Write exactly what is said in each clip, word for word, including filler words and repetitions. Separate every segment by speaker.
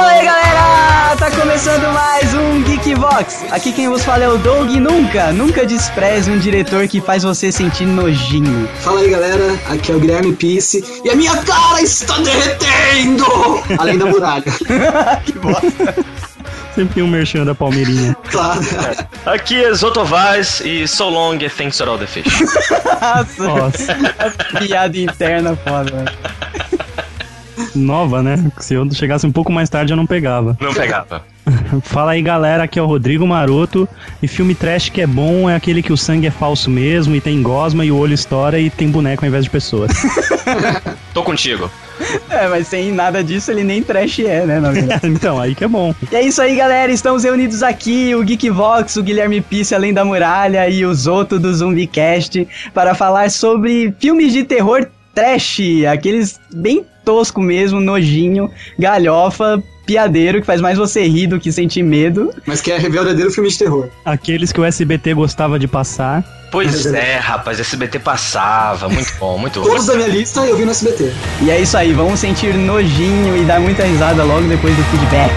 Speaker 1: Fala aí, galera! Tá começando mais um Geekvox. Aqui quem vos fala é o Doug. Nunca, nunca despreze um diretor que faz você sentir nojinho.
Speaker 2: Fala aí, galera. Aqui é o Guilherme Pisse e a minha cara está derretendo! Além da muralha.
Speaker 1: Que bosta.
Speaker 3: Sempre tem um merchan da Palmeirinha.
Speaker 2: Claro.
Speaker 4: Aqui é Zotovaz e so long and thanks for all the fish.
Speaker 1: Nossa,
Speaker 3: Nossa.
Speaker 1: piada interna foda, velho.
Speaker 3: Nova, né? Se eu chegasse um pouco mais tarde eu não pegava.
Speaker 4: Não pegava.
Speaker 3: Fala aí, galera, aqui é o Rodrigo Maroto. E filme trash que é bom é aquele que o sangue é falso mesmo e tem gosma e o olho estoura e tem boneco ao invés de pessoas.
Speaker 4: Tô contigo.
Speaker 1: É, mas sem nada disso ele nem trash é, né? Na verdade.
Speaker 3: Então, aí que é bom.
Speaker 1: E é isso aí, galera. Estamos reunidos aqui, o Geekvox, o Guilherme Pisse, Além da Muralha e o Zoto do Zumbicast, para falar sobre filmes de terror trash, aqueles bem tosco mesmo, nojinho, galhofa, piadeiro, que faz mais você rir do que sentir medo.
Speaker 2: Mas que é verdadeiro filme de terror.
Speaker 3: Aqueles que o S B T gostava de passar.
Speaker 4: Pois é, rapaz, S B T passava. Muito bom, muito bom.
Speaker 2: Todos da minha lista eu vi no S B T.
Speaker 1: E é isso aí, vamos sentir nojinho e dar muita risada logo depois do feedback.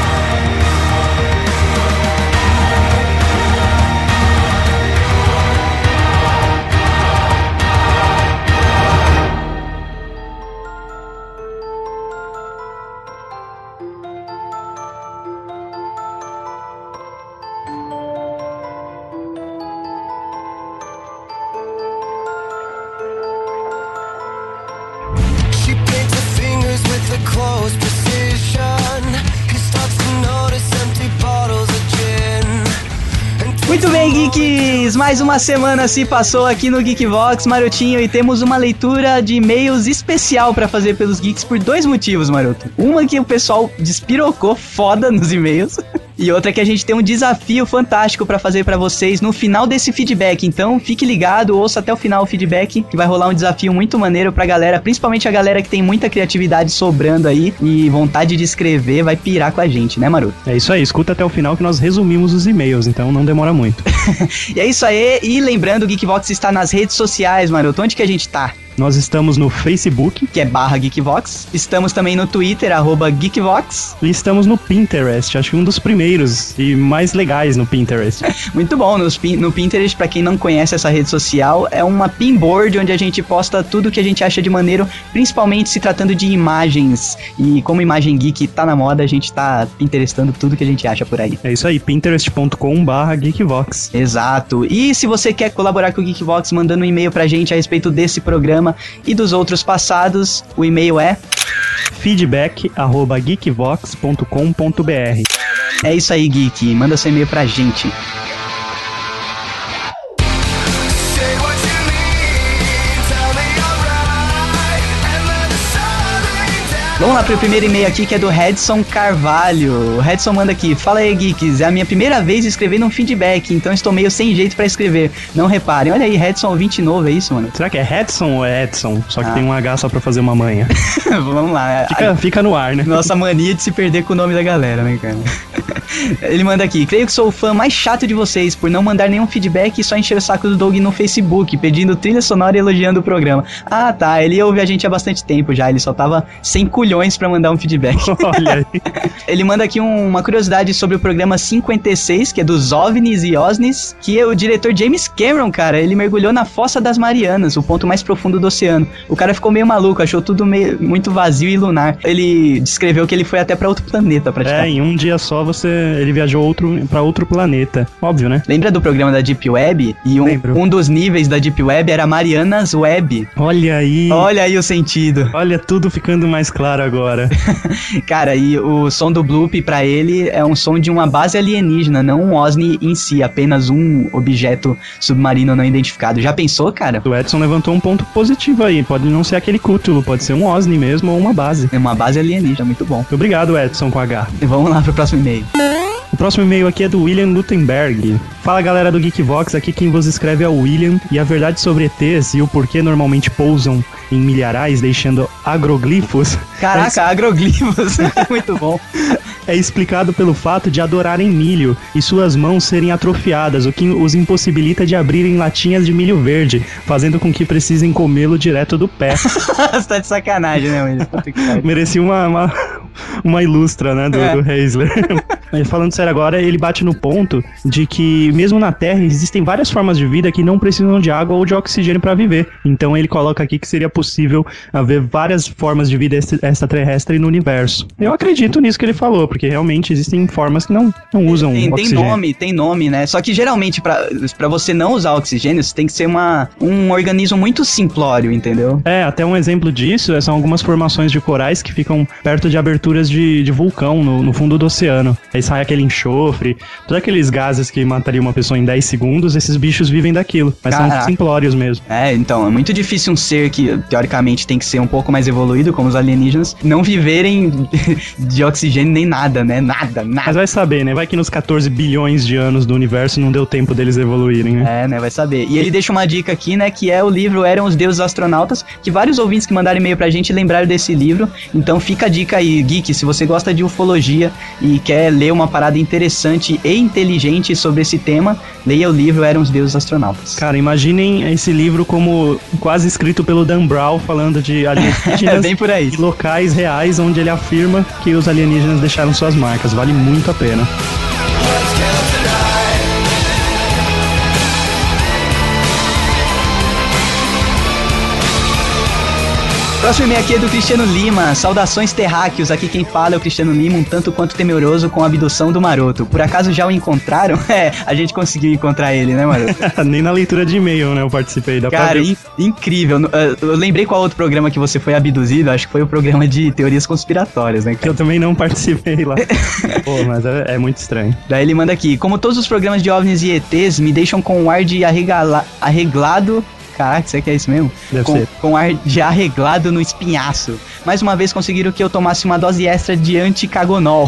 Speaker 1: Muito bem, geeks! Mais uma semana se passou aqui no Geekvox, Marotinho, e temos uma leitura de e-mails especial pra fazer pelos geeks por dois motivos, Maroto. Uma que o pessoal despirocou foda nos e-mails. E outra que a gente tem um desafio fantástico pra fazer pra vocês no final desse feedback. Então fique ligado, ouça até o final o feedback, que vai rolar um desafio muito maneiro pra galera, principalmente a galera que tem muita criatividade sobrando aí e vontade de escrever, vai pirar com a gente, né, Maroto?
Speaker 3: É isso aí, escuta até o final que nós resumimos os e-mails, então não demora muito.
Speaker 1: E é isso aí, e lembrando, o Geekvox está nas redes sociais, Maroto. Onde que a gente tá?
Speaker 3: Nós estamos no Facebook,
Speaker 1: que é barra Geekvox. Estamos também no Twitter, arroba Geekvox.
Speaker 3: E estamos no Pinterest, acho que um dos primeiros e mais legais no Pinterest.
Speaker 1: Muito bom, nos, no Pinterest, pra quem não conhece essa rede social, é uma pinboard onde a gente posta tudo que a gente acha de maneiro, principalmente se tratando de imagens. E como imagem geek tá na moda, a gente tá pinterestando tudo que a gente acha por aí.
Speaker 3: É isso aí, pinterest ponto com barra Geekvox.
Speaker 1: Exato. E se você quer colaborar com o Geekvox mandando um e-mail pra gente a respeito desse programa e dos outros passados, o e-mail é
Speaker 3: feedback arroba geekvox ponto com ponto b r.
Speaker 1: É isso aí, geek, manda seu e-mail pra gente. Vamos lá pro primeiro e-mail aqui, que é do Redson Carvalho. O Redson manda aqui: fala aí, geeks, é a minha primeira vez escrevendo um feedback, então estou meio sem jeito pra escrever. Não reparem. Olha aí, Redson, ouvinte novo, é isso, mano?
Speaker 3: Será que é Redson ou é Edson? Só que
Speaker 1: ah.
Speaker 3: tem um H só pra fazer uma manha.
Speaker 1: Vamos lá.
Speaker 3: Fica,
Speaker 1: a...
Speaker 3: fica no ar, né?
Speaker 1: Nossa mania de se perder com o nome da galera, né, cara? Ele manda aqui: creio que sou o fã mais chato de vocês por não mandar nenhum feedback e só encher o saco do Doug no Facebook, pedindo trilha sonora e elogiando o programa. Ah, tá, ele ouve a gente há bastante tempo já, ele só tava sem culhões pra mandar um feedback.
Speaker 3: Olha aí.
Speaker 1: Ele manda aqui um, uma curiosidade sobre o programa cinquenta e seis, que é dos OVNIs e OSNIs, que é o diretor James Cameron, cara, ele mergulhou na Fossa das Marianas, o ponto mais profundo do oceano. O cara ficou meio maluco, achou tudo meio, muito vazio e lunar. Ele descreveu que ele foi até pra outro planeta, praticamente.
Speaker 3: É, em um dia só você ele viajou outro, pra outro planeta. Óbvio, né?
Speaker 1: Lembra do programa da Deep Web? E um, um dos níveis da Deep Web era Marianas Web.
Speaker 3: Olha aí.
Speaker 1: Olha aí o sentido.
Speaker 3: Olha tudo ficando mais claro agora.
Speaker 1: Cara, e o som do bloop pra ele é um som de uma base alienígena, não um OSNI em si, apenas um objeto submarino não identificado. Já pensou, cara?
Speaker 3: O Edson levantou um ponto positivo aí, pode não ser aquele Cthulhu, pode ser um OSNI mesmo ou uma base.
Speaker 1: É uma base alienígena, muito bom.
Speaker 3: Muito obrigado, Edson, com H.
Speaker 1: E vamos lá pro próximo e-mail.
Speaker 3: O próximo e-mail aqui é do William Gutenberg. Fala, galera do Geekvox, aqui quem vos escreve é o William, e a verdade sobre E Tês e o porquê normalmente pousam em milharais deixando agroglifos...
Speaker 1: Caraca, é... agroglifos, muito bom.
Speaker 3: É explicado pelo fato de adorarem milho e suas mãos serem atrofiadas, o que os impossibilita de abrirem latinhas de milho verde, fazendo com que precisem comê-lo direto do pé.
Speaker 1: Você tá de sacanagem, né, William?
Speaker 3: Merecia uma, uma, uma ilustra, né, do,
Speaker 1: É.
Speaker 3: do Heisler. Mas falando sério agora, ele bate no ponto de que mesmo na Terra existem várias formas de vida que não precisam de água ou de oxigênio para viver. Então ele coloca aqui que seria possível haver várias formas de vida extra- extraterrestre no universo. Eu acredito nisso que ele falou, porque realmente existem formas que não, não usam
Speaker 1: Tem, tem
Speaker 3: oxigênio.
Speaker 1: nome, tem nome, né? Só que geralmente, pra, pra você não usar oxigênio, você tem que ser uma, um organismo muito simplório, entendeu?
Speaker 3: É, até um exemplo disso são algumas formações de corais que ficam perto de aberturas de, de vulcão no, no fundo do oceano. Aí sai aquele enxofre, todos aqueles gases que matariam uma pessoa em dez segundos, esses bichos vivem daquilo, mas
Speaker 1: Caraca.
Speaker 3: são simplórios mesmo.
Speaker 1: É, então, é muito difícil um ser que, teoricamente, tem que ser um pouco mais evoluído, como os alienígenas, não viverem de oxigênio nem nada, né? Nada,
Speaker 3: Mas
Speaker 1: nada.
Speaker 3: vai saber, né? Vai que nos quatorze bilhões de anos do universo não deu tempo deles evoluírem, né?
Speaker 1: É, né? Vai saber. E ele deixa uma dica aqui, né? Que é o livro Eram os Deuses Astronautas, que vários ouvintes que mandaram e-mail pra gente lembraram desse livro. Então fica a dica aí, Geek, se você gosta de ufologia e quer ler uma parada interessante e inteligente sobre esse tema, leia o livro Eram os Deuses Astronautas.
Speaker 3: Cara, imaginem esse livro como quase escrito pelo Dan Brown, falando de
Speaker 1: É
Speaker 3: alienígenas
Speaker 1: bem por aí.
Speaker 3: e locais reais onde ele afirma que os alienígenas deixaram suas marcas. Vale muito a pena.
Speaker 1: Próximo e-mail aqui é do Cristiano Lima. Saudações terráqueos. Aqui quem fala é o Cristiano Lima, um tanto quanto temeroso com a abdução do Maroto. Por acaso já o encontraram? É, a gente conseguiu encontrar ele, né, Maroto?
Speaker 3: Nem na leitura de e-mail, né? Eu participei da
Speaker 1: Cara, in- incrível. No- uh, Eu lembrei qual outro programa que você foi abduzido. Acho que foi o programa de teorias conspiratórias, né,
Speaker 3: que
Speaker 1: cara?
Speaker 3: eu também não participei lá. Pô, mas é, é muito estranho.
Speaker 1: Daí ele manda aqui. Como todos os programas de OVNIs e E Tês me deixam com um ar de arregala- arreglado... Caraca, será que é isso mesmo?
Speaker 3: Deve
Speaker 1: com,
Speaker 3: ser.
Speaker 1: com ar de arreglado no espinhaço. Mais uma vez conseguiram que eu tomasse uma dose extra de anticagonol.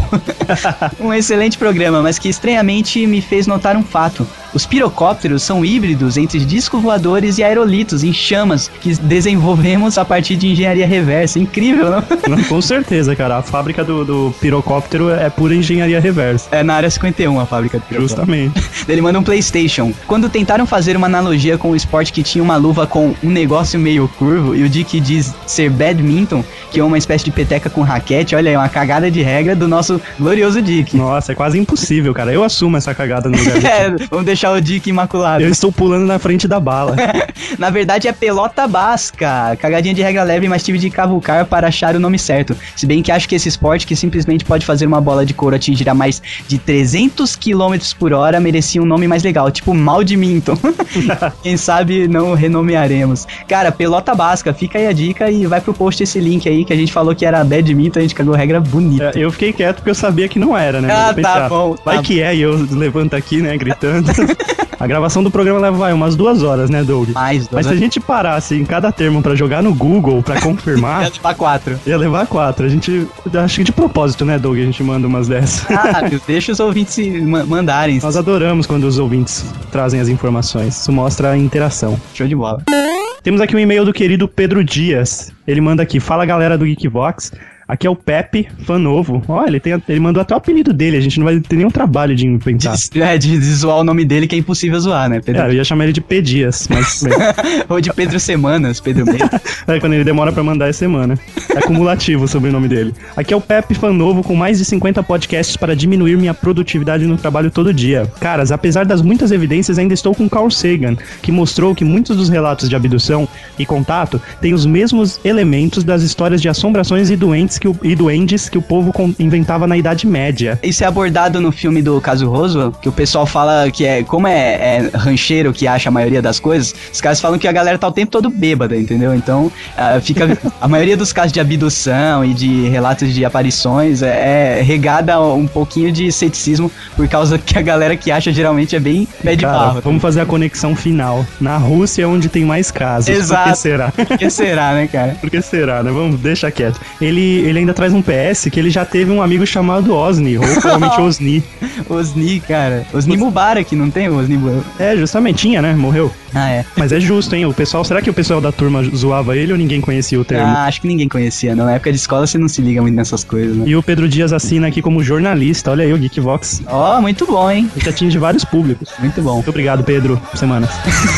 Speaker 1: Um excelente programa, mas que estranhamente me fez notar um fato. Os pirocópteros são híbridos entre discos voadores e aerolitos em chamas que desenvolvemos a partir de engenharia reversa. Incrível, não?
Speaker 3: Não, com certeza, cara. A fábrica do, do pirocóptero é pura engenharia reversa.
Speaker 1: É na área cinquenta e um a fábrica do pirocóptero.
Speaker 3: Justamente.
Speaker 1: Ele manda um PlayStation. Quando tentaram fazer uma analogia com o esporte que tinha uma luva com um negócio meio curvo e o Dick diz ser badminton, que é uma espécie de peteca com raquete, olha aí, uma cagada de regra do nosso glorioso Dick.
Speaker 3: Nossa, é quase impossível, cara. Eu assumo essa cagada no lugar do
Speaker 1: É, vamos deixar o Dick imaculado.
Speaker 3: Eu estou pulando na frente da bala.
Speaker 1: Na verdade é pelota basca. Cagadinha de regra leve, mas tive de cavucar para achar o nome certo. Se bem que acho que esse esporte que simplesmente pode fazer uma bola de couro atingir a mais de trezentos quilômetros por hora merecia um nome mais legal, tipo Maldminton. Quem sabe não renomearemos. Cara, pelota basca, fica aí a dica e vai pro post esse link aí que a gente falou que era badminton, a gente cagou regra bonita.
Speaker 3: É, eu fiquei quieto porque eu sabia que não era, né?
Speaker 1: Ah,
Speaker 3: Eu pensei,
Speaker 1: tá bom,
Speaker 3: Vai
Speaker 1: tá
Speaker 3: que é, e eu levanto aqui, né, gritando. A gravação do programa leva, vai, umas duas horas, né, Doug?
Speaker 1: Mais,
Speaker 3: Mas se a gente parasse em cada termo pra jogar no Google, pra confirmar,
Speaker 1: pra quatro.
Speaker 3: ia levar quatro. A gente, acho que de propósito, né, Doug? A gente manda umas dessas.
Speaker 1: Ah, deixa os ouvintes se ma- mandarem.
Speaker 3: Nós adoramos quando os ouvintes trazem as informações. Isso mostra a interação.
Speaker 1: Show de bola.
Speaker 3: Temos aqui um e-mail do querido Pedro Dias. Ele manda aqui: fala galera do Geekvox. Aqui é o Pepe, fã novo. Ó, ele, tem, ele mandou até o apelido dele. A gente não vai ter nenhum trabalho de inventar.
Speaker 1: De, é, de, de zoar o nome dele que é impossível zoar, né, Pedro?
Speaker 3: É, eu ia chamar ele de P Dias, mas bem,
Speaker 1: Ou de Pedro Semanas, Pedro Meio.
Speaker 3: é quando ele demora pra mandar é semana. É acumulativo o sobrenome dele. Aqui é o Pepe, fã novo, com mais de cinquenta podcasts para diminuir minha produtividade no trabalho todo dia. Caras, apesar das muitas evidências, ainda estou com Carl Sagan, que mostrou que muitos dos relatos de abdução e contato têm os mesmos elementos das histórias de assombrações e doentes que o, e duendes que o povo con- inventava na Idade Média.
Speaker 1: Isso é abordado no filme do caso Roswell, que o pessoal fala que é, como é, é rancheiro que acha a maioria das coisas, os caras falam que a galera tá o tempo todo bêbada, entendeu? Então, ah, fica a maioria dos casos de abdução e de relatos de aparições é, é regada a um pouquinho de ceticismo, por causa que a galera que acha geralmente é bem pé de
Speaker 3: Cara,
Speaker 1: barro.
Speaker 3: vamos fazer a conexão final. Na Rússia é onde tem mais casos.
Speaker 1: Exato.
Speaker 3: Por que será?
Speaker 1: Por que será, né, cara?
Speaker 3: Por que será, né? Vamos, deixa quieto. Ele, ele ainda traz um P S que ele já teve um amigo chamado Osni, ou provavelmente Osni.
Speaker 1: Osni, cara. Osni Mubarak, não tem o Osni Mubarak?
Speaker 3: É, justamente, tinha, né? Morreu.
Speaker 1: Ah, é.
Speaker 3: Mas é justo, hein? O pessoal, será que o pessoal da turma zoava ele ou ninguém conhecia o termo?
Speaker 1: Ah, acho que ninguém conhecia, não. Na época de escola você não se liga muito nessas coisas, né?
Speaker 3: E o Pedro Dias assina aqui como jornalista. Olha aí o Geekvox.
Speaker 1: Ó, muito bom, hein?
Speaker 3: A gente atinge vários públicos.
Speaker 1: Muito bom.
Speaker 3: Muito obrigado, Pedro. Semanas.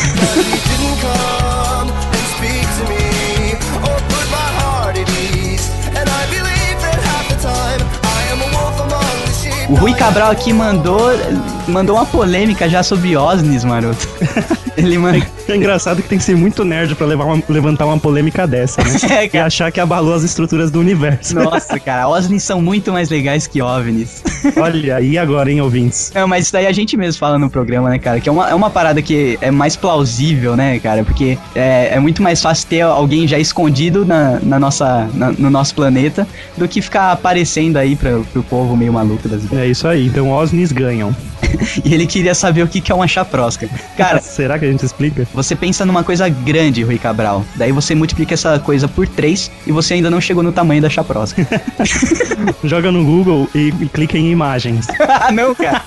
Speaker 5: didn't come and speak to me or put my heart at ease. And I believe that half the time
Speaker 1: O Rui Cabral aqui mandou, mandou uma polêmica já sobre OSNIs, maroto. Ele manda...
Speaker 3: É engraçado que tem que ser muito nerd pra levar uma- levantar uma polêmica dessa, né?
Speaker 1: É,
Speaker 3: E
Speaker 1: cara.
Speaker 3: achar que abalou as estruturas do universo.
Speaker 1: Nossa, cara, OSNIs são muito mais legais que OVNIs.
Speaker 3: Olha, e agora, hein, ouvintes?
Speaker 1: Não, mas isso daí a gente mesmo fala no programa, né, cara? Que é uma, é uma parada que é mais plausível, né, cara? Porque é, é muito mais fácil ter alguém já escondido na, na nossa, na- no nosso planeta do que ficar aparecendo aí pra, pro povo meio maluco das ideias.
Speaker 3: É isso aí, então OSNIs ganham.
Speaker 1: E ele queria saber o que, que é uma chaprosca. Cara,
Speaker 3: Será que a gente explica?
Speaker 1: você pensa numa coisa grande, Rui Cabral. Daí você multiplica essa coisa por três e você ainda não chegou no tamanho da chaprosca.
Speaker 3: Joga no Google e, e clica em imagens.
Speaker 1: Ah, não, cara.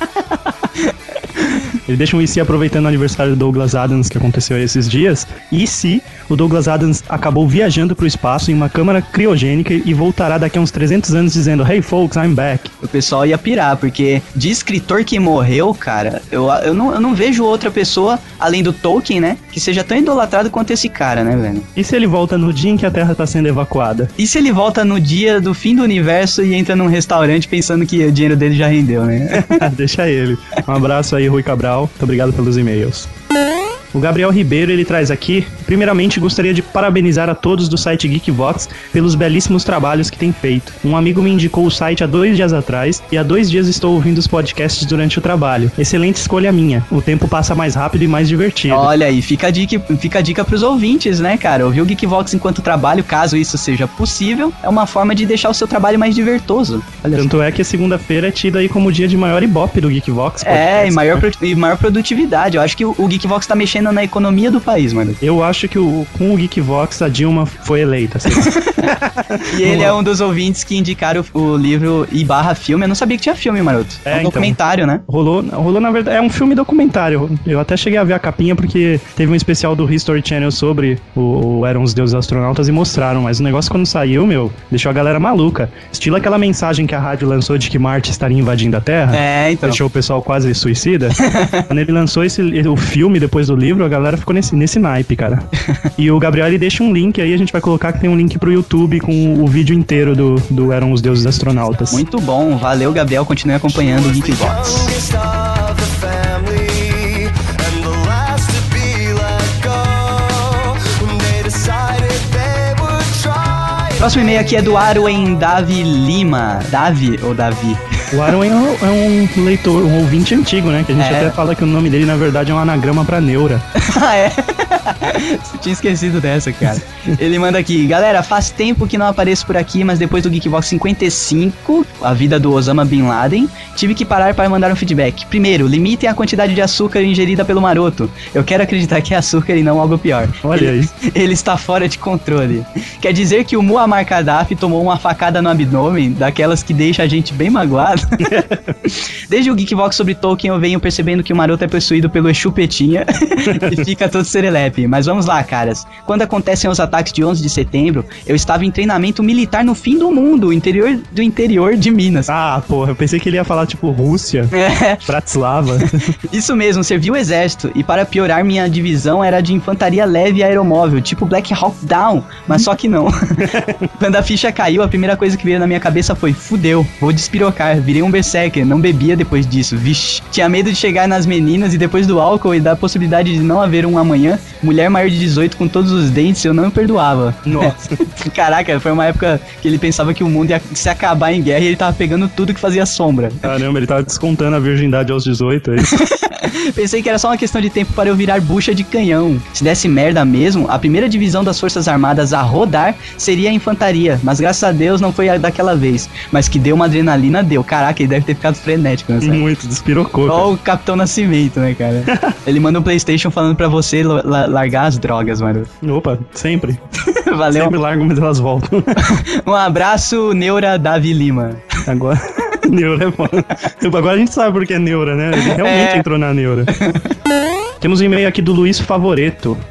Speaker 3: Ele deixa um e se aproveitando o aniversário do Douglas Adams que aconteceu esses dias. E se o Douglas Adams acabou viajando pro espaço em uma câmara criogênica e voltará daqui a uns trezentos anos dizendo "Hey folks, I'm back".
Speaker 1: O pessoal ia pirar, porque de escritor que morreu, cara, eu, eu, não, eu não vejo outra pessoa, além do Tolkien, né, que seja tão idolatrado quanto esse cara, né, velho?
Speaker 3: E se ele volta no dia em que a Terra tá sendo evacuada?
Speaker 1: E se ele volta no dia do fim do universo e entra num restaurante pensando que o dinheiro dele já rendeu, né?
Speaker 3: Deixa ele. Um abraço aí, Rui Cabral. Muito obrigado pelos e-mails. O Gabriel Ribeiro, ele traz aqui: primeiramente, gostaria de parabenizar a todos do site Geekvox pelos belíssimos trabalhos que têm feito. Um amigo me indicou o site há dois dias atrás e há dois dias estou ouvindo os podcasts durante o trabalho. Excelente escolha minha. O tempo passa mais rápido e mais divertido.
Speaker 1: Olha aí, fica a dica, fica a dica pros ouvintes, né, cara? Ouvir o Geekvox enquanto trabalho, caso isso seja possível, é uma forma de deixar o seu trabalho mais divertoso. Olha só.
Speaker 3: Tanto é que a segunda-feira é tida aí como o dia de maior ibope do Geekvox.
Speaker 1: É,
Speaker 3: podcast,
Speaker 1: e maior,
Speaker 3: né?
Speaker 1: pro- e maior produtividade. Eu acho que o, o Geekvox tá mexendo na economia do país, mano.
Speaker 3: Eu acho que o, com o Geekvox a Dilma foi eleita. Assim.
Speaker 1: E ele é um dos ouvintes que indicaram o, o livro e barra filme. Eu não sabia que tinha filme, maroto. É,
Speaker 3: É,
Speaker 1: um
Speaker 3: então.
Speaker 1: documentário, né?
Speaker 3: Rolou, rolou, na verdade, é um filme documentário. Eu até cheguei a ver a capinha porque teve um especial do History Channel sobre o, o Eram os Deuses Astronautas e mostraram, mas o negócio quando saiu, meu, deixou a galera maluca. Estilo aquela mensagem que a rádio lançou de que Marte estaria invadindo a Terra.
Speaker 1: É, então.
Speaker 3: Deixou o pessoal quase suicida. Quando ele lançou esse, o filme depois do livro, a galera ficou nesse, nesse naipe, cara. E o Gabriel, ele deixa um link aí, a gente vai colocar que tem um link pro YouTube com o vídeo inteiro do, do Eram os Deuses Astronautas.
Speaker 1: Muito bom. Valeu, Gabriel. Continue acompanhando o Geekvox.
Speaker 5: Youngest of the family and the last to be let go. When they decided they would try.
Speaker 1: Próximo e-mail aqui é do Arwen Davi Lima. Davi ou Davi?
Speaker 3: O Aaron é um, é um leitor, um ouvinte antigo, né? Que a gente
Speaker 1: É.
Speaker 3: até fala que o nome dele, na verdade, é um anagrama pra neura.
Speaker 1: Ah, é? Você tinha esquecido dessa, cara. Ele manda aqui: galera, faz tempo que não apareço por aqui, mas depois do Geekbox cinquenta e cinco, a vida do Osama Bin Laden, tive que parar para mandar um feedback. Primeiro, limitem a quantidade de açúcar ingerida pelo maroto. Eu quero acreditar que é açúcar e não algo pior.
Speaker 3: Olha
Speaker 1: ele,
Speaker 3: aí.
Speaker 1: Ele está fora de controle. Quer dizer que o Muammar Gaddafi tomou uma facada no abdômen, daquelas que deixa a gente bem magoado? Desde o Geekvox sobre Tolkien eu venho percebendo que o maroto é possuído pelo Exu Petinha e fica todo serelepe. Mas vamos lá, caras. Quando acontecem os ataques de onze de setembro, eu estava em treinamento militar no fim do mundo, interior do interior de Minas.
Speaker 3: Ah, porra, eu pensei que ele ia falar, tipo, Rússia,
Speaker 1: É,
Speaker 3: Bratislava.
Speaker 1: isso mesmo, servi o exército e para piorar minha divisão era de infantaria leve e aeromóvel, tipo Black Hawk Down, mas só que não. Quando a ficha caiu, a primeira coisa que veio na minha cabeça foi: fudeu, vou despirocar, virei um berserker, não bebia depois disso, vixe. Tinha medo de chegar nas meninas e depois do álcool e da possibilidade de não haver um amanhã, mulher maior de dezoito com todos os dentes, eu não me perdoava.
Speaker 3: Nossa.
Speaker 1: Caraca, foi uma época que ele pensava que o mundo ia se acabar em guerra e ele tava pegando tudo que fazia sombra.
Speaker 3: Caramba, ele tava descontando a virgindade aos dezoito, é isso?
Speaker 1: Pensei que era só uma questão de tempo para eu virar bucha de canhão. Se desse merda mesmo, a primeira divisão das Forças Armadas a rodar seria a infantaria, mas graças a Deus não foi a daquela vez. Mas que deu uma adrenalina, deu. Caraca, ele deve ter ficado frenético nessa época.
Speaker 3: Muito, despirocou, cara.
Speaker 1: Ó o Capitão Nascimento, né, cara? Ele manda um PlayStation falando pra você la- la- largar as drogas, mano.
Speaker 3: Opa, sempre.
Speaker 1: Valeu.
Speaker 3: Sempre largo, mas elas voltam.
Speaker 1: Um abraço, Neura Davi Lima.
Speaker 3: Agora, neura é foda. Agora a gente sabe por que é neura, né? Ele realmente
Speaker 1: É.
Speaker 3: entrou na neura. Temos um e-mail aqui do Luiz Favoreto.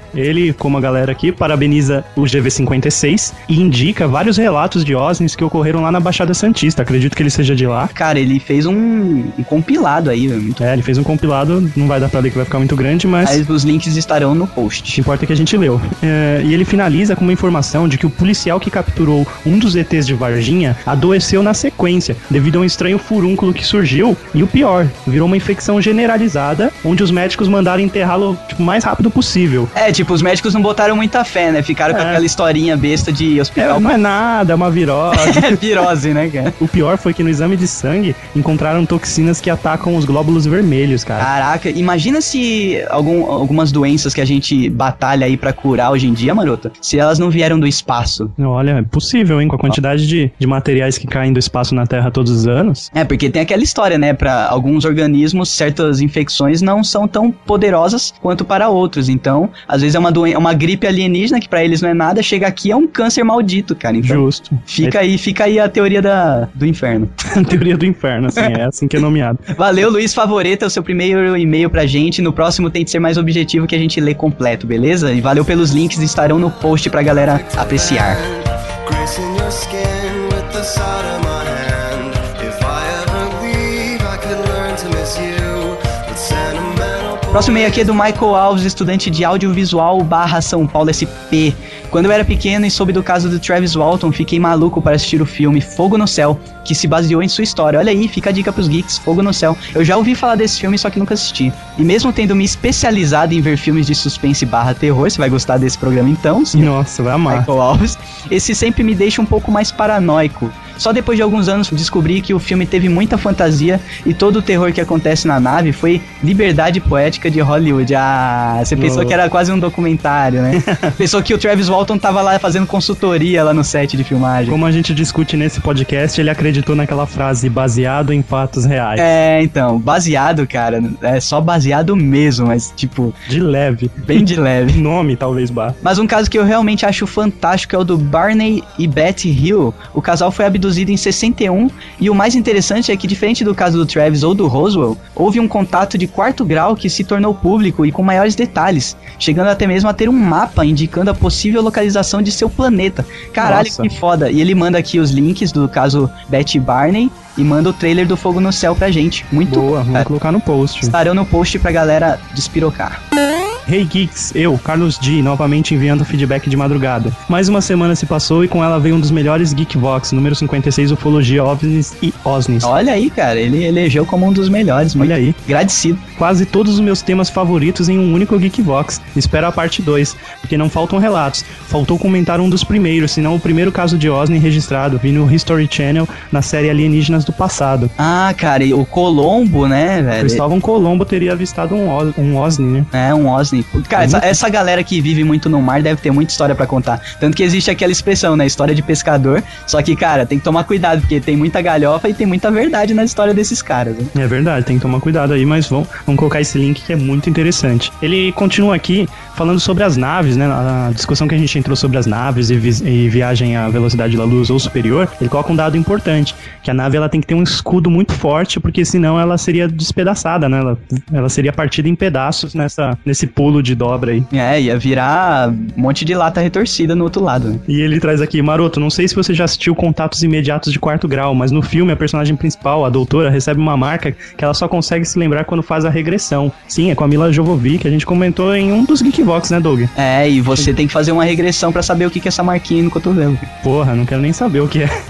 Speaker 3: Ele, como a galera aqui, parabeniza o G V cinquenta e seis e indica vários relatos de OSNIs que ocorreram lá na Baixada Santista. Acredito que ele seja de lá.
Speaker 1: Cara, ele fez um, um compilado aí, velho. Muito...
Speaker 3: É, ele fez um compilado, não vai dar pra ler que vai ficar muito grande, mas...
Speaker 1: Aí os links estarão no
Speaker 3: O
Speaker 1: post.
Speaker 3: que importa é que a gente leu. É, e ele finaliza com uma informação de que o policial que capturou um dos E Tês de Varginha adoeceu na sequência, devido a um estranho furúnculo que surgiu. E o pior, virou uma infecção generalizada, onde os médicos mandaram enterrá-lo tipo, o mais rápido possível.
Speaker 1: É, tipo, os médicos não botaram muita fé, né? Ficaram com
Speaker 3: É.
Speaker 1: aquela historinha besta de hospital.
Speaker 3: É, não é nada, é uma virose.
Speaker 1: É virose, né, cara?
Speaker 3: O pior foi que no exame de sangue encontraram toxinas que atacam os glóbulos vermelhos, cara.
Speaker 1: Caraca, imagina se algum, algumas doenças que a gente batalha aí pra curar hoje em dia, marota, se elas não vieram do espaço.
Speaker 3: Olha, é possível, hein? Com a quantidade de, de materiais que caem do espaço na Terra todos os anos.
Speaker 1: É, porque tem aquela história, né? Pra alguns organismos, certas infecções não são tão poderosas quanto para outros. Então, às vezes é uma, doen- uma gripe alienígena que pra eles não é nada, chega aqui é um câncer maldito, cara. Então,
Speaker 3: Justo.
Speaker 1: fica aí, fica aí a teoria da, do inferno.
Speaker 3: É a teoria do inferno, assim, é assim que é nomeado.
Speaker 1: Valeu, Luiz Favoreta, o seu primeiro e-mail pra gente. No próximo tem de ser mais objetivo que a gente lê completo, beleza? E valeu pelos links, estarão no post pra galera apreciar.
Speaker 5: Grace in your skin with the side of my hand. If I ever leave, I could learn to miss you. With sentimental.
Speaker 1: Próximo e-mail aqui é do Michael Alves, estudante de audiovisual barra São Paulo S P. Quando eu era pequeno e soube do caso do Travis Walton, fiquei maluco para assistir o filme Fogo no Céu, que se baseou em sua história. Olha aí, fica a dica pros geeks, Fogo no Céu. Eu já ouvi falar desse filme, só que nunca assisti. E mesmo tendo me especializado em ver filmes de suspense barra terror, você vai gostar desse programa então, senhor
Speaker 3: Nossa, vai amar.
Speaker 1: Michael Alves, esse sempre me deixa um pouco mais paranoico. Só depois de alguns anos descobri que o filme teve muita fantasia e todo o terror que acontece na nave foi liberdade poética de Hollywood. Ah, você pensou
Speaker 3: Oh.
Speaker 1: que era quase um documentário, né? Pensou que o Travis Walton tava lá fazendo consultoria lá no set de filmagem.
Speaker 3: Como a gente discute nesse podcast, ele acreditou naquela frase baseado em fatos reais.
Speaker 1: É, então, baseado, cara, é só baseado mesmo, mas tipo,
Speaker 3: De leve.
Speaker 1: bem de leve.
Speaker 3: Nome, talvez, bar.
Speaker 1: Mas um caso que eu realmente acho fantástico é o do Barney e Betty Hill. O casal foi abduzido em sessenta e um e o mais interessante é que, diferente do caso do Travis ou do Roswell, houve um contato de quarto grau que se tornou público e com maiores detalhes, chegando até mesmo a ter um mapa indicando a possível localização de seu planeta. Caralho,
Speaker 3: Nossa.
Speaker 1: que foda. E ele manda aqui os links do caso Betty e Barney e manda o trailer do Fogo no Céu pra gente. Muito
Speaker 3: Boa, vamos
Speaker 1: é,
Speaker 3: colocar no post.
Speaker 1: estarão no post pra galera despirocar.
Speaker 3: Hey Geeks, eu, Carlos G, novamente enviando feedback de madrugada. Mais uma semana se passou e com ela veio um dos melhores Geekvox, número cinquenta e seis, Ufologia, OVNIs e OSNIs.
Speaker 1: Olha aí, cara, ele elegeu como um dos melhores. Muito
Speaker 3: Olha aí.
Speaker 1: agradecido.
Speaker 3: Quase todos os meus temas favoritos em um único Geekvox. Espero a parte dois, porque não faltam relatos. Faltou comentar um dos primeiros, se não o primeiro caso de OSNI registrado, vi no History Channel na série Alienígenas do Passado.
Speaker 1: Ah, cara, e o Colombo, né, velho?
Speaker 3: Cristóvão Colombo teria avistado um, Os- um OSNI, né?
Speaker 1: É, um OSNI. Cara, essa, essa galera que vive muito no mar deve ter muita história pra contar. Tanto que existe aquela expressão, né? História de pescador. Só que, cara, tem que tomar cuidado, porque tem muita galhofa e tem muita verdade na história desses caras, né?
Speaker 3: É verdade, tem que tomar cuidado aí, mas vamos, vamos colocar esse link que é muito interessante. Ele continua aqui falando sobre as naves, né? A discussão que a gente entrou sobre as naves e, vi- e viagem à velocidade da luz ou superior, ele coloca um dado importante, que a nave ela tem que ter um escudo muito forte, porque senão ela seria despedaçada, né? Ela, ela seria partida em pedaços nessa, nesse pulo de dobra aí.
Speaker 1: É, ia virar um monte de lata retorcida no outro lado, né?
Speaker 3: E ele traz aqui, Maroto, não sei se você já assistiu Contatos Imediatos de Quarto Grau, mas no filme a personagem principal, a doutora, recebe uma marca que ela só consegue se lembrar quando faz a regressão. Sim, é com a Mila Jovovich, que a gente comentou em um dos Geekvox, né, Doug?
Speaker 1: É, e você tem que fazer uma regressão pra saber o que que é essa marquinha no cotovelo.
Speaker 3: Porra, não quero nem saber o que é.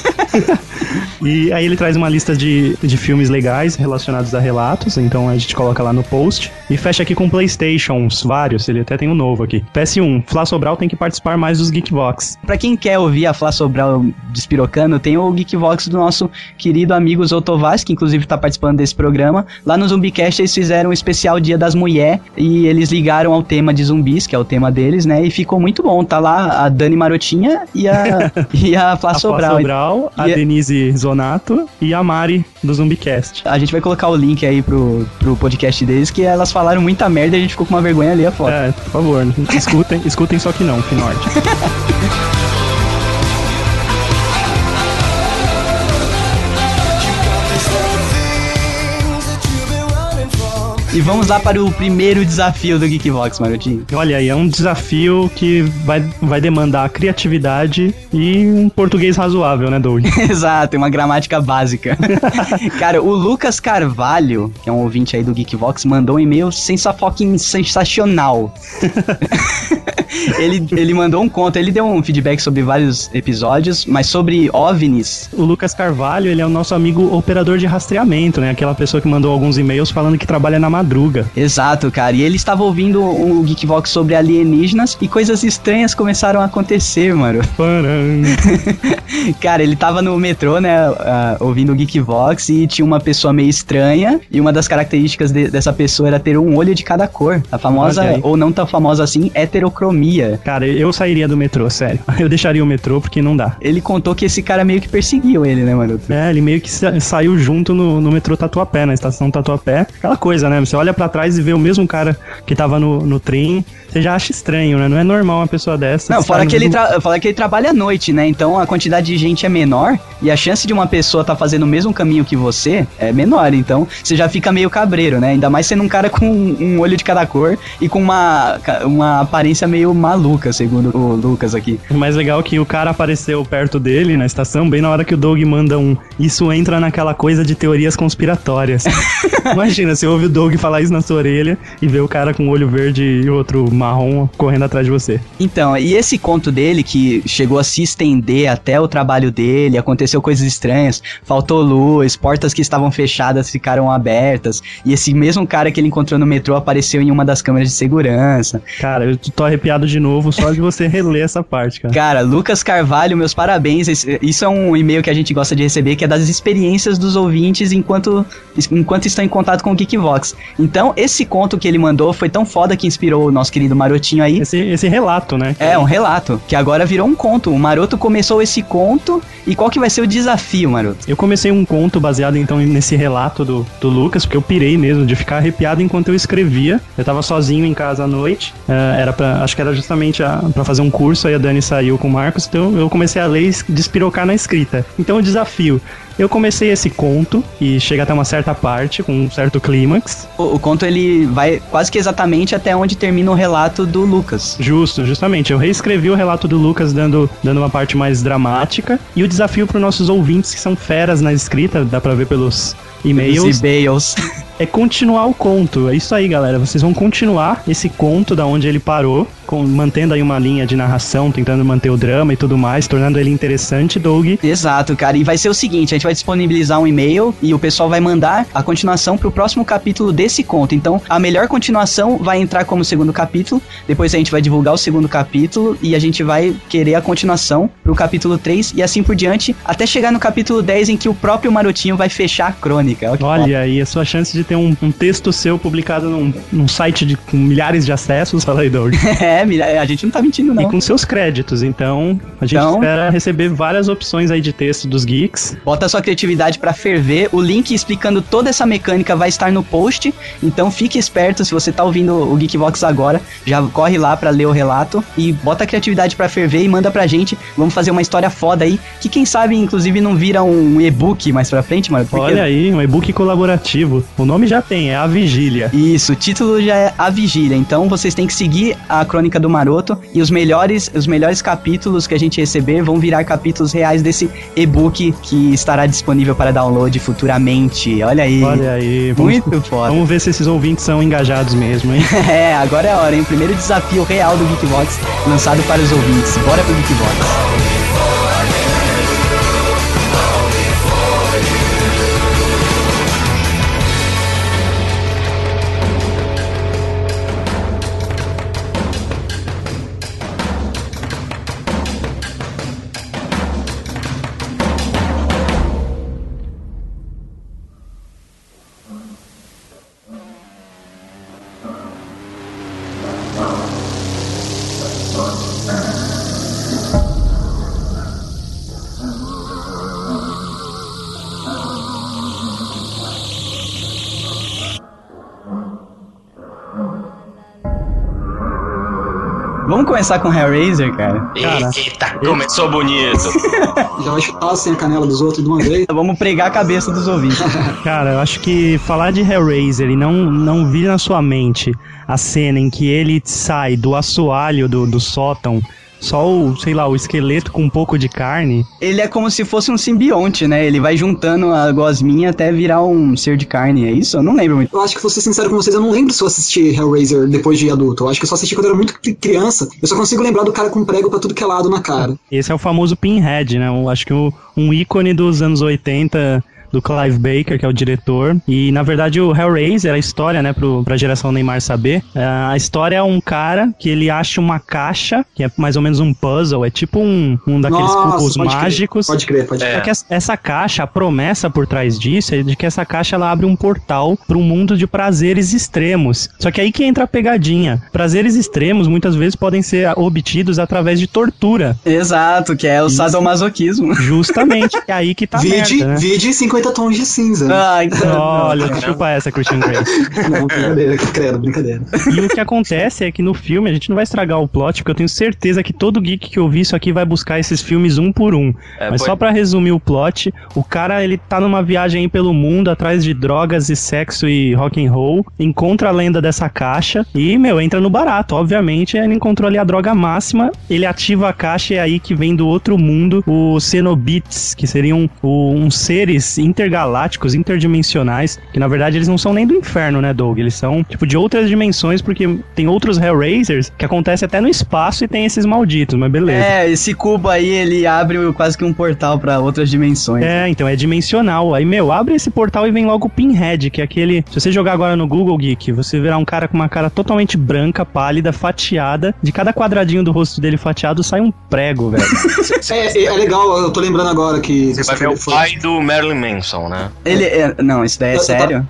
Speaker 3: E aí ele traz uma lista de, de filmes legais relacionados a relatos, então a gente coloca lá no post. E fecha aqui com Playstations, vários, ele até tem um novo aqui. P S um, Flá Sobral tem que participar mais dos Geekvox.
Speaker 1: Pra quem quer ouvir a Flá Sobral despirocando, tem o Geekvox do nosso querido amigo Zotovaz, que inclusive tá participando desse programa. Lá no Zumbicast eles fizeram um especial Dia das Mulheres e eles ligaram ao tema de zumbis, que é o tema deles, né? E ficou muito bom. Tá lá a Dani Marotinha e a, e a Flá
Speaker 3: A Flá
Speaker 1: Sobral.
Speaker 3: Sobral, a
Speaker 1: E-
Speaker 3: Denise Zonato e a Mari do Zumbicast.
Speaker 1: A gente vai colocar o link aí pro, pro podcast deles, que elas falaram muita merda e a gente ficou com uma vergonha ali a foto.
Speaker 3: É, por favor, escutem, escutem só que não, Finorte.
Speaker 5: Things that you've been running from.
Speaker 1: E vamos lá para o primeiro desafio do Geekvox, Marotinho.
Speaker 3: Olha aí, é um desafio que vai, vai demandar criatividade e um português razoável, né, Doug?
Speaker 1: Exato, uma gramática básica. Cara, o Lucas Carvalho, que é um ouvinte aí do Geekvox, mandou um e-mail sensa fucking sensacional. ele, ele mandou um conto, ele deu um feedback sobre vários episódios, mas sobre OVNIs.
Speaker 3: O Lucas Carvalho, ele é o nosso amigo operador de rastreamento, né? Aquela pessoa que mandou alguns e-mails falando que trabalha na madruga.
Speaker 1: Exato, cara. E ele estava ouvindo o Geekvox sobre alienígenas e coisas estranhas começaram a acontecer, mano. Cara, ele tava no metrô, né, uh, ouvindo o Geekvox e tinha uma pessoa meio estranha e uma das características de, dessa pessoa era ter um olho de cada cor. A famosa,
Speaker 3: Okay.
Speaker 1: ou não tão famosa assim, heterocromia.
Speaker 3: Cara, eu sairia do metrô, sério. Eu deixaria o metrô porque não dá.
Speaker 1: Ele contou que esse cara meio que perseguiu ele, né, mano?
Speaker 3: É, ele meio que sa- saiu junto no, no metrô Tatuapé, na estação Tatuapé. Aquela coisa, né? Você olha pra trás e vê o mesmo cara que tava no, no trem. Você já acha estranho, né? Não é normal uma pessoa dessa.
Speaker 1: Não,
Speaker 3: estar
Speaker 1: fora
Speaker 3: no
Speaker 1: que, ele
Speaker 3: mesmo-
Speaker 1: tra- fora que ele trabalha à noite, né? Então a quantidade de gente é menor e a chance de uma pessoa tá fazendo o mesmo caminho que você é menor. Então você já fica meio cabreiro, né? Ainda mais sendo um cara com um olho de cada cor e com uma, uma aparência meio maluca, segundo o Lucas aqui.
Speaker 3: O mais legal é que o cara apareceu perto dele na estação, bem na hora que o Doug manda um. Isso entra naquela coisa de teorias conspiratórias. Imagina, você ouve o Doug falar isso na sua orelha e vê o cara com o olho verde e o outro marrom correndo atrás de você.
Speaker 1: Então, e esse conto dele, que chegou a se estender até o trabalho dele, aconteceu coisas estranhas, faltou luz, portas que estavam fechadas ficaram abertas, e esse mesmo cara que ele encontrou no metrô apareceu em uma das câmeras de segurança.
Speaker 3: Cara, eu tô arrepiado de novo só de você reler essa parte, cara.
Speaker 1: Cara, Lucas Carvalho, meus parabéns. Esse- Isso é um e-mail que a gente gosta de receber, que é das experiências dos ouvintes enquanto, enquanto estão em contato com o Geekvox. Então, esse conto que ele mandou foi tão foda que inspirou o nosso querido Marotinho aí.
Speaker 3: Esse, esse relato, né?
Speaker 1: É, um relato, que agora virou um conto. O Maroto começou esse conto, e qual que vai ser o desafio, Maroto?
Speaker 3: Eu comecei um conto baseado então nesse relato do, do Lucas, porque eu pirei mesmo de ficar arrepiado enquanto eu escrevia. Eu tava sozinho em casa à noite, eh, era pra, acho que era justamente a, pra fazer um curso, aí a Dani saiu com o Marcos, então eu comecei a ler e despirocar na escrita. Então o desafio, eu comecei esse conto e chega até uma certa parte, com um certo clímax.
Speaker 1: O, o conto, ele vai quase que exatamente até onde termina o relato do Lucas.
Speaker 3: Justo, justamente. Eu reescrevi o relato do Lucas dando, dando uma parte mais dramática. E o desafio para os nossos ouvintes, que são feras na escrita, dá pra ver pelos e-mails,
Speaker 1: Os e-mails.
Speaker 3: é continuar o conto. É isso aí, galera. Vocês vão continuar esse conto da onde ele parou, com, mantendo aí uma linha de narração, tentando manter o drama e tudo mais, tornando ele interessante, Doug.
Speaker 1: Exato, cara. E vai ser o seguinte, a gente vai disponibilizar um e-mail e o pessoal vai mandar a continuação pro próximo capítulo desse conto. Então, a melhor continuação vai entrar como segundo capítulo, depois a gente vai divulgar o segundo capítulo e a gente vai querer a continuação pro capítulo três e assim por diante, até chegar no capítulo dez em que o próprio Marotinho vai fechar a crônica. Olha que foda.
Speaker 3: Olha aí, a sua chance de ter um, um texto seu publicado num, num site de, com milhares de acessos, fala aí, Doug.
Speaker 1: É, mira, a gente não tá mentindo,
Speaker 3: E
Speaker 1: não.
Speaker 3: com seus créditos, então a gente
Speaker 1: Então-
Speaker 3: espera receber várias opções aí de texto dos geeks.
Speaker 1: Bota a sua criatividade pra ferver. O link explicando toda essa mecânica vai estar no post. Então fique esperto, se você tá ouvindo o Geekvox agora, já corre lá pra ler o relato e bota a criatividade pra ferver e manda pra gente. Vamos fazer uma história foda aí, que quem sabe inclusive não vira um e-book mais pra frente, mano. porque-
Speaker 3: Olha aí, um e-book colaborativo. O nome já tem, é A Vigília.
Speaker 1: Isso, o título já é A Vigília. Então vocês têm que seguir a crônica do Maroto e os melhores, os melhores capítulos que a gente receber vão virar capítulos reais desse e-book que estará disponível para download futuramente. Olha aí.
Speaker 3: Olha aí, vamos,
Speaker 1: Muito foda.
Speaker 3: vamos ver se esses ouvintes são engajados mesmo, hein?
Speaker 1: É, agora é a hora, hein? O primeiro desafio real do Geekvox lançado para os ouvintes. Bora pro Geekvox. Vamos começar com Hellraiser, cara?
Speaker 3: Cara,
Speaker 4: Eita, começou bonito.
Speaker 2: Já vai chutar sem a canela dos outros de uma vez.
Speaker 1: Vamos pregar a cabeça dos ouvintes.
Speaker 3: Cara, eu acho que falar de Hellraiser e não, não vir na sua mente a cena em que ele sai do assoalho do, do sótão, só o, sei lá, o esqueleto com um pouco de carne.
Speaker 1: Ele é como se fosse um simbionte, né? Ele vai juntando a gosminha até virar um ser de carne, é isso? Eu não lembro muito.
Speaker 2: Eu acho que, vou ser sincero com vocês, eu não lembro se eu assisti Hellraiser depois de adulto. Eu acho que eu só assisti quando eu era muito criança. Eu só consigo lembrar do cara com prego pra tudo que é lado na cara.
Speaker 3: Esse é o famoso Pinhead, né? Eu acho que o, um ícone dos anos oitenta... do Clive Baker, que é o diretor. E, na verdade, o Hellraiser, a história, né, pro, pra geração Neymar saber, a história é um cara que ele acha uma caixa, que é mais ou menos um puzzle, é tipo um, um daqueles
Speaker 2: Nossa,
Speaker 3: cubos
Speaker 2: pode crer,
Speaker 3: mágicos.
Speaker 2: Pode crer, pode crer.
Speaker 3: Só que essa caixa, a promessa por trás disso é de que essa caixa ela abre um portal para um mundo de prazeres extremos. Só que aí que entra a pegadinha. Prazeres extremos muitas vezes podem ser obtidos através de tortura.
Speaker 1: Exato, que é o
Speaker 3: Isso.
Speaker 1: sadomasoquismo.
Speaker 3: Justamente, é aí que tá a
Speaker 2: Vide,
Speaker 3: merda, né?
Speaker 2: vide cinquenta tons de cinza.
Speaker 1: Ai, cara,
Speaker 3: Olha,
Speaker 1: não,
Speaker 3: desculpa essa, Christian Grey.
Speaker 2: Não, brincadeira, credo, brincadeira.
Speaker 3: E o que acontece é que no filme, a gente não vai estragar o plot, porque eu tenho certeza que todo geek que ouvir isso aqui vai buscar esses filmes um por um.
Speaker 4: É,
Speaker 3: Mas
Speaker 4: foi-
Speaker 3: só pra resumir o plot, o cara, ele tá numa viagem aí pelo mundo, atrás de drogas e sexo e rock and roll, encontra a lenda dessa caixa e, meu, entra no barato. Obviamente, ele encontrou ali a droga máxima, ele ativa a caixa e é aí que vem do outro mundo os Cenobites, que seriam o- uns seres intergalácticos, interdimensionais, que na verdade eles não são nem do inferno, né, Doug? Eles são, tipo, de outras dimensões, porque tem outros Hellraisers que acontecem até no espaço e tem esses malditos, mas beleza.
Speaker 1: É, esse cubo aí, ele abre quase que um portal pra outras dimensões.
Speaker 3: É, então é dimensional. Aí, meu, abre esse portal e vem logo o Pinhead, que é aquele... Se você jogar agora no Google Geek, você verá um cara com uma cara totalmente branca, pálida, fatiada. De cada quadradinho do rosto dele fatiado sai um prego, velho.
Speaker 2: É, é, é legal, eu tô lembrando agora que...
Speaker 4: Você vai ver o pai do Marilyn Manson, né?
Speaker 1: Ele é... Não, isso daí é
Speaker 2: Eu- eu
Speaker 1: sério?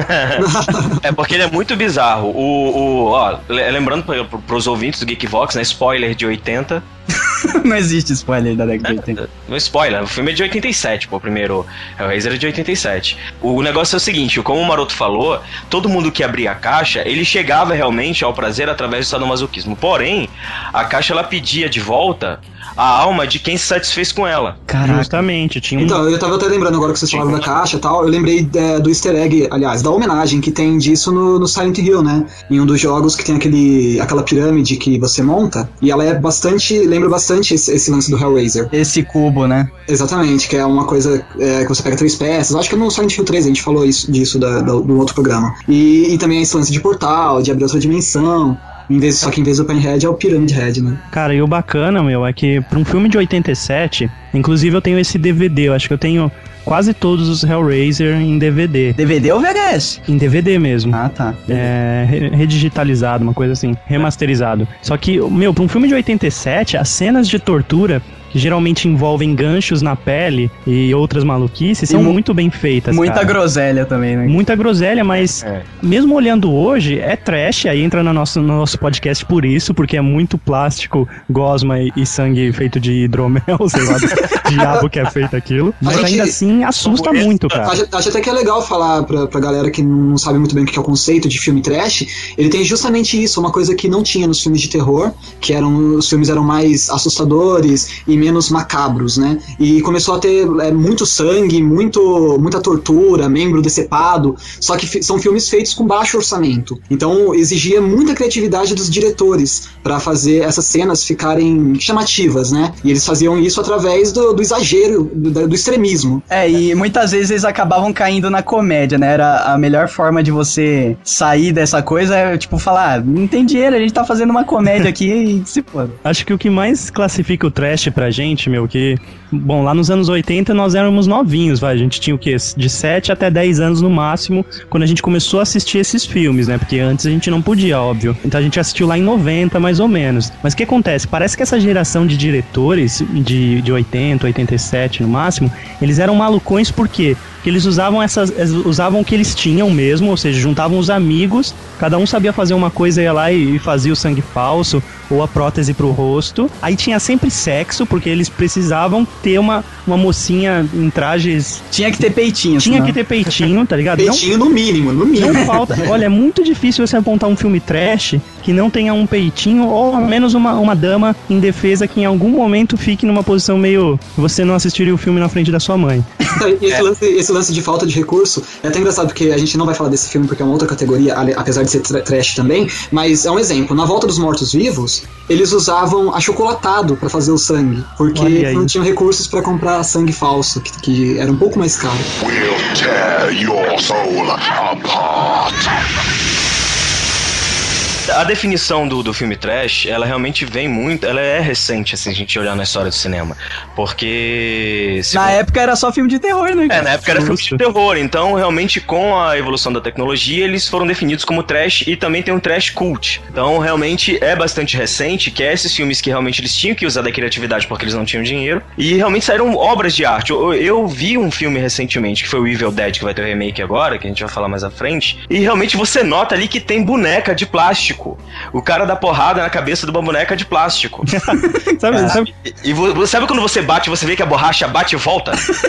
Speaker 4: É porque ele é muito bizarro. O, o, ó, le- lembrando para pros ouvintes do Geekvox, né? Spoiler de oitenta.
Speaker 1: Não existe spoiler da década de oitenta.
Speaker 4: No spoiler, o filme é de oitenta e sete, pô, o primeiro Hellraiser é de oitenta e sete. O negócio é o seguinte, como o Maroto falou, todo mundo que abria a caixa, ele chegava realmente ao prazer através do sadomasoquismo. Porém, a caixa ela pedia de volta a alma de quem se satisfez com ela.
Speaker 1: Caraca.
Speaker 3: Justamente, tinha um...
Speaker 2: Então, eu tava até lembrando agora que vocês falaram da caixa e tal, eu lembrei é, do easter egg, aliás, da homenagem que tem disso no, no Silent Hill, né? Em um dos jogos que tem aquele, aquela pirâmide que você monta, e ela é bastante, lembra bastante esse, esse lance do Hellraiser.
Speaker 1: Esse cubo, né?
Speaker 2: Exatamente, que é uma coisa é, que você pega três peças, acho que no Silent Hill três a gente falou isso, disso da, da, do outro programa. E, e também esse lance de portal, de abrir outra dimensão. Em vez, só que em vez do Pinhead é o Pyramid Head, né?
Speaker 3: Cara, e o bacana, meu, é que pra um filme de oitenta e sete, inclusive eu tenho esse D V D, eu acho que eu tenho quase todos os Hellraiser em D V D.
Speaker 1: D V D ou V H S?
Speaker 3: Em D V D mesmo.
Speaker 1: Ah, tá.
Speaker 3: É, re- redigitalizado, uma coisa assim, remasterizado. Só que, meu, pra um filme de oitenta e sete, as cenas de tortura, que geralmente envolvem ganchos na pele e outras maluquices, são
Speaker 1: mu-
Speaker 3: muito bem feitas,
Speaker 1: Muita
Speaker 3: cara.
Speaker 1: groselha também, né?
Speaker 3: Muita groselha, mas
Speaker 4: É.
Speaker 3: mesmo olhando hoje, é trash, aí entra no nosso, no nosso podcast por isso, porque é muito plástico, gosma e, e sangue feito de hidromel, sei lá, do diabo que é feito aquilo. Mas
Speaker 2: gente-
Speaker 3: ainda assim, assusta
Speaker 4: Como
Speaker 3: muito,
Speaker 4: esse-
Speaker 3: cara.
Speaker 2: Acho, acho até que é legal falar pra, pra galera que não sabe muito bem o que é o conceito de filme trash. Ele tem justamente isso, uma coisa que não tinha nos filmes de terror, que eram os filmes eram mais assustadores e menos macabros, né? E começou a ter é, muito sangue, muito, muita tortura, membro decepado, só que fi- são filmes feitos com baixo orçamento. Então exigia muita criatividade dos diretores pra fazer essas cenas ficarem chamativas, né? E eles faziam isso através do, do exagero, do, do extremismo.
Speaker 1: É, e muitas vezes eles acabavam caindo na comédia, né? Era a melhor forma de você sair dessa coisa, é tipo falar, ah, não tem dinheiro, a gente tá fazendo uma comédia aqui e se foda.
Speaker 3: Acho que o que mais classifica o trash pra gente, meu, que... Bom, lá nos anos oitenta nós éramos novinhos, vai. A gente tinha o quê? De sete até dez anos no máximo, quando a gente começou a assistir esses filmes, né? Porque antes a gente não podia, óbvio. Então a gente assistiu lá em noventa, mais ou menos. Mas o que acontece? Parece que essa geração de diretores de, de oitenta, oitenta e sete no máximo, eles eram malucões por quê? Porque eles usavam essas, usavam o que eles tinham mesmo, ou seja, juntavam os amigos, cada um sabia fazer uma coisa, ia lá e, e fazia o sangue falso ou a prótese pro rosto. Aí tinha sempre sexo, porque eles precisavam ter uma, uma mocinha em trajes...
Speaker 1: Tinha que ter peitinho.
Speaker 3: Tinha
Speaker 1: senão.
Speaker 3: que ter peitinho, tá ligado?
Speaker 2: Peitinho no mínimo, no mínimo.
Speaker 3: Não falta. Olha, é muito difícil você apontar um filme trash que não tenha um peitinho ou ao menos uma, uma dama indefesa que em algum momento fique numa posição meio... Você não assistiria o filme na frente da sua mãe.
Speaker 2: E esse, lance, esse lance de falta de recurso é até engraçado porque a gente não vai falar desse filme porque é uma outra categoria, apesar de ser tra- trash também, mas é um exemplo. Na Volta dos Mortos-Vivos, eles usavam achocolatado pra fazer o sangue, porque não tinham recursos pra comprar sangue falso, que, que era um pouco mais caro.
Speaker 6: We'll tear your soul apart.
Speaker 4: A definição do, do filme trash, ela realmente vem muito, ela é recente, assim, a gente olhar na história do cinema, porque...
Speaker 1: Na época era só filme de terror, né?
Speaker 4: É, na época era filme de terror, então realmente com a evolução da tecnologia eles foram definidos como trash e também tem um trash cult. Então realmente é bastante recente, que é esses filmes que realmente eles tinham que usar da criatividade porque eles não tinham dinheiro e realmente saíram obras de arte. Eu, eu vi um filme recentemente que foi o Evil Dead, que vai ter o remake agora, que a gente vai falar mais à frente, e realmente você nota ali que tem boneca de plástico. O cara dá porrada na cabeça de uma boneca de plástico.
Speaker 3: sabe,
Speaker 4: é.
Speaker 3: sabe?
Speaker 4: E, e vo- sabe quando você bate, você vê que a borracha bate e volta?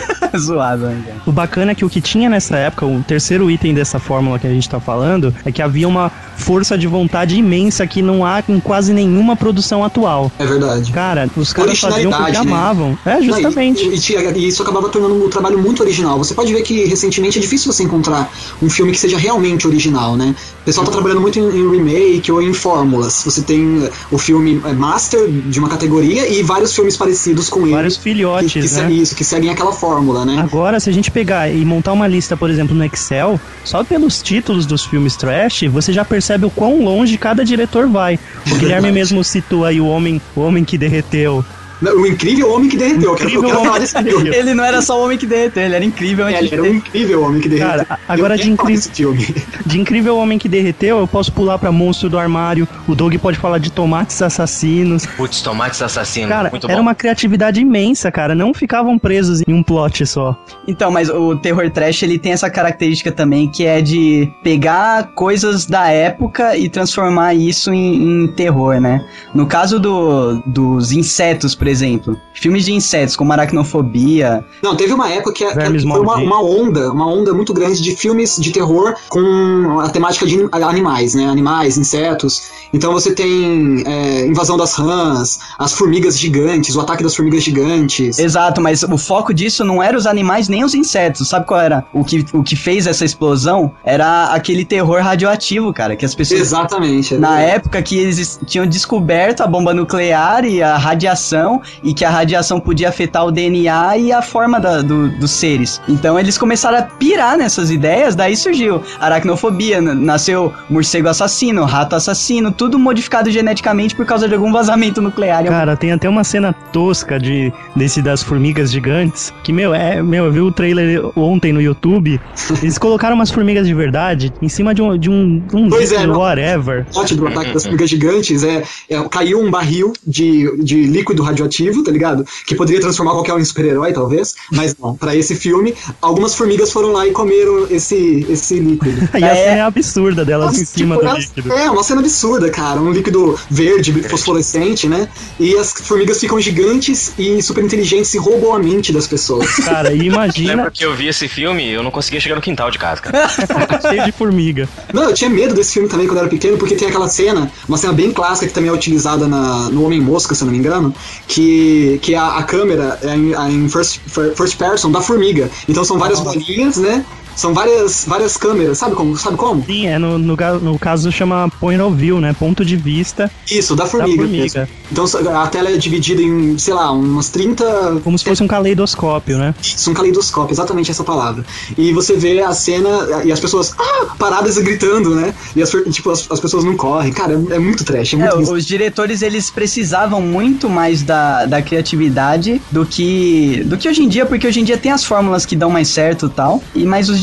Speaker 1: Zoado, né, cara?
Speaker 3: O bacana é que o que tinha nessa época, o terceiro item dessa fórmula que a gente tá falando, é que havia uma força de vontade imensa que não há em quase nenhuma produção atual.
Speaker 2: É verdade.
Speaker 3: Cara, os caras faziam porque
Speaker 2: né?
Speaker 3: amavam. É, justamente.
Speaker 2: Não, e, e, e isso acabava tornando o trabalho muito original. Você pode ver que recentemente é difícil você encontrar um filme que seja realmente original, né? O pessoal tá trabalhando muito em, em remake ou em fórmulas. Você tem o filme master de uma categoria e vários filmes parecidos com ele.
Speaker 3: Vários filhotes,
Speaker 2: que, que
Speaker 3: né?
Speaker 2: seguem isso, que seguem aquela fórmula, né?
Speaker 3: Agora, se a gente pegar e montar uma lista, por exemplo, no Excel, só pelos títulos dos filmes trash, você já percebe o quão longe cada diretor vai. O Guilherme mesmo citou aí o Homem, o homem que Derreteu.
Speaker 2: O Incrível Homem que Derreteu. Eu quero, eu quero falar desse filme.
Speaker 1: Ele não era só o Homem que Derreteu, ele era incrível.
Speaker 2: É, ele era um incrível Homem que Derreteu.
Speaker 3: Cara, agora de incrível, de incrível Homem que Derreteu, eu posso pular pra Monstro do Armário, o Doug pode falar de Tomates Assassinos.
Speaker 4: Putz, Tomates Assassinos,
Speaker 3: cara,
Speaker 4: muito
Speaker 3: era
Speaker 4: bom.
Speaker 3: uma criatividade imensa, cara, não ficavam presos em um plot só.
Speaker 1: Então, mas o terror trash, ele tem essa característica também, que é de pegar coisas da época e transformar isso em, em terror, né? No caso do, dos insetos, por exemplo, filmes de insetos como Aracnofobia...
Speaker 2: Não, teve uma época que, que
Speaker 3: Vermes
Speaker 2: foi uma,
Speaker 3: Malditos.
Speaker 2: uma onda, uma onda muito grande de filmes de terror com a temática de animais, né? Animais, insetos. Então você tem é, Invasão das Rãs, as formigas gigantes, o ataque das formigas gigantes.
Speaker 1: Exato, mas o foco disso não era os animais nem os insetos. Sabe qual era? O que, o que fez essa explosão era aquele terror radioativo, cara, que as pessoas...
Speaker 2: Exatamente. É
Speaker 1: Na
Speaker 2: verdade.
Speaker 1: época que eles tinham descoberto a bomba nuclear e a radiação, e que a radiação podia afetar o D N A e a forma da, do, dos seres. Então eles começaram a pirar nessas ideias, daí surgiu Aracnofobia, n- nasceu morcego assassino, rato assassino, tudo modificado geneticamente por causa de algum vazamento nuclear.
Speaker 3: Cara, tem até uma cena tosca de, desse das formigas gigantes, que, meu, é, meu, eu vi o trailer ontem no YouTube, eles colocaram umas formigas de verdade em cima de um, de um, um
Speaker 2: Pois é, não.
Speaker 3: whatever.
Speaker 2: O plot do ataque das formigas gigantes é, é caiu um barril de, de líquido radioativo, tá ligado? Que poderia transformar qualquer um em super-herói, talvez. Mas não, pra esse filme, algumas formigas foram lá e comeram esse, esse líquido.
Speaker 3: E a
Speaker 1: É.
Speaker 3: cena é absurda delas
Speaker 2: Nossa,
Speaker 3: em cima
Speaker 2: tipo,
Speaker 3: do
Speaker 2: elas-
Speaker 3: líquido.
Speaker 2: É, uma cena absurda, cara. Um líquido verde, fosforescente, né? E as formigas ficam gigantes e super inteligentes e roubam a mente das pessoas.
Speaker 3: Cara, e imagina
Speaker 4: Lembra que eu vi esse filme, eu não conseguia chegar no quintal de casa, cara.
Speaker 3: cheio de formiga.
Speaker 2: Não, eu tinha medo desse filme também quando eu era pequeno, porque tem aquela cena, uma cena bem clássica que também é utilizada na, no Homem-Mosca, se eu não me engano, que, que a, a câmera é em, é em first, first person da formiga. Então são várias bolinhas, né? São várias, várias câmeras, sabe como? Sabe como?
Speaker 3: Sim, é no, no, ga- no caso chama point of view, né? Ponto de vista.
Speaker 2: Isso, da formiga.
Speaker 3: formiga.
Speaker 2: mesmo. Então a tela é dividida em, sei lá, umas trinta...
Speaker 3: Como se fosse um caleidoscópio, né?
Speaker 2: Isso, um caleidoscópio, exatamente essa palavra. E você vê a cena e as pessoas ah, paradas e gritando, né? E as, tipo, as, as pessoas não correm. Cara, é, é muito trash, é
Speaker 1: É,
Speaker 2: muito...
Speaker 1: os diretores, eles precisavam muito mais da, da criatividade do que, do que hoje em dia, porque hoje em dia tem as fórmulas que dão mais certo e tal, e, mas os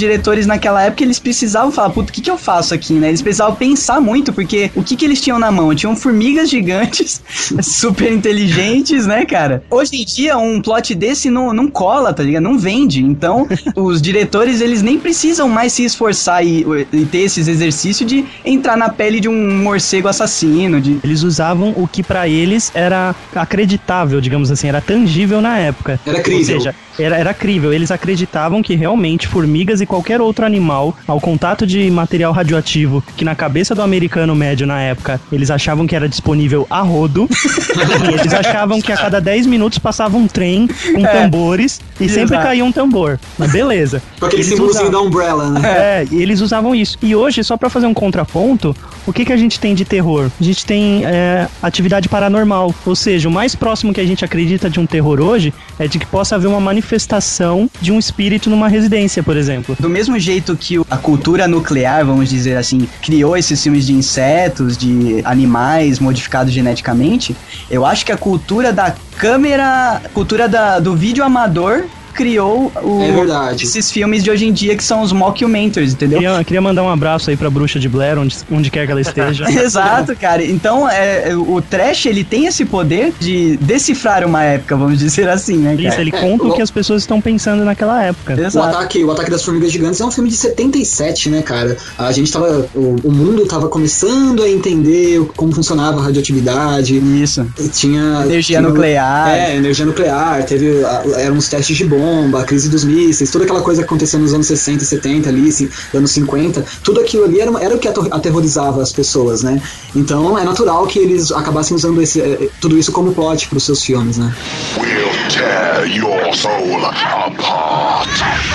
Speaker 1: diretores naquela época, eles precisavam falar, puta, o que que eu faço aqui, né? Eles precisavam pensar muito, porque o que que eles tinham na mão? Tinham formigas gigantes, super inteligentes, né, cara? Hoje em dia, um plot desse não, não cola, tá ligado? Não vende. Então, os diretores, eles nem precisam mais se esforçar e, e ter esses exercícios de entrar na pele de um morcego assassino. De...
Speaker 3: Eles usavam o que pra eles era acreditável, digamos assim, era tangível na época.
Speaker 2: Era crível.
Speaker 3: Ou seja, era, era crível. Eles acreditavam que realmente formigas e qualquer outro animal, ao contato de material radioativo, que na cabeça do americano médio na época, eles achavam que era disponível a rodo, e eles achavam que a cada dez minutos passava um trem com
Speaker 1: É.
Speaker 3: tambores e sempre
Speaker 1: Exato.
Speaker 3: caía um tambor. Mas beleza.
Speaker 2: Com aquele
Speaker 3: Eles
Speaker 2: símbolozinho
Speaker 3: usavam-
Speaker 2: da Umbrella, né?
Speaker 3: É, e eles usavam isso. E hoje, só pra fazer um contraponto, o que, que a gente tem de terror? A gente tem é, atividade paranormal. Ou seja, o mais próximo que a gente acredita de um terror hoje é de que possa haver uma manifestação de um espírito numa residência, por exemplo.
Speaker 1: Do mesmo jeito que o- a cultura nuclear, vamos dizer assim, criou esses filmes de insetos, de animais modificados geneticamente, eu acho que a cultura da câmera, cultura da, do vídeo amador criou o-
Speaker 2: É verdade.
Speaker 1: esses filmes de hoje em dia que são os mockumentaries, entendeu?
Speaker 3: Queria, queria mandar um abraço aí pra Bruxa de Blair, onde, onde quer que ela esteja.
Speaker 1: Exato, cara. Então, é, é, o trash, ele tem esse poder de decifrar uma época, vamos dizer assim, né,
Speaker 3: Isso,
Speaker 1: cara?
Speaker 3: ele
Speaker 2: É,
Speaker 3: conta
Speaker 2: o-
Speaker 3: o que as pessoas estão pensando naquela época.
Speaker 2: O
Speaker 1: Exato.
Speaker 2: ataque, o Ataque das Formigas Gigantes é um filme de setenta e sete, né, cara? A gente tava. O, o mundo tava começando a entender o- como funcionava a radioatividade.
Speaker 1: Isso.
Speaker 2: Tinha.
Speaker 1: Energia
Speaker 2: tinha-
Speaker 1: nuclear.
Speaker 2: É, energia nuclear. Teve. a- Eram os testes de bomba, a crise dos mísseis, toda aquela coisa que aconteceu nos anos sessenta e setenta ali, assim, anos cinquenta. Tudo aquilo ali era, era o que ato- aterrorizava as pessoas, né? Então é natural que eles acabassem usando esse, eh, tudo isso como plot pros seus filmes, né?
Speaker 6: We'll tear your soul apart.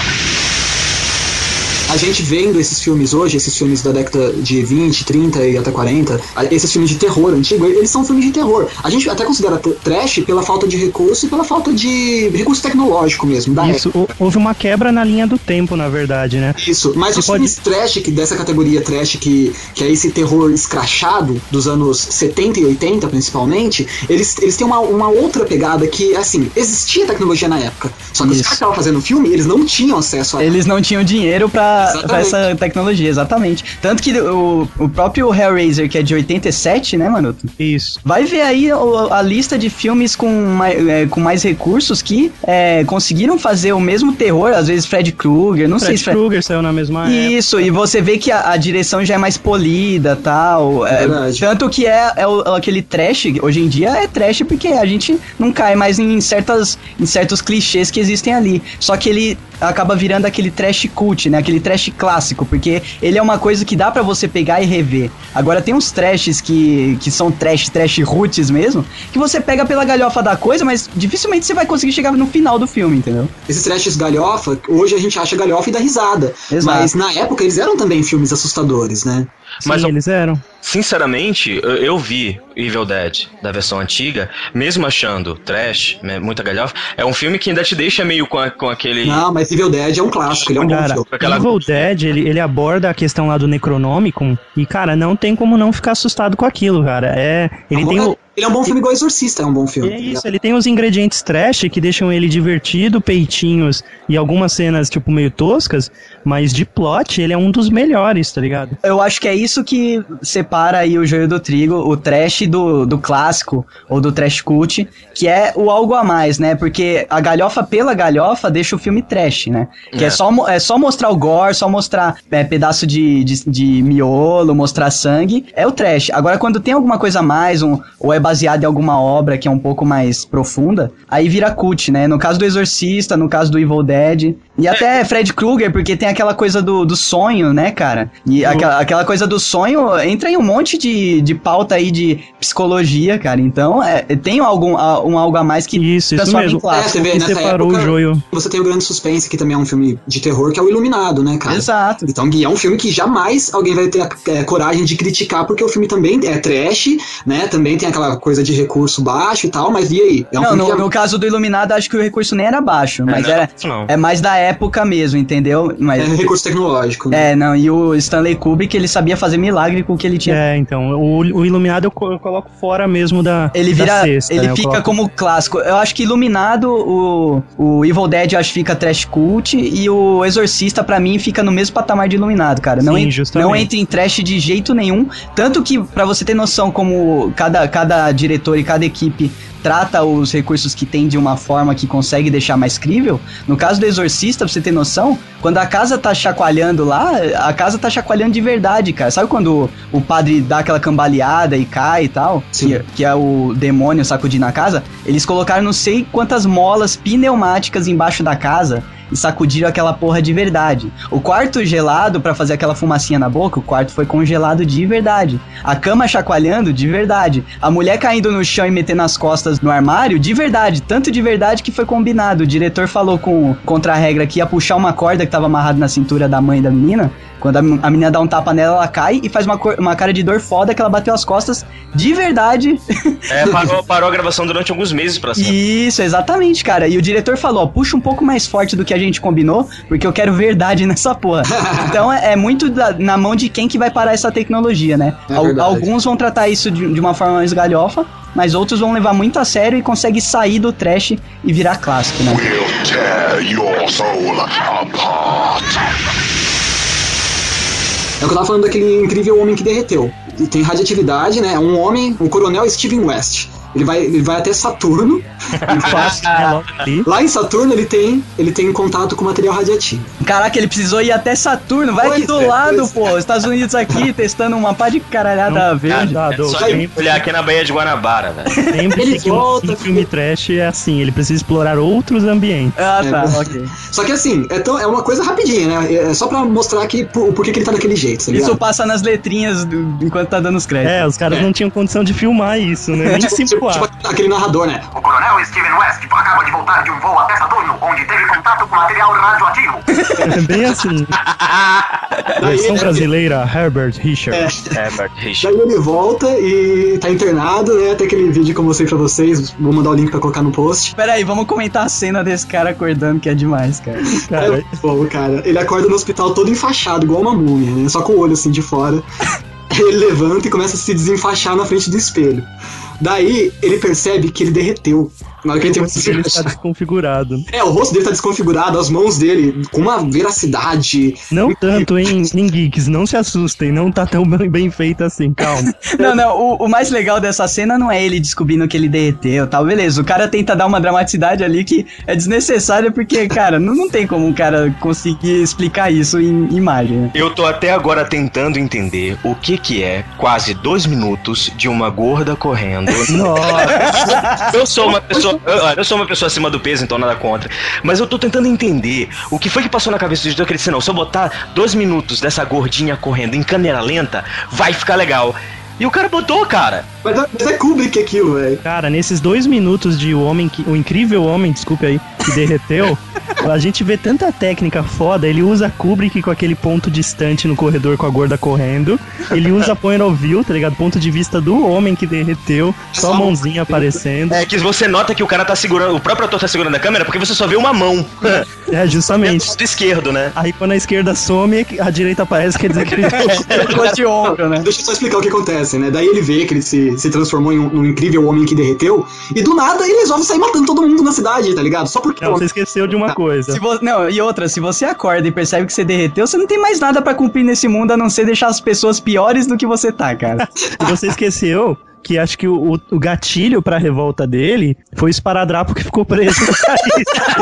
Speaker 2: A gente vendo esses filmes hoje, esses filmes da década de vinte, trinta e até quarenta, a- esses filmes de terror antigo, eles são filmes de terror. A gente até considera t- trash pela falta de recurso e pela falta de recurso tecnológico mesmo, da
Speaker 3: Isso,
Speaker 2: época.
Speaker 3: hou- houve uma quebra na linha do tempo, na verdade, né?
Speaker 2: Isso, mas
Speaker 3: Você
Speaker 2: os
Speaker 3: pode-
Speaker 2: filmes trash, que, dessa categoria trash, que, que é esse terror escrachado dos anos setenta e oitenta principalmente, eles, eles têm uma, uma outra pegada que, assim, existia tecnologia na época, só que os
Speaker 1: Isso.
Speaker 2: caras que estavam fazendo filme, eles não tinham acesso a
Speaker 1: Eles não tinham dinheiro pra,
Speaker 2: Exatamente.
Speaker 1: pra essa tecnologia, exatamente. Tanto que o, o próprio Hellraiser, que é de oitenta e sete, né, Manuto?
Speaker 3: Isso.
Speaker 1: Vai ver aí o- a lista de filmes com mais, é, com mais recursos que é, conseguiram fazer o mesmo terror, às vezes Fred Krueger, não sei
Speaker 3: Fred
Speaker 1: se... Fred-
Speaker 3: Krueger saiu na mesma época.
Speaker 1: Isso, e você vê que a, a direção já é mais polida e tal. é,
Speaker 2: Verdade.
Speaker 1: tanto que é, é o- aquele trash, hoje em dia é trash porque a gente não cai mais em, certas, em certos clichês que existem ali. Só que ele acaba virando aquele trash cult, né? Aquele trash clássico, porque ele é uma coisa que dá pra você pegar e rever. Agora tem uns trashes que, que são trash, trash roots mesmo, que você pega pela galhofa da coisa, mas dificilmente você vai conseguir chegar no final do filme, entendeu?
Speaker 2: Esses trashes galhofa, hoje a gente acha galhofa e dá risada.
Speaker 1: Exato.
Speaker 2: Mas na época eles eram também filmes assustadores, né?
Speaker 4: Mas
Speaker 3: Sim,
Speaker 4: eu-
Speaker 3: eles eram.
Speaker 4: Sinceramente, eu, eu vi Evil Dead da versão antiga, mesmo achando trash, né, muita galhofa, é um filme que ainda te deixa meio com, a- com aquele...
Speaker 2: Não, mas Evil Dead é um clássico, ele é um bom
Speaker 3: Cara,
Speaker 2: filme.
Speaker 4: Aquela-
Speaker 3: Evil Dead, ele, ele aborda a questão lá do Necronomicon e, cara, não tem como não ficar assustado com aquilo, cara. É, ele
Speaker 2: É um
Speaker 3: tem
Speaker 2: bom-
Speaker 3: o,
Speaker 2: Ele é um bom filme igual Exorcista, é um bom filme.
Speaker 3: É isso, ele tem os ingredientes trash que deixam ele divertido, peitinhos e algumas cenas, tipo, meio toscas, mas de plot ele é um dos melhores, tá ligado?
Speaker 1: Eu acho que é isso que separa aí o joio do trigo, o trash do, do clássico, ou do trash cult, que é o algo a mais, né? Porque a galhofa pela galhofa deixa o filme trash, né? Que é,
Speaker 4: É.
Speaker 1: só, mo- é só mostrar o gore, só mostrar é, pedaço de, de, de miolo, mostrar sangue, é o trash. Agora, quando tem alguma coisa a mais, um, ou é baseado em alguma obra que é um pouco mais profunda, aí vira cult, né? No caso do Exorcista, no caso do Evil Dead, e até Fred Krueger, porque tem aquela coisa do, do sonho, né, cara? E aquela, aquela coisa do sonho entra em um monte de, de pauta aí de psicologia, cara. Então, é, tem algum, a- um algo a mais que
Speaker 3: Isso, isso
Speaker 1: transforma em
Speaker 3: mesmo.
Speaker 1: clássico.
Speaker 2: É, você vê,
Speaker 3: que
Speaker 2: nessa
Speaker 3: separou
Speaker 2: época,
Speaker 3: o joio.
Speaker 2: Você tem o Grande Suspense, que também é um filme de terror, que é o Iluminado, né, cara?
Speaker 1: Exato.
Speaker 2: Então, e é um filme que jamais alguém vai ter a é, coragem de criticar, porque o filme também é trash, né? Também tem aquela coisa de recurso baixo e tal, mas e aí? É um
Speaker 1: não,
Speaker 2: filme
Speaker 1: no,
Speaker 2: que é-
Speaker 1: no caso do Iluminado, acho que o recurso nem era baixo, mas
Speaker 4: não,
Speaker 1: era,
Speaker 4: isso não.
Speaker 1: é mais da época mesmo, entendeu? Mas,
Speaker 2: é recurso tecnológico. né?
Speaker 1: é, não, e o Stanley Kubrick, ele sabia fazer milagre com o que ele tinha.
Speaker 3: É, então, o, o Iluminado eu, co- eu coloco fora mesmo da
Speaker 1: Ele
Speaker 3: da
Speaker 1: vira,
Speaker 3: sexta,
Speaker 1: ele
Speaker 3: né? Eu
Speaker 1: fica
Speaker 3: coloco-
Speaker 1: como clássico. Eu acho que Iluminado, o, o Evil Dead, eu acho que fica trash cult, e o Exorcista, pra mim, fica no mesmo patamar de Iluminado, cara. Não,
Speaker 3: Sim,
Speaker 1: en-
Speaker 3: justamente.
Speaker 1: não entra em trash de jeito nenhum, tanto que, pra você ter noção como cada, cada diretor e cada equipe trata os recursos que tem de uma forma que consegue deixar mais crível. No caso do Exorcista, pra você ter noção, quando a casa tá chacoalhando lá, a casa tá chacoalhando de verdade, cara. Sabe quando o padre dá aquela cambaleada e cai e tal?
Speaker 2: Sim.
Speaker 1: Que, que é o demônio sacudindo a casa? Eles colocaram não sei quantas molas pneumáticas embaixo da casa e sacudiram aquela porra de verdade. O quarto gelado pra fazer aquela fumacinha na boca, o quarto foi congelado de verdade. A cama chacoalhando de verdade. A mulher caindo no chão e metendo as costas no armário de verdade. Tanto de verdade que foi combinado. O diretor falou com contra a regra que ia puxar uma corda que tava amarrada na cintura da mãe da menina. Quando a, a menina dá um tapa nela, ela cai e faz uma, cor- uma cara de dor foda que ela bateu as costas de verdade.
Speaker 4: É, parou, parou a gravação durante alguns meses pra cima.
Speaker 1: Isso, exatamente, cara. E o diretor falou, ó, puxa um pouco mais forte do que a gente combinou, porque eu quero verdade nessa porra. Então é, é muito da- na mão de quem que vai parar essa tecnologia, né?
Speaker 2: É
Speaker 1: Al-
Speaker 2: verdade.
Speaker 1: alguns vão tratar isso de, de uma forma mais galhofa, mas outros vão levar muito a sério e conseguem sair do trash e virar clássico, né?
Speaker 6: We'll tear your soul apart.
Speaker 2: É o que eu tava falando daquele incrível homem que derreteu. E tem radioatividade, né? É um homem, o coronel Steven West. Ele vai, ele vai até Saturno. E faz-
Speaker 3: É, logo ali.
Speaker 2: lá em Saturno ele tem, ele tem contato com material radioativo.
Speaker 1: Caraca, ele precisou ir até Saturno, vai
Speaker 2: Pois
Speaker 1: aqui do
Speaker 2: é,
Speaker 1: lado,
Speaker 2: pois
Speaker 1: pô. Os Estados Unidos aqui, testando uma pá de caralhada verde.
Speaker 3: Ah,
Speaker 4: É
Speaker 3: do-
Speaker 4: só
Speaker 3: sempre-
Speaker 4: olhar aqui na Baía de Guanabara, velho.
Speaker 3: Lembre-se
Speaker 2: Ele
Speaker 3: que
Speaker 2: volta,
Speaker 3: um filme trash é assim, ele precisa explorar outros ambientes.
Speaker 1: Ah,
Speaker 2: É,
Speaker 1: tá,
Speaker 2: pô.
Speaker 1: ok.
Speaker 2: Só que assim, é, tão, é uma coisa rapidinha, né? É só pra mostrar que, por, por que que ele tá daquele jeito, tá ligado?
Speaker 1: Isso passa nas letrinhas do- enquanto tá dando os créditos.
Speaker 3: É, os caras
Speaker 2: É.
Speaker 3: não tinham condição de filmar isso, né? Nem
Speaker 2: Tipo, tipo,
Speaker 3: simplar.
Speaker 2: tipo aquele narrador, né?
Speaker 7: O coronel Steven West acaba de voltar de um voo até Saturno, onde teve contato com material radioativo.
Speaker 3: É bem assim.
Speaker 2: Daí
Speaker 3: Versão
Speaker 2: ele-
Speaker 3: brasileira, Herbert Richard.
Speaker 2: É.
Speaker 4: Herbert Richard.
Speaker 2: Daí ele volta e tá internado, né? Até aquele vídeo que eu mostrei pra vocês. Vou mandar o link pra colocar no post.
Speaker 1: Pera aí, vamos comentar a cena desse cara acordando, que é demais, cara.
Speaker 2: É
Speaker 3: Cara,
Speaker 2: muito bom, cara. Ele acorda no hospital todo enfaixado, igual uma múmia, né? Só com o olho assim de fora. Ele levanta e começa a se desenfaixar na frente do espelho. Daí ele percebe que ele derreteu. Na hora que ele tem
Speaker 3: porque ele está desconfigurado.
Speaker 2: É, o rosto dele tá desconfigurado, as mãos dele com uma veracidade.
Speaker 3: Não tanto, hein, em geeks, não se assustem, não tá tão bem, bem feito assim, calma.
Speaker 1: Não, não, o, o mais legal dessa cena não é ele descobrindo que ele derreteu e tal, beleza. O cara tenta dar uma dramaticidade ali que é desnecessária porque, cara, não, não tem como um cara conseguir explicar isso em imagem, né?
Speaker 4: Eu tô até agora tentando entender o que que é quase dois minutos de uma gorda correndo.
Speaker 3: Nossa,
Speaker 4: Eu sou uma pessoa, eu, olha, eu sou uma pessoa acima do peso, então nada contra. Mas eu tô tentando entender o que foi que passou na cabeça do editor que ele disse, não, se eu botar dois minutos dessa gordinha correndo em câmera lenta, vai ficar legal. E o cara botou, cara.
Speaker 2: Mas é, mas é Kubrick aquilo, velho.
Speaker 3: cara, nesses dois minutos de o homem que. O incrível homem, desculpe aí, que derreteu, a gente vê tanta técnica foda. Ele usa Kubrick com aquele ponto distante no corredor com a gorda correndo. Ele usa point of view, tá ligado? Ponto de vista do homem que derreteu, só a mãozinha aparecendo.
Speaker 4: É que você nota que o cara tá segurando, o próprio ator tá segurando a câmera porque você só vê uma mão.
Speaker 3: É, justamente.
Speaker 4: Do esquerdo, né?
Speaker 3: Aí quando a esquerda some, a direita aparece, quer dizer que ele.
Speaker 1: Ficou de ombro, né?
Speaker 2: Deixa eu só explicar o que acontece, né? Daí ele vê que ele se, se transformou em um, num incrível homem que derreteu, e do nada ele resolve sair matando todo mundo na cidade, tá ligado? Só porque.
Speaker 3: Não, você esqueceu de uma coisa.
Speaker 1: Se vo- Não, e outra, se você acorda e percebe que você derreteu, você não tem mais nada pra cumprir nesse mundo a não ser deixar as pessoas piores do que você tá, cara.
Speaker 3: E você esqueceu que acho que o, o- o gatilho pra revolta dele foi o esparadrapo que ficou preso no nariz.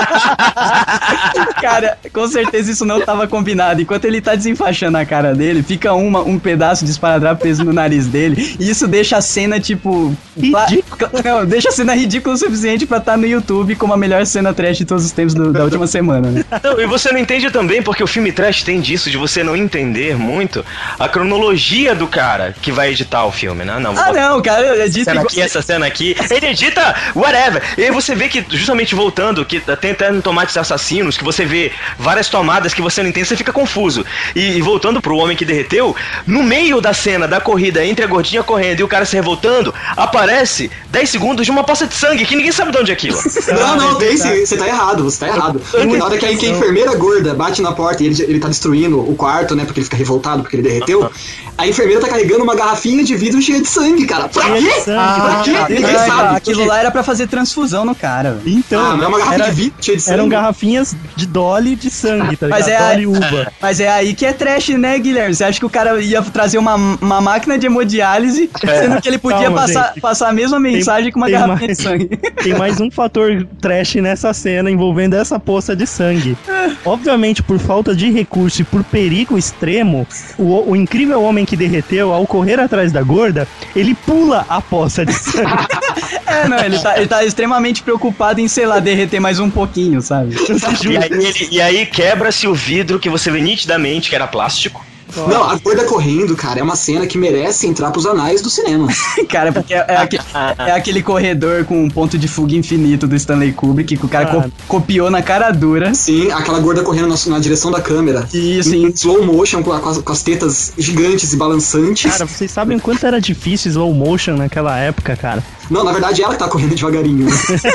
Speaker 1: Cara, com certeza isso não tava combinado. Enquanto ele tá desenfaixando a cara dele, fica uma, um pedaço de esparadrapo preso no nariz dele. E isso deixa a cena, tipo. cla- cla- Não, deixa a cena ridícula o suficiente pra estar no YouTube como a melhor cena trash de todos os tempos do- da última semana, né?
Speaker 4: Não, e você não entende também, porque o filme trash tem disso, de você não entender muito a cronologia do cara que vai editar o filme, né? Não, vou
Speaker 1: Ah,
Speaker 4: botar-
Speaker 1: não, cara edita
Speaker 4: cena
Speaker 1: igual...
Speaker 4: aqui, essa cena aqui. Ele edita whatever. E aí você vê que, justamente voltando, que tem até no Tomates Assassinos, que você vê várias tomadas que você não entende, você fica confuso. E, e voltando pro Homem que Derreteu, no meio da cena da corrida, entre a gordinha correndo e o cara se revoltando, aparece dez segundos de uma poça de sangue, que ninguém sabe de onde é aquilo.
Speaker 2: Não, não, tem sim, você tá errado, você tá errado. Porque na hora que a, que a enfermeira gorda bate na porta e ele, ele tá destruindo o quarto, né, porque ele fica revoltado, porque ele derreteu, a enfermeira tá carregando uma garrafinha de vidro cheia de sangue, cara. Pra
Speaker 3: Cheia
Speaker 2: quê?
Speaker 3: de sangue.
Speaker 2: Pra quê?
Speaker 1: Ah,
Speaker 2: Ninguém
Speaker 1: ah,
Speaker 2: sabe.
Speaker 1: aquilo lá era pra fazer transfusão no cara, velho.
Speaker 3: Então,
Speaker 2: Ah, mas é uma garrafa
Speaker 3: era-
Speaker 2: de vidro cheia de sangue.
Speaker 3: eram garrafinhas de Dolly de sangue, tá ligado?
Speaker 1: Mas é a-
Speaker 3: Dolly uva.
Speaker 1: Mas é aí que é trash, né, Guilherme? Você acha que o cara ia trazer uma, uma máquina de hemodiálise, sendo que ele podia
Speaker 3: Calma,
Speaker 1: passar,
Speaker 3: gente.
Speaker 1: passar a mesma mensagem com uma
Speaker 3: tem
Speaker 1: garrafinha
Speaker 3: mais.
Speaker 1: de sangue.
Speaker 3: Tem mais um fator trash nessa cena envolvendo essa poça de sangue. Obviamente, por falta de recurso e por perigo extremo, o, o incrível homem que derreteu, ao correr atrás da gorda, ele pula a poça de sangue.
Speaker 1: É, não, ele tá, ele tá extremamente preocupado em, sei lá, derreter mais um pouquinho, sabe?
Speaker 4: E aí, ele- e aí quebra-se o vidro que você vê nitidamente que era plástico.
Speaker 2: Não, a gorda correndo, cara, é uma cena que merece entrar pros anais do cinema.
Speaker 1: Cara, porque é, é aque- é aquele corredor com um ponto de fuga infinito do Stanley Kubrick, que o cara co-
Speaker 3: Ah.
Speaker 1: copiou na cara dura.
Speaker 2: Sim, aquela gorda correndo na, na direção da câmera.
Speaker 1: Isso,
Speaker 2: Em
Speaker 1: em
Speaker 2: slow motion, com, a- com as, com as tetas gigantes e balançantes.
Speaker 3: Cara, vocês sabem o quanto era difícil slow motion naquela época, cara?
Speaker 2: Não, na verdade ela que tá correndo devagarinho. Né?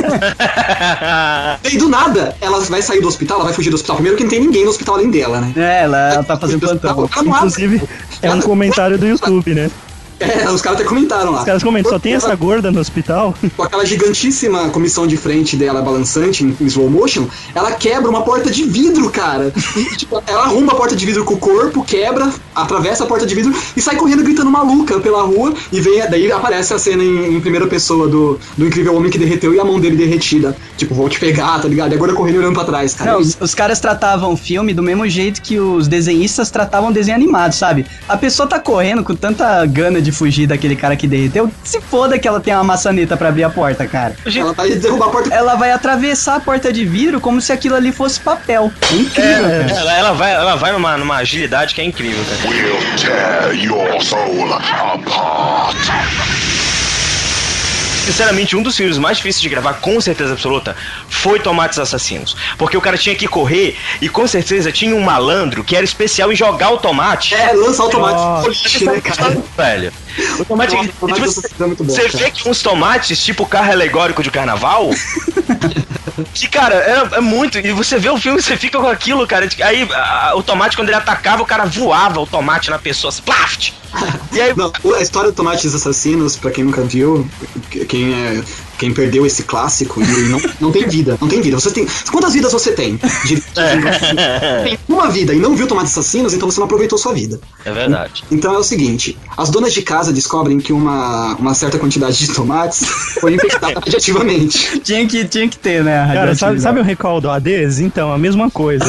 Speaker 2: E do nada, ela vai sair do hospital, ela vai fugir do hospital. Primeiro que não tem ninguém no hospital além dela, né?
Speaker 1: É, ela, ela tá fazendo plantão.
Speaker 2: Ela não abre.
Speaker 3: Inclusive, é um comentário do YouTube, né?
Speaker 2: É, os caras até comentaram lá.
Speaker 3: Os caras comentam, só tem essa gorda no hospital?
Speaker 2: Com aquela gigantíssima comissão de frente dela balançante em, em slow motion, ela quebra uma porta de vidro, cara. E, tipo, ela arruma a porta de vidro com o corpo, quebra, atravessa a porta de vidro e sai correndo gritando maluca pela rua. E vem, daí aparece a cena em, em primeira pessoa do, do incrível homem que derreteu e a mão dele derretida. Tipo, vou te pegar, tá ligado? E agora correndo olhando pra trás, cara.
Speaker 1: Não, os, os caras tratavam o filme do mesmo jeito que os desenhistas tratavam desenho animado, sabe? A pessoa tá correndo com tanta gana de fugir daquele cara que derreteu, se foda que ela tem uma maçaneta pra abrir a porta, cara.
Speaker 2: Ela vai derrubar a porta.
Speaker 1: Ela vai atravessar a porta de vidro como se aquilo ali fosse papel. Incrível,
Speaker 4: É,
Speaker 1: cara.
Speaker 4: ela, ela vai, ela vai numa, numa agilidade que é incrível, cara.
Speaker 6: We'll tear your soul apart.
Speaker 4: Sinceramente, um dos filmes mais difíceis de gravar, com certeza absoluta, foi Tomates Assassinos. Porque o cara tinha que correr e com certeza tinha um malandro que era especial em jogar o tomate.
Speaker 2: É, lança automático.
Speaker 3: Nossa.
Speaker 2: Boliche, né, cara?
Speaker 4: Velho. O tomate,
Speaker 2: Nossa, o tomate
Speaker 4: tipo,
Speaker 2: assassino é muito bom,
Speaker 4: você
Speaker 2: cara.
Speaker 4: vê que uns tomates, tipo carro alegórico de carnaval, que, cara, é, é muito. E você vê o filme e você fica com aquilo, cara. Aí a- o tomate, quando ele atacava, o cara voava o tomate na pessoa, assim, plaft! E aí,
Speaker 2: Não, a história do Tomates Assassinos, pra quem nunca viu, quem, é, quem perdeu esse clássico, ele não, não tem vida, não tem vida. Você tem. Quantas vidas você tem? De, de- tem uma vida e não viu Tomates Assassinos, então você não aproveitou sua vida.
Speaker 4: é verdade.
Speaker 2: Então é o seguinte, as donas de casa descobrem que uma, uma certa quantidade de tomates foi infectada radiativamente.
Speaker 1: Tinha que, tinha que ter, né? a
Speaker 3: Cara, sabe,
Speaker 1: radioatividade.
Speaker 3: sabe o recall do Hades? Então, a mesma coisa.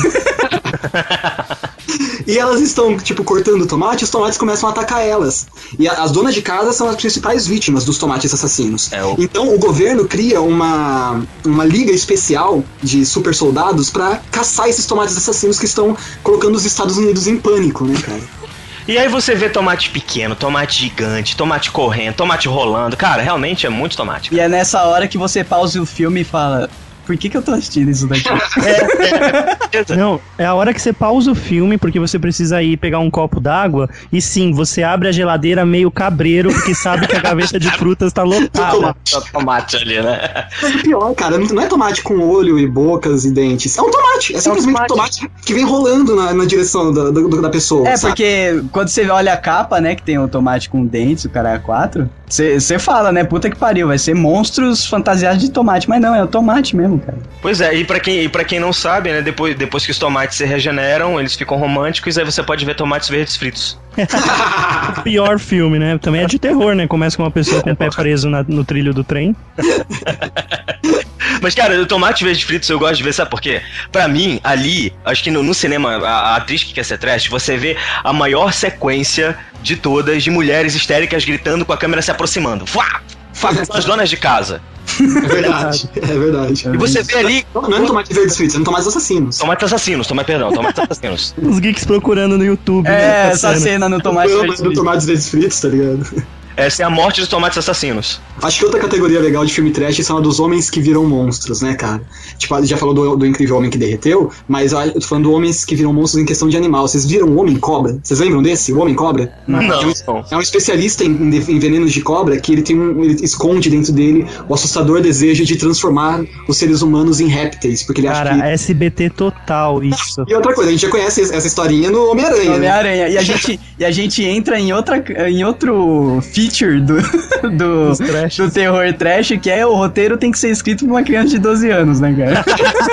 Speaker 2: E elas estão, tipo, cortando o tomate e os tomates começam a atacar elas. E a- as donas de casa são as principais vítimas dos tomates assassinos.
Speaker 4: É, o-
Speaker 2: Então o governo cria uma, uma liga especial de super soldados pra caçar esses tomates assassinos que estão colocando os Estados Unidos em pânico, né, cara?
Speaker 4: E aí você vê tomate pequeno, tomate gigante, tomate correndo, tomate rolando. Cara, realmente é muito tomate.
Speaker 1: E é nessa hora que você pausa o filme e fala: por que, que eu tô assistindo isso daqui?
Speaker 3: Não, é a hora que você pausa o filme porque você precisa ir pegar um copo d'água e sim, você abre a geladeira meio cabreiro porque sabe que a gaveta de frutas tá lotada.
Speaker 4: Só tomate ali, né?
Speaker 2: Mas o pior, cara, não não é tomate com olho e bocas e dentes. É um tomate. É simplesmente um tomate que vem rolando na, na direção da, da, da pessoa.
Speaker 1: É,
Speaker 2: sabe?
Speaker 1: porque quando você olha a capa, né, que tem o tomate com dentes, o cara é quatro, você fala, né, puta que pariu, vai ser monstros fantasiados de tomate, mas não, é o tomate mesmo, cara.
Speaker 4: Pois é, e pra quem, e pra quem não sabe, né, depois, depois que os tomates se regeneram, eles ficam românticos, aí você pode ver tomates verdes fritos.
Speaker 3: Pior filme, né? Também é de terror, né? Começa com uma pessoa com o pé preso na- no trilho do trem.
Speaker 4: Mas, cara, o tomate verde fritos eu gosto de ver, sabe por quê? Pra mim, ali, acho que no, no cinema, a, a atriz que quer ser trash, você vê a maior sequência de todas de mulheres histéricas gritando com a câmera se aproximando. Fuá! Fuá, com as donas de casa.
Speaker 2: É verdade, é verdade.
Speaker 4: E você vê ali
Speaker 2: Não, não é tomate verdes fritos, é tomates assassinos.
Speaker 4: tomates assassinos, toma perdão, tomates assassinos.
Speaker 3: Os geeks procurando no YouTube,
Speaker 1: É,
Speaker 3: né?
Speaker 1: essa cena no tomate
Speaker 2: Eu amo
Speaker 1: verde
Speaker 2: do
Speaker 1: frito.
Speaker 2: tomates verdes fritos, tá ligado?
Speaker 4: Essa é a morte dos tomates assassinos.
Speaker 2: Acho que outra categoria legal de filme trash são a dos homens que viram monstros, né, cara? Tipo, a gente já falou do, do Incrível Homem que Derreteu, mas eu tô falando de homens que viram monstros em questão de animal. Vocês viram o Homem-Cobra? Vocês lembram desse? O Homem-Cobra?
Speaker 4: Não.
Speaker 2: É um, é um especialista em, em venenos de cobra que ele tem um, ele esconde dentro dele o assustador desejo de transformar os seres humanos em répteis, porque ele
Speaker 3: Cara,
Speaker 2: acha que...
Speaker 3: S B T total, isso.
Speaker 2: E outra coisa, a gente já conhece essa historinha no Homem-Aranha, né?
Speaker 1: Homem-Aranha. E a gente, e a gente entra em, outra, em outro feature do, do, do terror trash, que é o roteiro tem que ser escrito por uma criança de doze anos, né, cara?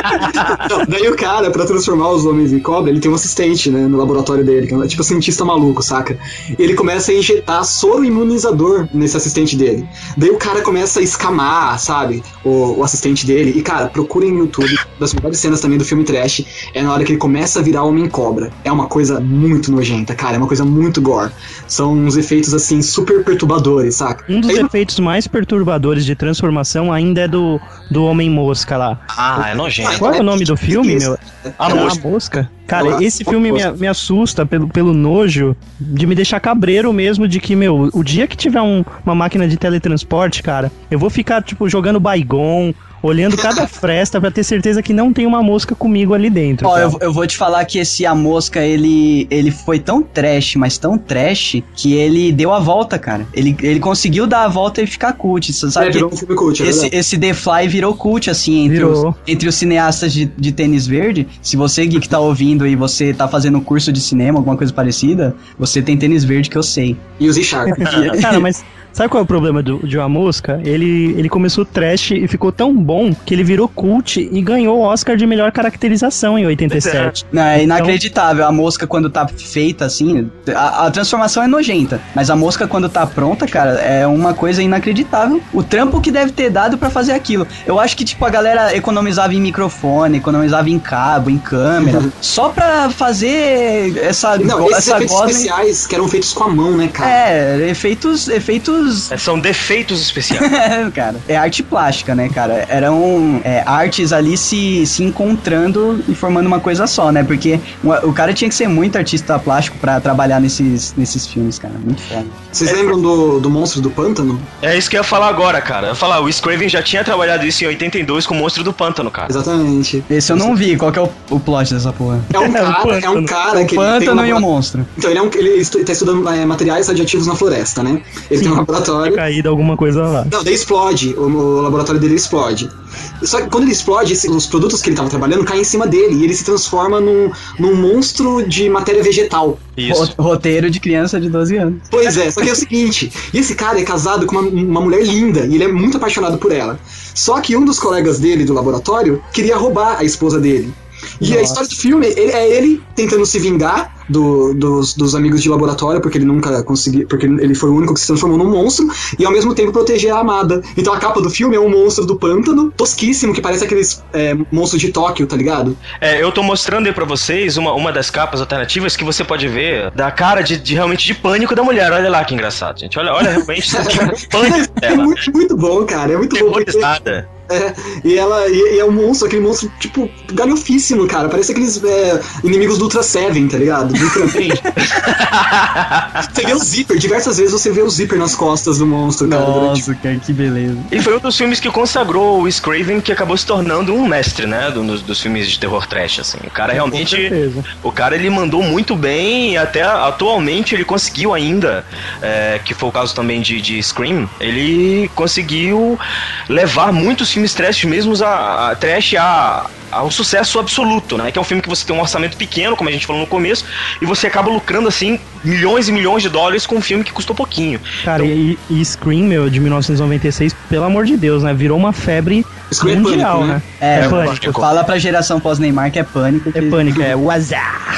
Speaker 2: Não, daí o cara, pra transformar os homens em cobra, ele tem um assistente, né, no laboratório dele, que é tipo cientista maluco, saca? Ele começa a injetar soro imunizador nesse assistente dele. Daí o cara começa a escamar, sabe? O, o assistente dele. E, cara, procurem no YouTube, das melhores cenas também do filme trash, é na hora que ele começa a virar homem-cobra. É uma coisa muito nojenta, cara, é uma coisa muito gore. São uns efeitos, assim, super perturbadores, saca?
Speaker 3: Um dos
Speaker 2: Aí,
Speaker 3: efeitos mais perturbadores de transformação ainda é do, do Homem-Mosca lá.
Speaker 4: Ah, é nojento.
Speaker 3: Qual é o nome do filme, meu?
Speaker 4: A
Speaker 3: É
Speaker 4: Mosca.
Speaker 3: A Mosca? Cara,
Speaker 2: Não,
Speaker 3: esse
Speaker 2: a
Speaker 3: filme me,
Speaker 2: Mosca.
Speaker 3: me assusta pelo, pelo nojo de me deixar cabreiro mesmo, de que, meu, o dia que tiver um- uma máquina de teletransporte, cara, eu vou ficar, tipo, jogando Baygon, olhando cada fresta pra ter certeza que não tem uma mosca comigo ali dentro.
Speaker 1: Ó,
Speaker 3: cara.
Speaker 1: eu, eu vou te falar que esse A Mosca, ele, ele foi tão trash, mas tão trash, que ele deu a volta, cara. Ele, ele conseguiu dar a volta e ficar cult. Você sabe
Speaker 2: é,
Speaker 1: que
Speaker 2: virou um filme cult, é
Speaker 1: esse,
Speaker 2: verdade.
Speaker 1: esse The Fly virou cult, assim, entre, os,
Speaker 3: Virou.
Speaker 1: entre os cineastas de, de tênis verde. Se você, Gui, que tá ouvindo e você tá fazendo curso de cinema, alguma coisa parecida, você tem tênis verde que eu sei.
Speaker 2: E os Richard.
Speaker 3: Cara, mas sabe qual é o problema do, de Uma Mosca? Ele, ele começou trash e ficou tão bom que ele virou cult e ganhou o Oscar de melhor caracterização em oitenta e sete.
Speaker 1: Não, é inacreditável. A mosca, quando tá feita assim, a, a transformação é nojenta. Mas a mosca, quando tá pronta, cara, é uma coisa inacreditável. O trampo que deve ter dado pra fazer aquilo. Eu acho que, tipo, a galera economizava em microfone, economizava em cabo, em câmera, só pra fazer essa,
Speaker 2: Não,
Speaker 1: go-
Speaker 2: esses
Speaker 1: essa
Speaker 2: efeitos
Speaker 1: gosma.
Speaker 2: especiais que eram feitos com a mão, né, cara?
Speaker 1: É, efeitos. Efeitos.
Speaker 4: É, são defeitos especiais.
Speaker 1: É, cara. É arte plástica, né, cara? Eram é, artes ali se, se encontrando e formando uma coisa só, né? Porque o, o cara tinha que ser muito artista plástico pra trabalhar nesses, nesses filmes, cara. Muito foda.
Speaker 2: Vocês lembram do, do Monstro do Pântano?
Speaker 4: É isso que eu ia falar agora, cara. Eu ia falar, o Wes Craven já tinha trabalhado isso em oitenta e dois com o Monstro do Pântano, cara.
Speaker 2: Exatamente.
Speaker 1: Esse eu não vi. Qual que é o, o plot dessa porra?
Speaker 2: É um
Speaker 3: É um
Speaker 2: cara, é um
Speaker 3: pântano.
Speaker 2: cara que
Speaker 1: O
Speaker 2: ele tem
Speaker 1: pântano
Speaker 2: um
Speaker 1: e o
Speaker 2: labora-
Speaker 1: monstro.
Speaker 2: Então, ele, é um, ele estu- tá estudando é, materiais radioativos na floresta, né? Ele tem um laboratório.
Speaker 3: Caída alguma coisa lá.
Speaker 2: Não, daí explode, o, o laboratório dele explode. Só que quando ele explode, esse- os produtos que ele tava trabalhando caem em cima dele e ele se transforma num, num monstro de matéria vegetal.
Speaker 4: Isso.
Speaker 1: Ro- roteiro de criança de doze anos.
Speaker 2: Pois é, só que é o seguinte, e esse cara é casado com uma, uma mulher linda e ele é muito apaixonado por ela. Só que um dos colegas dele do laboratório queria roubar a esposa dele. E a história do filme ele- é ele tentando se vingar do- dos, dos amigos de laboratório, porque ele nunca conseguiu, porque ele foi o único que se transformou num monstro, e ao mesmo tempo proteger a amada. Então a capa do filme é um monstro do pântano, tosquíssimo, que parece aqueles é, monstros de Tóquio, tá ligado?
Speaker 4: É, eu tô mostrando aí pra vocês uma, uma das capas alternativas que você pode ver da cara de, de realmente de pânico da mulher. Olha lá que engraçado, gente. Olha, olha realmente o pânico
Speaker 2: É
Speaker 4: dela.
Speaker 2: muito, muito bom, cara, é muito bom. Porque,
Speaker 4: Terrorizada.
Speaker 2: é, e ela e, e é um monstro, aquele monstro, tipo, galhofíssimo, cara. Parece aqueles é, inimigos do Ultra Seven, tá ligado? Do Ultra Seven. Você vê o zíper, diversas vezes você vê o zíper nas costas do monstro, cara. durante-
Speaker 1: Nossa, cara, que beleza.
Speaker 4: E foi um dos filmes que consagrou o Wes Craven, que acabou se tornando um mestre, né, do- dos, dos filmes de terror trash, assim. O cara
Speaker 3: Com
Speaker 4: realmente,
Speaker 3: certeza.
Speaker 4: o cara ele mandou muito bem e até atualmente ele conseguiu ainda, é, que foi o caso também de, de Scream, ele conseguiu levar muitos filmes trash mesmo a, a trash a ao sucesso absoluto, né? Que é um filme que você tem um orçamento pequeno, como a gente falou no começo, e você acaba lucrando, assim, milhões e milhões de dólares com um filme que custou pouquinho.
Speaker 3: Cara,
Speaker 4: Então,
Speaker 3: e, e Scream, meu, de mil novecentos e noventa e seis, pelo amor de Deus, né? Virou uma febre
Speaker 2: Scream é
Speaker 3: mundial,
Speaker 2: pânico,
Speaker 3: né?
Speaker 1: É,
Speaker 3: É
Speaker 1: é
Speaker 3: pânico.
Speaker 1: fala pra geração pós-Neymar que é pânico.
Speaker 3: É
Speaker 1: que-
Speaker 3: pânico, é o azar.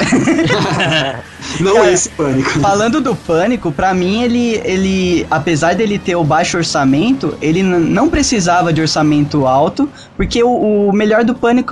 Speaker 2: Não
Speaker 1: Cara,
Speaker 2: é esse pânico.
Speaker 1: Falando do Pânico, pra mim ele, ele, apesar dele ter o baixo orçamento, ele n- não precisava de orçamento alto, porque o, o melhor do Pânico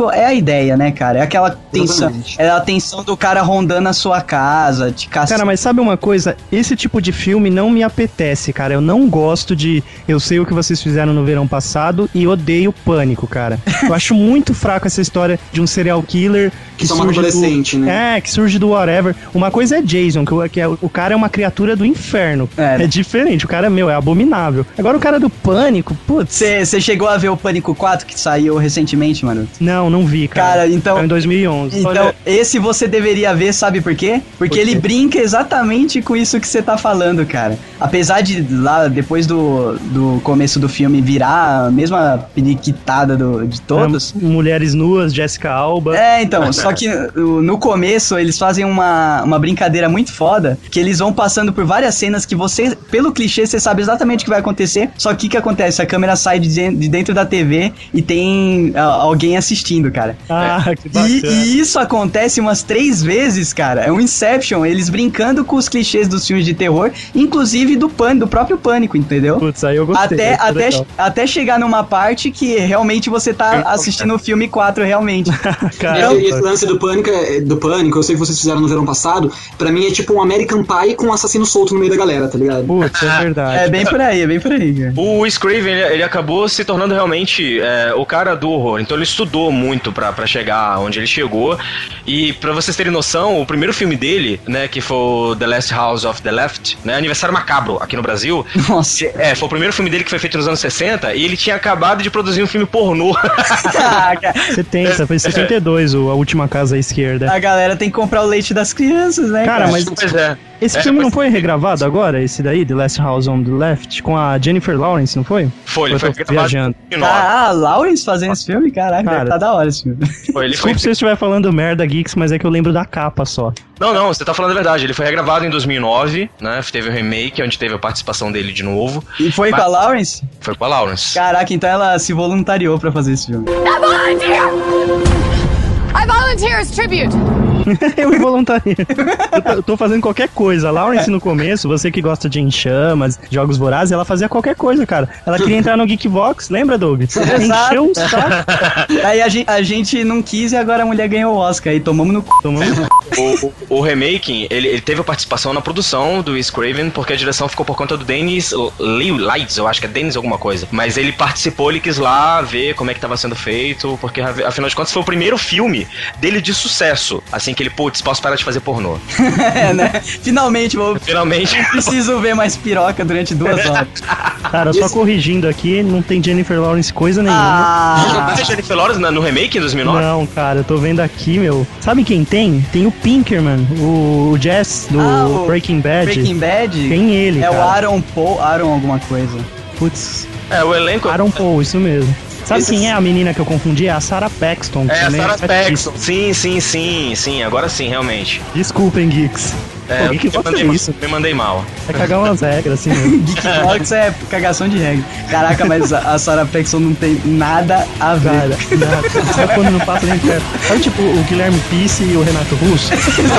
Speaker 1: o- é a ideia, né, cara? É aquela tensão.
Speaker 2: Exatamente.
Speaker 1: É a tensão do cara rondando a sua casa, te caçando.
Speaker 3: Cara, mas sabe uma coisa? Esse tipo de filme não me apetece, cara. Eu não gosto de... Eu sei o que vocês fizeram no verão passado e odeio Pânico, cara. Eu acho muito fraco essa história de um serial killer que
Speaker 2: Só uma
Speaker 3: surge
Speaker 2: adolescente,
Speaker 3: do...
Speaker 2: né?
Speaker 3: É, que surge do whatever. Uma coisa é Jason, que, o, que é, o cara é uma criatura do inferno.
Speaker 1: É.
Speaker 3: É, diferente. O cara, meu, é abominável. Agora o cara do Pânico, putz...
Speaker 1: Você chegou a ver o Pânico quatro que saiu recentemente, mano?
Speaker 3: Não, não vi, cara.
Speaker 1: Cara, então-
Speaker 3: Saiu em dois mil e onze.
Speaker 1: Então,
Speaker 3: Olha,
Speaker 1: esse você deveria ver, sabe por quê? Porque
Speaker 3: Por quê?
Speaker 1: ele brinca exatamente com isso que você tá falando, cara. Apesar de lá, depois do, do começo do filme, virar a mesma periquitada do, de todos.
Speaker 3: Mulheres nuas, Jessica Alba.
Speaker 1: É, então, só que uh, no começo eles fazem uma, uma brincadeira muito foda, que eles vão passando por várias cenas que você, pelo clichê, você sabe exatamente o que vai acontecer, só que o que acontece? A câmera sai de, de- de dentro da T V e tem ah, alguém assistindo, cara.
Speaker 3: Ah, que
Speaker 1: E,
Speaker 3: bacana.
Speaker 1: e isso acontece umas três vezes, cara. É um Inception, eles brincando com os clichês dos filmes de terror, inclusive do pânico, do próprio Pânico, entendeu?
Speaker 3: Putz, aí eu gostei.
Speaker 1: Até,
Speaker 3: isso é
Speaker 1: até,
Speaker 3: legal.
Speaker 1: até chegar numa parte que realmente você tá assistindo o filme quatro, realmente.
Speaker 3: Cara,
Speaker 2: E esse lance do pânico, é- do pânico, eu sei que vocês fizeram no verão passado, pra mim é tipo um American Pie com um assassino solto no meio da galera, tá ligado?
Speaker 3: Putz, é verdade.
Speaker 1: É bem por aí, é bem por aí, cara.
Speaker 4: O Wes Craven, ele, ele acabou se tornando realmente é, o cara do horror. Então ele estudou muito pra, pra chegar onde ele chegou. E pra vocês terem noção, o primeiro filme dele, né, que foi o The Last House of the Left, né, Aniversário Macabro, aqui no Brasil.
Speaker 1: Nossa.
Speaker 4: É, foi o primeiro filme dele que foi feito nos anos sessenta e ele tinha acabado de produzir um filme pornô.
Speaker 1: Ah, cara,
Speaker 3: setenta, foi setenta e dois, o A Última Casa à Esquerda.
Speaker 1: a galera tem que comprar o leite das crianças, né,
Speaker 3: Cara,
Speaker 1: cara?
Speaker 3: mas
Speaker 4: Pois é.
Speaker 3: esse
Speaker 4: É,
Speaker 3: filme não
Speaker 4: pois-
Speaker 3: foi regravado agora, esse daí, The Last House on the Left, com a Jennifer Lawrence, não foi?
Speaker 4: Foi, ele
Speaker 3: Eu
Speaker 4: foi
Speaker 3: tô
Speaker 4: gravado
Speaker 3: viajando.
Speaker 4: em nove.
Speaker 1: Ah, ah, Lawrence fazendo esse filme? Caraca,
Speaker 3: Cara.
Speaker 1: deve tá da hora esse filme.
Speaker 4: Foi, ele foi...
Speaker 3: Desculpa se eu estiver falando merda, Geeks, mas é que eu lembro da capa só.
Speaker 4: Não, não, você tá falando a verdade. Ele foi regravado em dois mil e nove, né? Teve o remake, onde teve a participação dele de novo.
Speaker 1: E foi
Speaker 4: Mas-
Speaker 1: com a Lawrence?
Speaker 4: Foi com a Lawrence.
Speaker 1: Caraca, então ela se voluntariou pra fazer esse filme.
Speaker 8: I volunteer! I volunteer as tribute!
Speaker 3: Eu involuntaria. Eu tô, eu tô fazendo qualquer coisa. A Lawrence no começo, você que gosta de Em Chamas, Jogos Vorazes, ela fazia qualquer coisa, cara. Ela queria entrar no Geekvox, lembra, Doug? Encheu o saco.
Speaker 1: Aí a gente, a gente não quis e agora a mulher ganhou o Oscar e tomamos no c...
Speaker 3: Tomamos-
Speaker 4: O, o, o remake, ele, ele teve a participação na produção do Wes Craven, porque a direção ficou por conta do Dennis Lee Lights, eu acho que é Dennis alguma coisa. Mas ele participou, ele quis lá ver como é que tava sendo feito, porque afinal de contas foi o primeiro filme dele de sucesso. Assim que ele, putz, posso parar de fazer pornô.
Speaker 1: É, né? Finalmente, vou...
Speaker 4: Finalmente.
Speaker 1: preciso ver mais piroca durante duas horas.
Speaker 3: Cara, só corrigindo aqui, não tem Jennifer Lawrence coisa nenhuma.
Speaker 1: Ah,
Speaker 4: Você Jennifer Lawrence na- no remake em dois mil e nove?
Speaker 3: Não, cara, eu tô vendo aqui, meu. Sabe quem tem? Tem o Pinkerman, o, o Jess do
Speaker 1: Ah, o
Speaker 3: Breaking Bad.
Speaker 1: Breaking Bad?
Speaker 3: Tem ele,
Speaker 1: É o
Speaker 3: cara.
Speaker 1: Aaron Paul, Aaron alguma coisa.
Speaker 3: Putz,
Speaker 4: É, o elenco...
Speaker 3: Aaron Paul, isso mesmo. Sabe
Speaker 1: Esses-
Speaker 3: quem é a menina que eu confundi? É a Sarah Paxton. que
Speaker 4: É, a
Speaker 3: também
Speaker 4: Sarah
Speaker 3: artista.
Speaker 4: Paxton. Sim, sim, sim, sim. Agora sim, realmente.
Speaker 3: Desculpem, Geeks.
Speaker 4: É,
Speaker 3: Pô, Geek
Speaker 4: eu
Speaker 3: Vox
Speaker 4: mandei,
Speaker 3: é
Speaker 4: ma-
Speaker 3: isso.
Speaker 4: me mandei mal.
Speaker 3: É cagar umas regras, assim mesmo.
Speaker 1: Geekbox é cagação de regra. Caraca, mas a a Sarah Paxton não tem nada a ver.
Speaker 3: Cara, nada. Sabe quando não passa nem perto? Sabe tipo o Guilherme Pisse e o Renato Russo?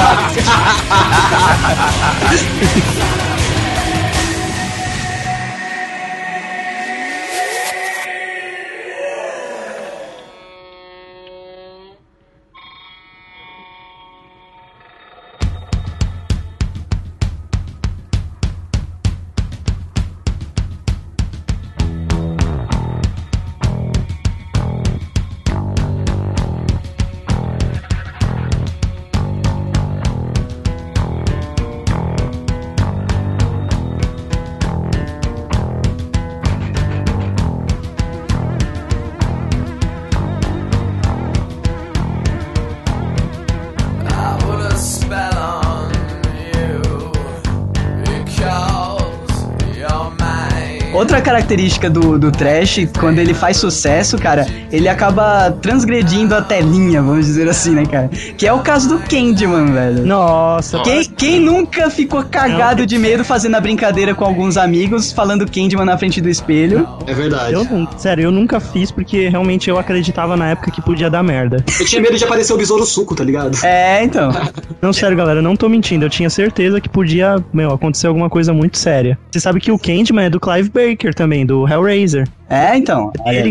Speaker 5: I put a spell on you because you're mine.
Speaker 1: Outra característica do, do trash, quando ele faz sucesso, cara, ele acaba transgredindo a telinha, vamos dizer assim, né, cara? Que é o caso do Candyman, velho.
Speaker 3: Nossa,
Speaker 1: Quem, quem nunca ficou cagado de medo fazendo a brincadeira com alguns amigos, falando Candyman na frente do espelho?
Speaker 2: É verdade.
Speaker 3: eu não, sério, eu nunca fiz porque realmente eu acreditava na época que podia dar merda.
Speaker 2: Eu tinha medo de aparecer o besouro suco, tá ligado?
Speaker 1: É, então.
Speaker 3: Não, sério, galera, eu não tô mentindo. Eu tinha certeza que podia, meu, acontecer alguma coisa muito séria. Você sabe que o Candyman é do Clive Baker também, do Hellraiser.
Speaker 1: É, então.
Speaker 3: É ele, cara.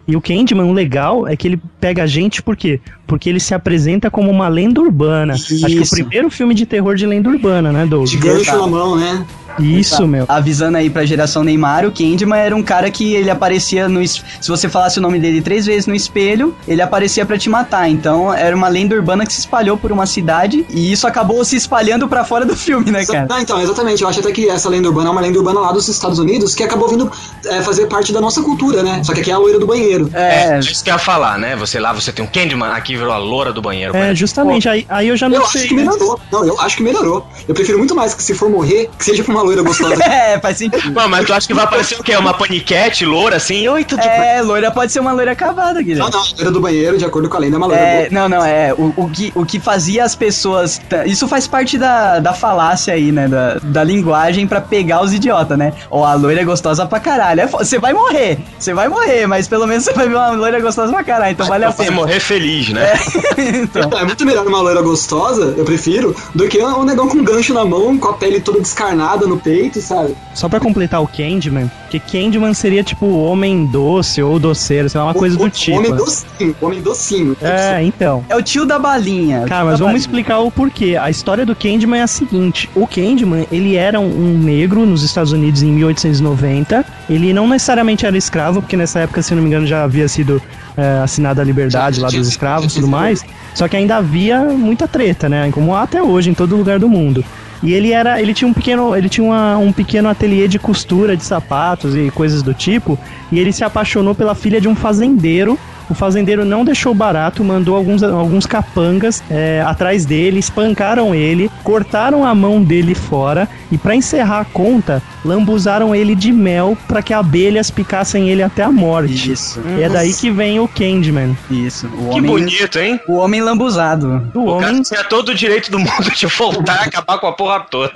Speaker 3: E o Candyman, o legal é que ele pega a gente por quê? Porque ele se apresenta como uma lenda urbana.
Speaker 1: Isso.
Speaker 3: Acho que o primeiro filme de terror de lenda urbana, né, Doug?
Speaker 2: De gancho na mão, né?
Speaker 3: Isso,
Speaker 1: Tá.
Speaker 3: meu.
Speaker 1: Avisando aí pra geração Neymar, o Candyman era um cara que ele aparecia no... es- Se você falasse o nome dele três vezes no espelho, ele aparecia pra te matar. Então, era uma lenda urbana que se espalhou por uma cidade e isso acabou se espalhando pra fora do filme, né, cara?
Speaker 2: Ah, então, exatamente. Eu acho até que essa lenda urbana é uma lenda urbana lá dos Estados Unidos que acabou vindo é, fazer parte da nossa cultura, né? Só que aqui é a loira do banheiro.
Speaker 4: É,
Speaker 1: É,
Speaker 4: isso que eu ia falar, né? Você lá, você tem um Candyman, aqui virou a loura do banheiro.
Speaker 3: É,
Speaker 4: parece.
Speaker 3: justamente. Aí, aí eu já não
Speaker 2: Eu
Speaker 3: sei.
Speaker 2: acho que melhorou. Não, eu acho que melhorou. Eu prefiro muito mais que se for morrer, que seja pra uma loira gostosa.
Speaker 1: é, faz sentido.
Speaker 4: Pô, mas tu acha que vai aparecer o quê? Uma paniquete loura assim? Oi, tudo bem?
Speaker 1: É, loira pode ser uma loira acabada,
Speaker 2: Não,
Speaker 1: Guilherme.
Speaker 2: não, a loira do banheiro, de acordo com a lenda, é uma loira
Speaker 1: É,
Speaker 2: boa.
Speaker 1: não, não, é. O, o, que, o que fazia as pessoas. t- Isso faz parte da, da falácia aí, né? Da, da linguagem pra pegar os idiotas, né? Ó, a loira é gostosa pra caralho. É fo- Você vai morrer, você vai morrer, mas pelo menos você vai ver uma loira gostosa pra caralho, então vale a
Speaker 4: Você
Speaker 1: pena.
Speaker 4: morrer feliz, né?
Speaker 1: Então,
Speaker 2: É muito melhor uma loira gostosa, eu prefiro, do que um negão com gancho na mão, com a pele toda descarnada no peito, sabe?
Speaker 3: Só pra completar o Candyman, que Candyman seria tipo o homem doce ou doceiro, sei lá, uma coisa
Speaker 2: O-
Speaker 3: do
Speaker 2: o-
Speaker 3: tipo.
Speaker 2: Homem docinho, homem docinho.
Speaker 3: É, então.
Speaker 1: é o tio da balinha.
Speaker 3: Cara, mas vamos explicar o porquê. A história do Candyman é a seguinte: o Candyman, ele era um, um negro nos Estados Unidos em mil oitocentos e noventa. Ele não necessariamente era escravo, porque nessa época, se não me engano, já havia sido é, assinada a liberdade lá dos escravos e tudo mais. Só que ainda havia muita treta, né? Como há até hoje em todo lugar do mundo. E ele era, ele tinha um pequeno, ele tinha uma, um pequeno ateliê de costura de sapatos e coisas do tipo. E ele se apaixonou pela filha de um fazendeiro. O fazendeiro não deixou barato, mandou alguns, alguns capangas é, atrás dele, espancaram ele, cortaram a mão dele fora e, pra encerrar a conta, lambuzaram ele de mel pra que abelhas picassem ele até a morte.
Speaker 1: Isso,
Speaker 3: E é daí que vem o Candyman.
Speaker 1: isso. O
Speaker 4: Que
Speaker 1: homem,
Speaker 4: bonito, hein?
Speaker 1: o homem lambuzado.
Speaker 3: O
Speaker 4: O
Speaker 3: homem.
Speaker 4: cara tinha todo o direito do mundo de voltar e acabar com a porra toda.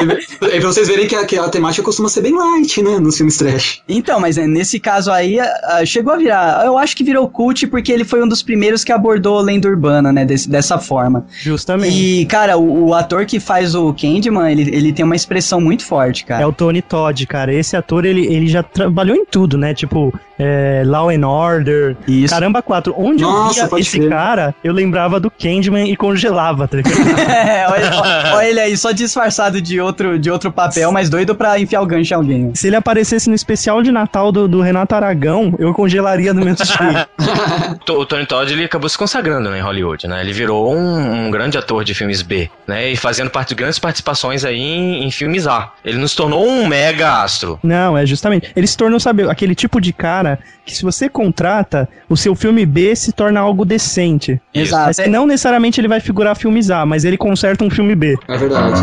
Speaker 2: E pra vocês verem que a, que a temática costuma ser bem light, né, nos filmes trash.
Speaker 1: Então, mas é, nesse caso aí, a- a- chegou a virar. Eu acho que virou cult porque ele foi um dos primeiros que abordou a lenda urbana, né? desse- dessa forma.
Speaker 3: Justamente.
Speaker 1: E, cara, o, o ator que faz o Candyman, ele, ele tem uma expressão muito forte, cara.
Speaker 3: É o Tony Todd, cara. Esse ator, ele, ele já trabalhou em tudo, né? Tipo, é, Law and Order.
Speaker 1: Isso.
Speaker 3: Caramba, quatro. Onde
Speaker 2: Nossa,
Speaker 3: eu via
Speaker 2: pode
Speaker 3: esse
Speaker 2: crer.
Speaker 3: cara, eu lembrava do Candyman e congelava, tá ligado?
Speaker 1: É, olha, ó- olha ele aí, só disfarçado de outro, de outro papel, mas doido pra enfiar o gancho em alguém.
Speaker 3: Se ele aparecesse no especial de Natal do, do Renato Aragão, eu congelaria do mesmo jeito.
Speaker 4: O Tony Todd, ele acabou se consagrando, né, em Hollywood, né? Ele virou um, um grande ator de filmes B, né? E fazendo parte de grandes participações aí em, em filmes A. Ele nos tornou um mega astro.
Speaker 3: Não, é justamente. Ele se tornou, sabe, aquele tipo de cara que se você contrata, o seu filme B se torna algo decente.
Speaker 1: Exato.
Speaker 3: Mas que não necessariamente ele vai figurar filmes A, mas ele conserta um filme B.
Speaker 2: É verdade.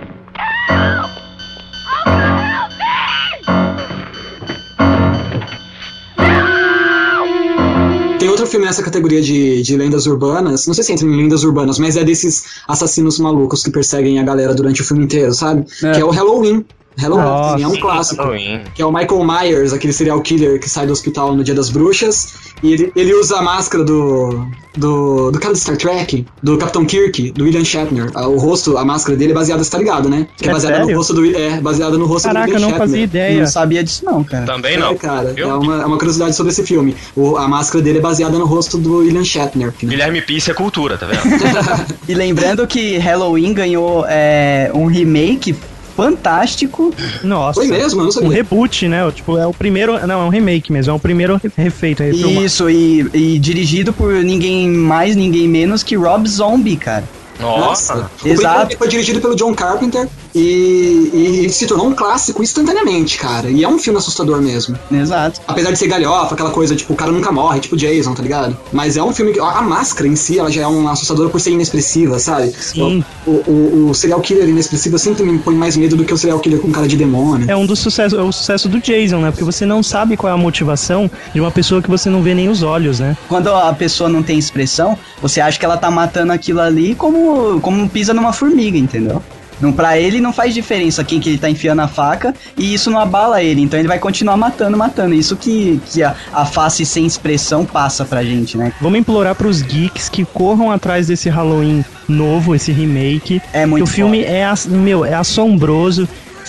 Speaker 2: Tem outro filme nessa categoria de, de lendas urbanas, não sei se entra em lendas urbanas, mas é desses assassinos malucos que perseguem a galera durante o filme inteiro, sabe?
Speaker 1: É.
Speaker 2: Que é o Halloween. Halloween
Speaker 3: Nossa.
Speaker 2: também é um clássico.
Speaker 4: Halloween.
Speaker 2: Que é o Michael Myers, aquele serial killer que sai do hospital no Dia das Bruxas. E ele, ele usa a máscara do, do. do cara do Star Trek, do Capitão Kirk, do William Shatner. O rosto, a máscara dele é baseada, você tá ligado, né? Que é
Speaker 3: É
Speaker 2: baseada
Speaker 3: sério?
Speaker 2: no rosto do. É, baseada no rosto
Speaker 3: Caraca,
Speaker 2: do
Speaker 3: eu
Speaker 2: William
Speaker 3: não
Speaker 2: Shatner.
Speaker 3: fazia ideia.
Speaker 1: Não sabia disso não, cara.
Speaker 4: Também
Speaker 2: É,
Speaker 4: não.
Speaker 2: cara,
Speaker 4: Viu?
Speaker 2: é uma, é uma curiosidade sobre esse filme. O, a máscara dele é baseada no rosto do William Shatner. Né?
Speaker 4: Guilherme Pisse é cultura, tá vendo?
Speaker 1: E lembrando que Halloween ganhou é, um remake fantástico.
Speaker 3: Nossa.
Speaker 2: Foi mesmo? Eu não
Speaker 3: Um
Speaker 2: sabia.
Speaker 3: reboot, né? Tipo, é o primeiro. Não, é um remake mesmo. É o primeiro refeito. É refilmado.
Speaker 1: Isso, e, e dirigido por ninguém mais, ninguém menos que Rob Zombie, cara.
Speaker 4: Nossa.
Speaker 2: O
Speaker 1: Exato.
Speaker 2: primeiro foi dirigido pelo John Carpenter e, e se tornou um clássico instantaneamente, cara. E é um filme assustador mesmo.
Speaker 1: Exato.
Speaker 2: Apesar de ser galhofa, aquela coisa, tipo, o cara nunca morre, tipo Jason, tá ligado? Mas é um filme que. A a máscara em si, ela já é uma assustadora por ser inexpressiva, sabe?
Speaker 3: Sim.
Speaker 2: O, o, o serial killer inexpressivo sempre me põe mais medo do que o serial killer com cara de demônio.
Speaker 3: É um dos sucessos, é o sucesso do Jason, né? Porque você não sabe qual é a motivação de uma pessoa que você não vê nem os olhos, né?
Speaker 1: Quando a pessoa não tem expressão, você acha que ela tá matando aquilo ali como, como pisa numa formiga, entendeu? Não, pra ele não faz diferença quem que ele tá enfiando a faca e isso não abala ele, então ele vai continuar matando, matando. Isso que, que a, a face sem expressão passa pra gente, né?
Speaker 3: Vamos implorar pros geeks que corram atrás desse Halloween novo, esse remake.
Speaker 1: É
Speaker 3: Que
Speaker 1: muito
Speaker 3: o filme é, ass- meu, é assombroso.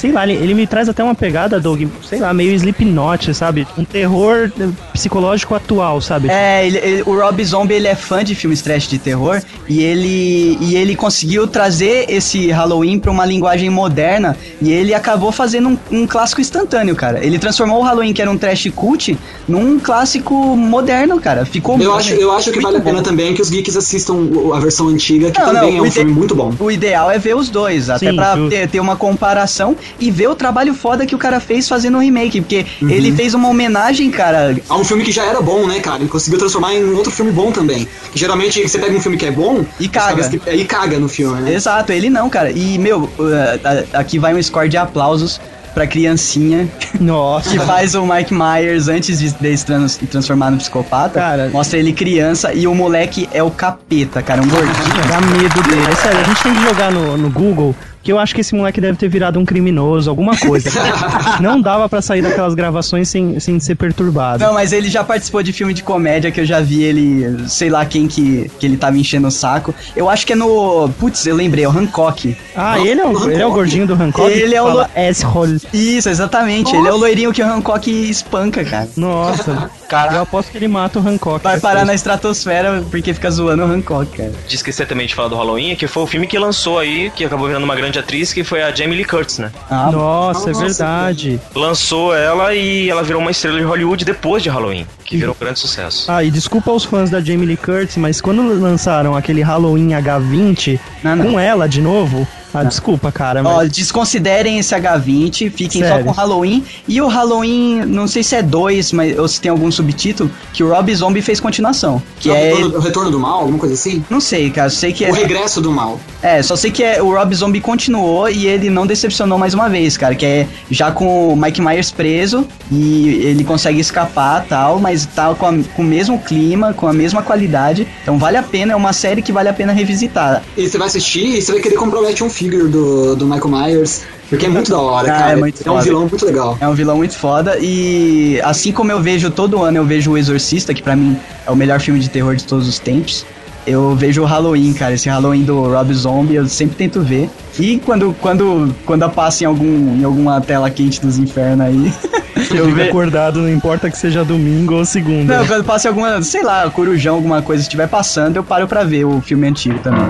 Speaker 3: sei lá, ele, ele me traz até uma pegada, Doug, sei lá, meio Slipknot, sabe? Um terror psicológico atual, sabe?
Speaker 1: É, ele, ele, o Rob Zombie, ele é fã de filmes trash de terror e ele, e ele conseguiu trazer esse Halloween pra uma linguagem moderna e ele acabou fazendo um, um clássico instantâneo, cara. Ele transformou o Halloween, que era um trash cult, num clássico moderno, cara. Ficou
Speaker 2: Eu acho, eu acho que vale a pena
Speaker 1: bom.
Speaker 2: também que os geeks assistam a versão antiga, que
Speaker 1: Não,
Speaker 2: também
Speaker 1: não,
Speaker 2: é
Speaker 1: o
Speaker 2: um
Speaker 1: ide-
Speaker 2: filme muito bom.
Speaker 1: O ideal é ver os dois, até
Speaker 3: Sim,
Speaker 1: pra
Speaker 3: justo.
Speaker 1: ter, ter uma comparação e ver o trabalho foda que o cara fez fazendo o remake, porque ele fez uma homenagem, cara.
Speaker 2: Há um filme que já era bom, né, cara? Ele conseguiu transformar em outro filme bom também. Geralmente você pega um filme que é bom
Speaker 1: E
Speaker 2: os
Speaker 1: caga.
Speaker 2: caras que- E caga no filme, né?
Speaker 1: Exato, ele não, cara. E, meu, uh, a- aqui vai um score de aplausos pra criancinha
Speaker 3: Nossa.
Speaker 1: que faz o Mike Myers antes de, de se trans- transformar no psicopata.
Speaker 3: Cara.
Speaker 1: Mostra ele criança e o moleque é o capeta, cara, um gordinho.
Speaker 3: Dá medo dele. É sério, a gente tem que jogar no, no Google, que eu acho que esse moleque deve ter virado um criminoso, alguma coisa. Não dava pra sair daquelas gravações sem, sem ser perturbado.
Speaker 1: Não, mas ele já participou de filme de comédia que eu já vi ele, sei lá quem que, que ele tava enchendo o saco. Eu acho que é no. Putz, eu lembrei, é o Hancock.
Speaker 3: Ah, ele é, o, ele é o gordinho do Hancock?
Speaker 1: Ele é o
Speaker 3: Fala, asshole.
Speaker 1: Isso, exatamente. Ele é o loirinho que o Hancock espanca, cara.
Speaker 3: Nossa,
Speaker 4: Cara,
Speaker 3: eu aposto que ele mata o Hancock.
Speaker 1: Vai parar na estratosfera porque fica zoando o Hancock, cara.
Speaker 4: de esquecer também de falar do Halloween, que foi o filme que lançou aí, que acabou virando uma grande atriz, que foi a Jamie Lee Curtis, né?
Speaker 1: Ah,
Speaker 3: Nossa, é
Speaker 2: Nossa,
Speaker 3: verdade.
Speaker 4: Lançou ela e ela virou uma estrela de Hollywood depois de Halloween, que virou um grande sucesso.
Speaker 3: Ah, e desculpa aos fãs da Jamie Lee Curtis, mas quando lançaram aquele Halloween H vinte
Speaker 1: Não, não.
Speaker 3: com ela de novo, ah, desculpa, cara, mas...
Speaker 1: Ó, desconsiderem esse H vinte, fiquem
Speaker 3: Sério.
Speaker 1: só com o Halloween. E o Halloween, não sei se é dois, mas ou se tem algum subtítulo, que o Rob Zombie fez continuação. Que
Speaker 2: Não,
Speaker 1: é.
Speaker 2: o, retorno, o Retorno do Mal, alguma coisa assim?
Speaker 1: Não sei, cara, sei que é.
Speaker 2: O Regresso do Mal.
Speaker 1: É, só sei que é, o Rob Zombie continuou e ele não decepcionou mais uma vez, cara. Que é já com o Mike Myers preso e ele consegue escapar e tal, mas tá com, a- com o mesmo clima, com a mesma qualidade. Então vale a pena, é uma série que vale a pena revisitar.
Speaker 2: E você vai assistir e você vai querer comprar o action figure do, do Michael Myers, porque é muito da hora,
Speaker 1: Ah,
Speaker 2: cara.
Speaker 1: é muito
Speaker 2: um
Speaker 1: foda.
Speaker 2: vilão muito legal.
Speaker 1: É um vilão muito foda e assim como eu vejo todo ano, eu vejo o Exorcista, que pra mim é o melhor filme de terror de todos os tempos. Eu vejo o Halloween, cara, esse Halloween do Rob Zombie, eu sempre tento ver. E quando, quando, quando passa em, algum, em alguma tela quente dos infernos aí, eu
Speaker 3: Fica
Speaker 1: vejo.
Speaker 3: acordado, não importa que seja domingo ou segunda.
Speaker 1: Não, quando passa alguma, sei lá, corujão, alguma coisa estiver passando, eu paro pra ver o filme antigo também.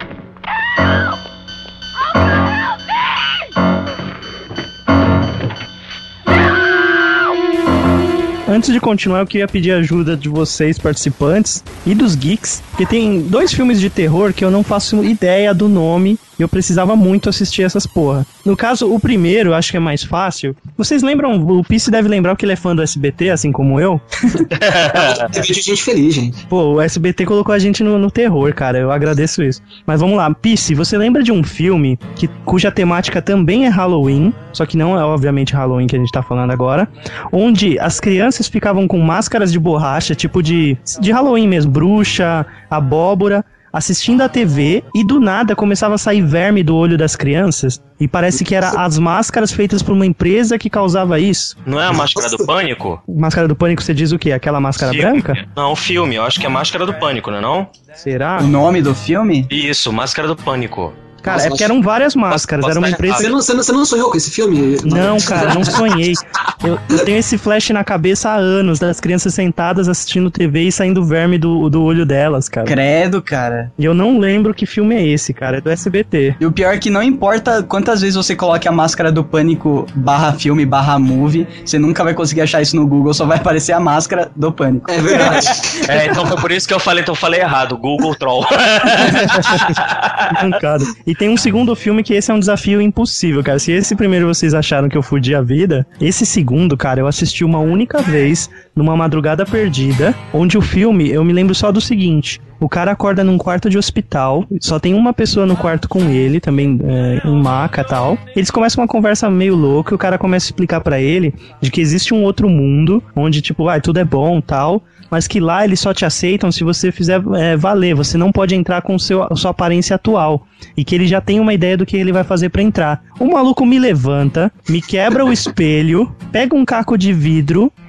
Speaker 3: Antes de continuar, eu queria pedir ajuda de vocês, participantes, e dos geeks, porque tem dois filmes de terror que eu não faço ideia do nome e eu precisava muito assistir essas porra. No caso, o primeiro, acho que é mais fácil. Vocês lembram, o Pisse deve lembrar que ele é fã do S B T, assim como eu.
Speaker 2: É vídeo de gente feliz, gente.
Speaker 3: Pô, o S B T colocou a gente no, no terror, cara, eu agradeço isso. Mas vamos lá, Pisse, você lembra de um filme que, cuja temática também é Halloween, só que não é obviamente Halloween que a gente tá falando agora, onde as crianças ficavam com máscaras de borracha, tipo de, de Halloween mesmo, bruxa, abóbora, assistindo a T V e do nada começava a sair verme do olho das crianças e parece que era as máscaras feitas por uma empresa que causava isso.
Speaker 4: Não é a Máscara do Pânico?
Speaker 3: Máscara do Pânico, você diz o quê? Aquela máscara
Speaker 4: Filme.
Speaker 3: branca?
Speaker 4: Não, o filme, eu acho que é Máscara do Pânico, não é não?
Speaker 3: Será?
Speaker 1: O nome do filme?
Speaker 4: Isso, Máscara do Pânico.
Speaker 3: Cara,
Speaker 2: Nossa,
Speaker 3: é porque
Speaker 2: mas-
Speaker 3: eram várias máscaras,
Speaker 4: Posso
Speaker 3: era uma
Speaker 4: estar
Speaker 3: empresa...
Speaker 2: Você não, você, não, você não sonhou com esse filme?
Speaker 3: Não, cara, não sonhei. Eu, eu tenho esse flash na cabeça há anos, das crianças sentadas assistindo T V e saindo verme do, do olho delas, cara.
Speaker 1: Credo, cara.
Speaker 3: E eu não lembro que filme é esse, cara, é do S B T.
Speaker 1: E o pior é que não importa quantas vezes você coloque a Máscara do Pânico barra filme barra movie, você nunca vai conseguir achar isso no Google, só vai aparecer a Máscara do Pânico.
Speaker 2: É verdade.
Speaker 4: É, então foi por isso que eu falei, então eu falei errado, Google Troll.
Speaker 3: Mancada. E tem um segundo filme que esse é um desafio impossível, cara. Se esse primeiro vocês acharam que eu fudi a vida, esse segundo, cara, eu assisti uma única vez, numa madrugada perdida, onde o filme, eu me lembro só do seguinte: o cara acorda num quarto de hospital, só tem uma pessoa no quarto com ele, também é, em maca e tal. Eles começam uma conversa meio louca e o cara começa a explicar pra ele de que existe um outro mundo, onde tipo, vai, tudo é bom e tal, mas que lá eles só te aceitam se você fizer é, valer, você não pode entrar com seu, a sua aparência atual, e que ele já tem uma ideia do que ele vai fazer pra entrar. O maluco me levanta, me quebra o espelho, pega um caco de vidro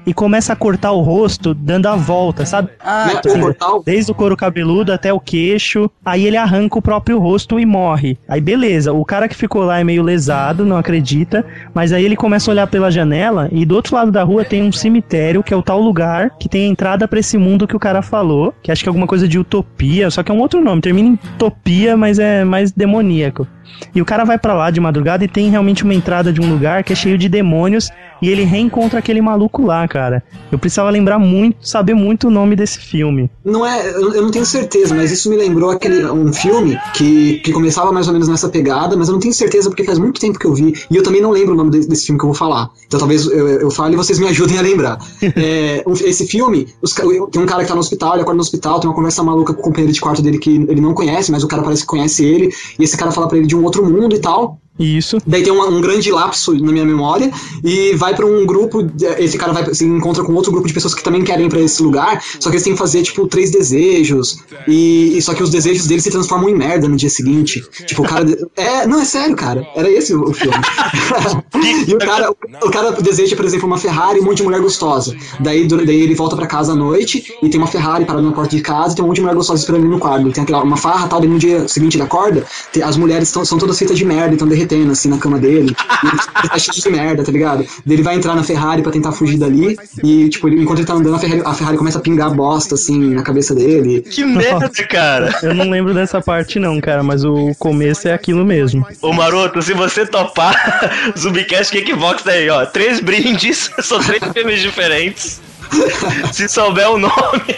Speaker 3: e começa a cortar o rosto dando a volta, sabe?
Speaker 1: Ah,
Speaker 2: Né?
Speaker 3: Assim,
Speaker 2: O portal.
Speaker 3: desde o couro cabeludo até o queixo, aí ele arranca o próprio rosto e morre. Aí beleza, o cara que ficou lá é meio lesado, não acredita, mas aí ele começa a olhar pela janela e do outro lado da rua tem um cemitério, que é o tal lugar que tem a entrada pra esse mundo que o cara falou, que acho que é alguma coisa de utopia, só que é um outro nome, termina em utopia, mas é mais demoníaco. E o cara vai pra lá de madrugada e tem realmente uma entrada de um lugar que é cheio de demônios e ele reencontra aquele maluco lá, cara. Eu precisava lembrar muito, saber muito o nome desse filme.
Speaker 2: Não é, eu eu não tenho certeza, mas isso me lembrou aquele, um filme que, que começava mais ou menos nessa pegada, mas eu não tenho certeza porque faz muito tempo que eu vi e eu também não lembro o nome desse, desse filme que eu vou falar. Então talvez eu, eu fale e vocês me ajudem a lembrar. É, um, esse filme, os, tem um cara que tá no hospital, ele acorda no hospital, tem uma conversa maluca com o companheiro de quarto dele que ele não conhece, mas o cara parece que conhece ele, e esse cara fala pra ele de um outro mundo e tal.
Speaker 3: Isso.
Speaker 2: Daí tem uma, um grande lapso na minha memória e vai pra um grupo, esse cara vai, se encontra com outro grupo de pessoas que também querem ir pra esse lugar, só que eles têm que fazer, tipo, três desejos e, e só que os desejos deles se transformam em merda no dia seguinte. Tipo, o cara... É, não, é sério, cara. Era esse o, o filme. E o cara, o, o cara deseja, por exemplo, uma Ferrari e um monte de mulher gostosa. Daí, do- daí ele volta pra casa à noite e tem uma Ferrari parada na porta de casa e tem um monte de mulher gostosa esperando ele no quarto. Ele tem aquela, uma farra tal, daí no dia seguinte ele acorda, tem- as mulheres tão, são todas feitas de merda, então derretendo assim na cama dele, e ele tá cheio de merda, tá ligado? Daí ele vai entrar na Ferrari pra tentar fugir dali, e tipo, ele, enquanto ele tá andando, a Ferrari, a Ferrari começa a pingar bosta assim na cabeça dele.
Speaker 4: Que merda, cara.
Speaker 3: Eu não lembro dessa parte não, cara, mas o começo é aquilo mesmo.
Speaker 4: Ô Maroto, se você topar, Zumbicast Kickbox aí, ó. Três brindes, são três filmes diferentes. Se souber o nome.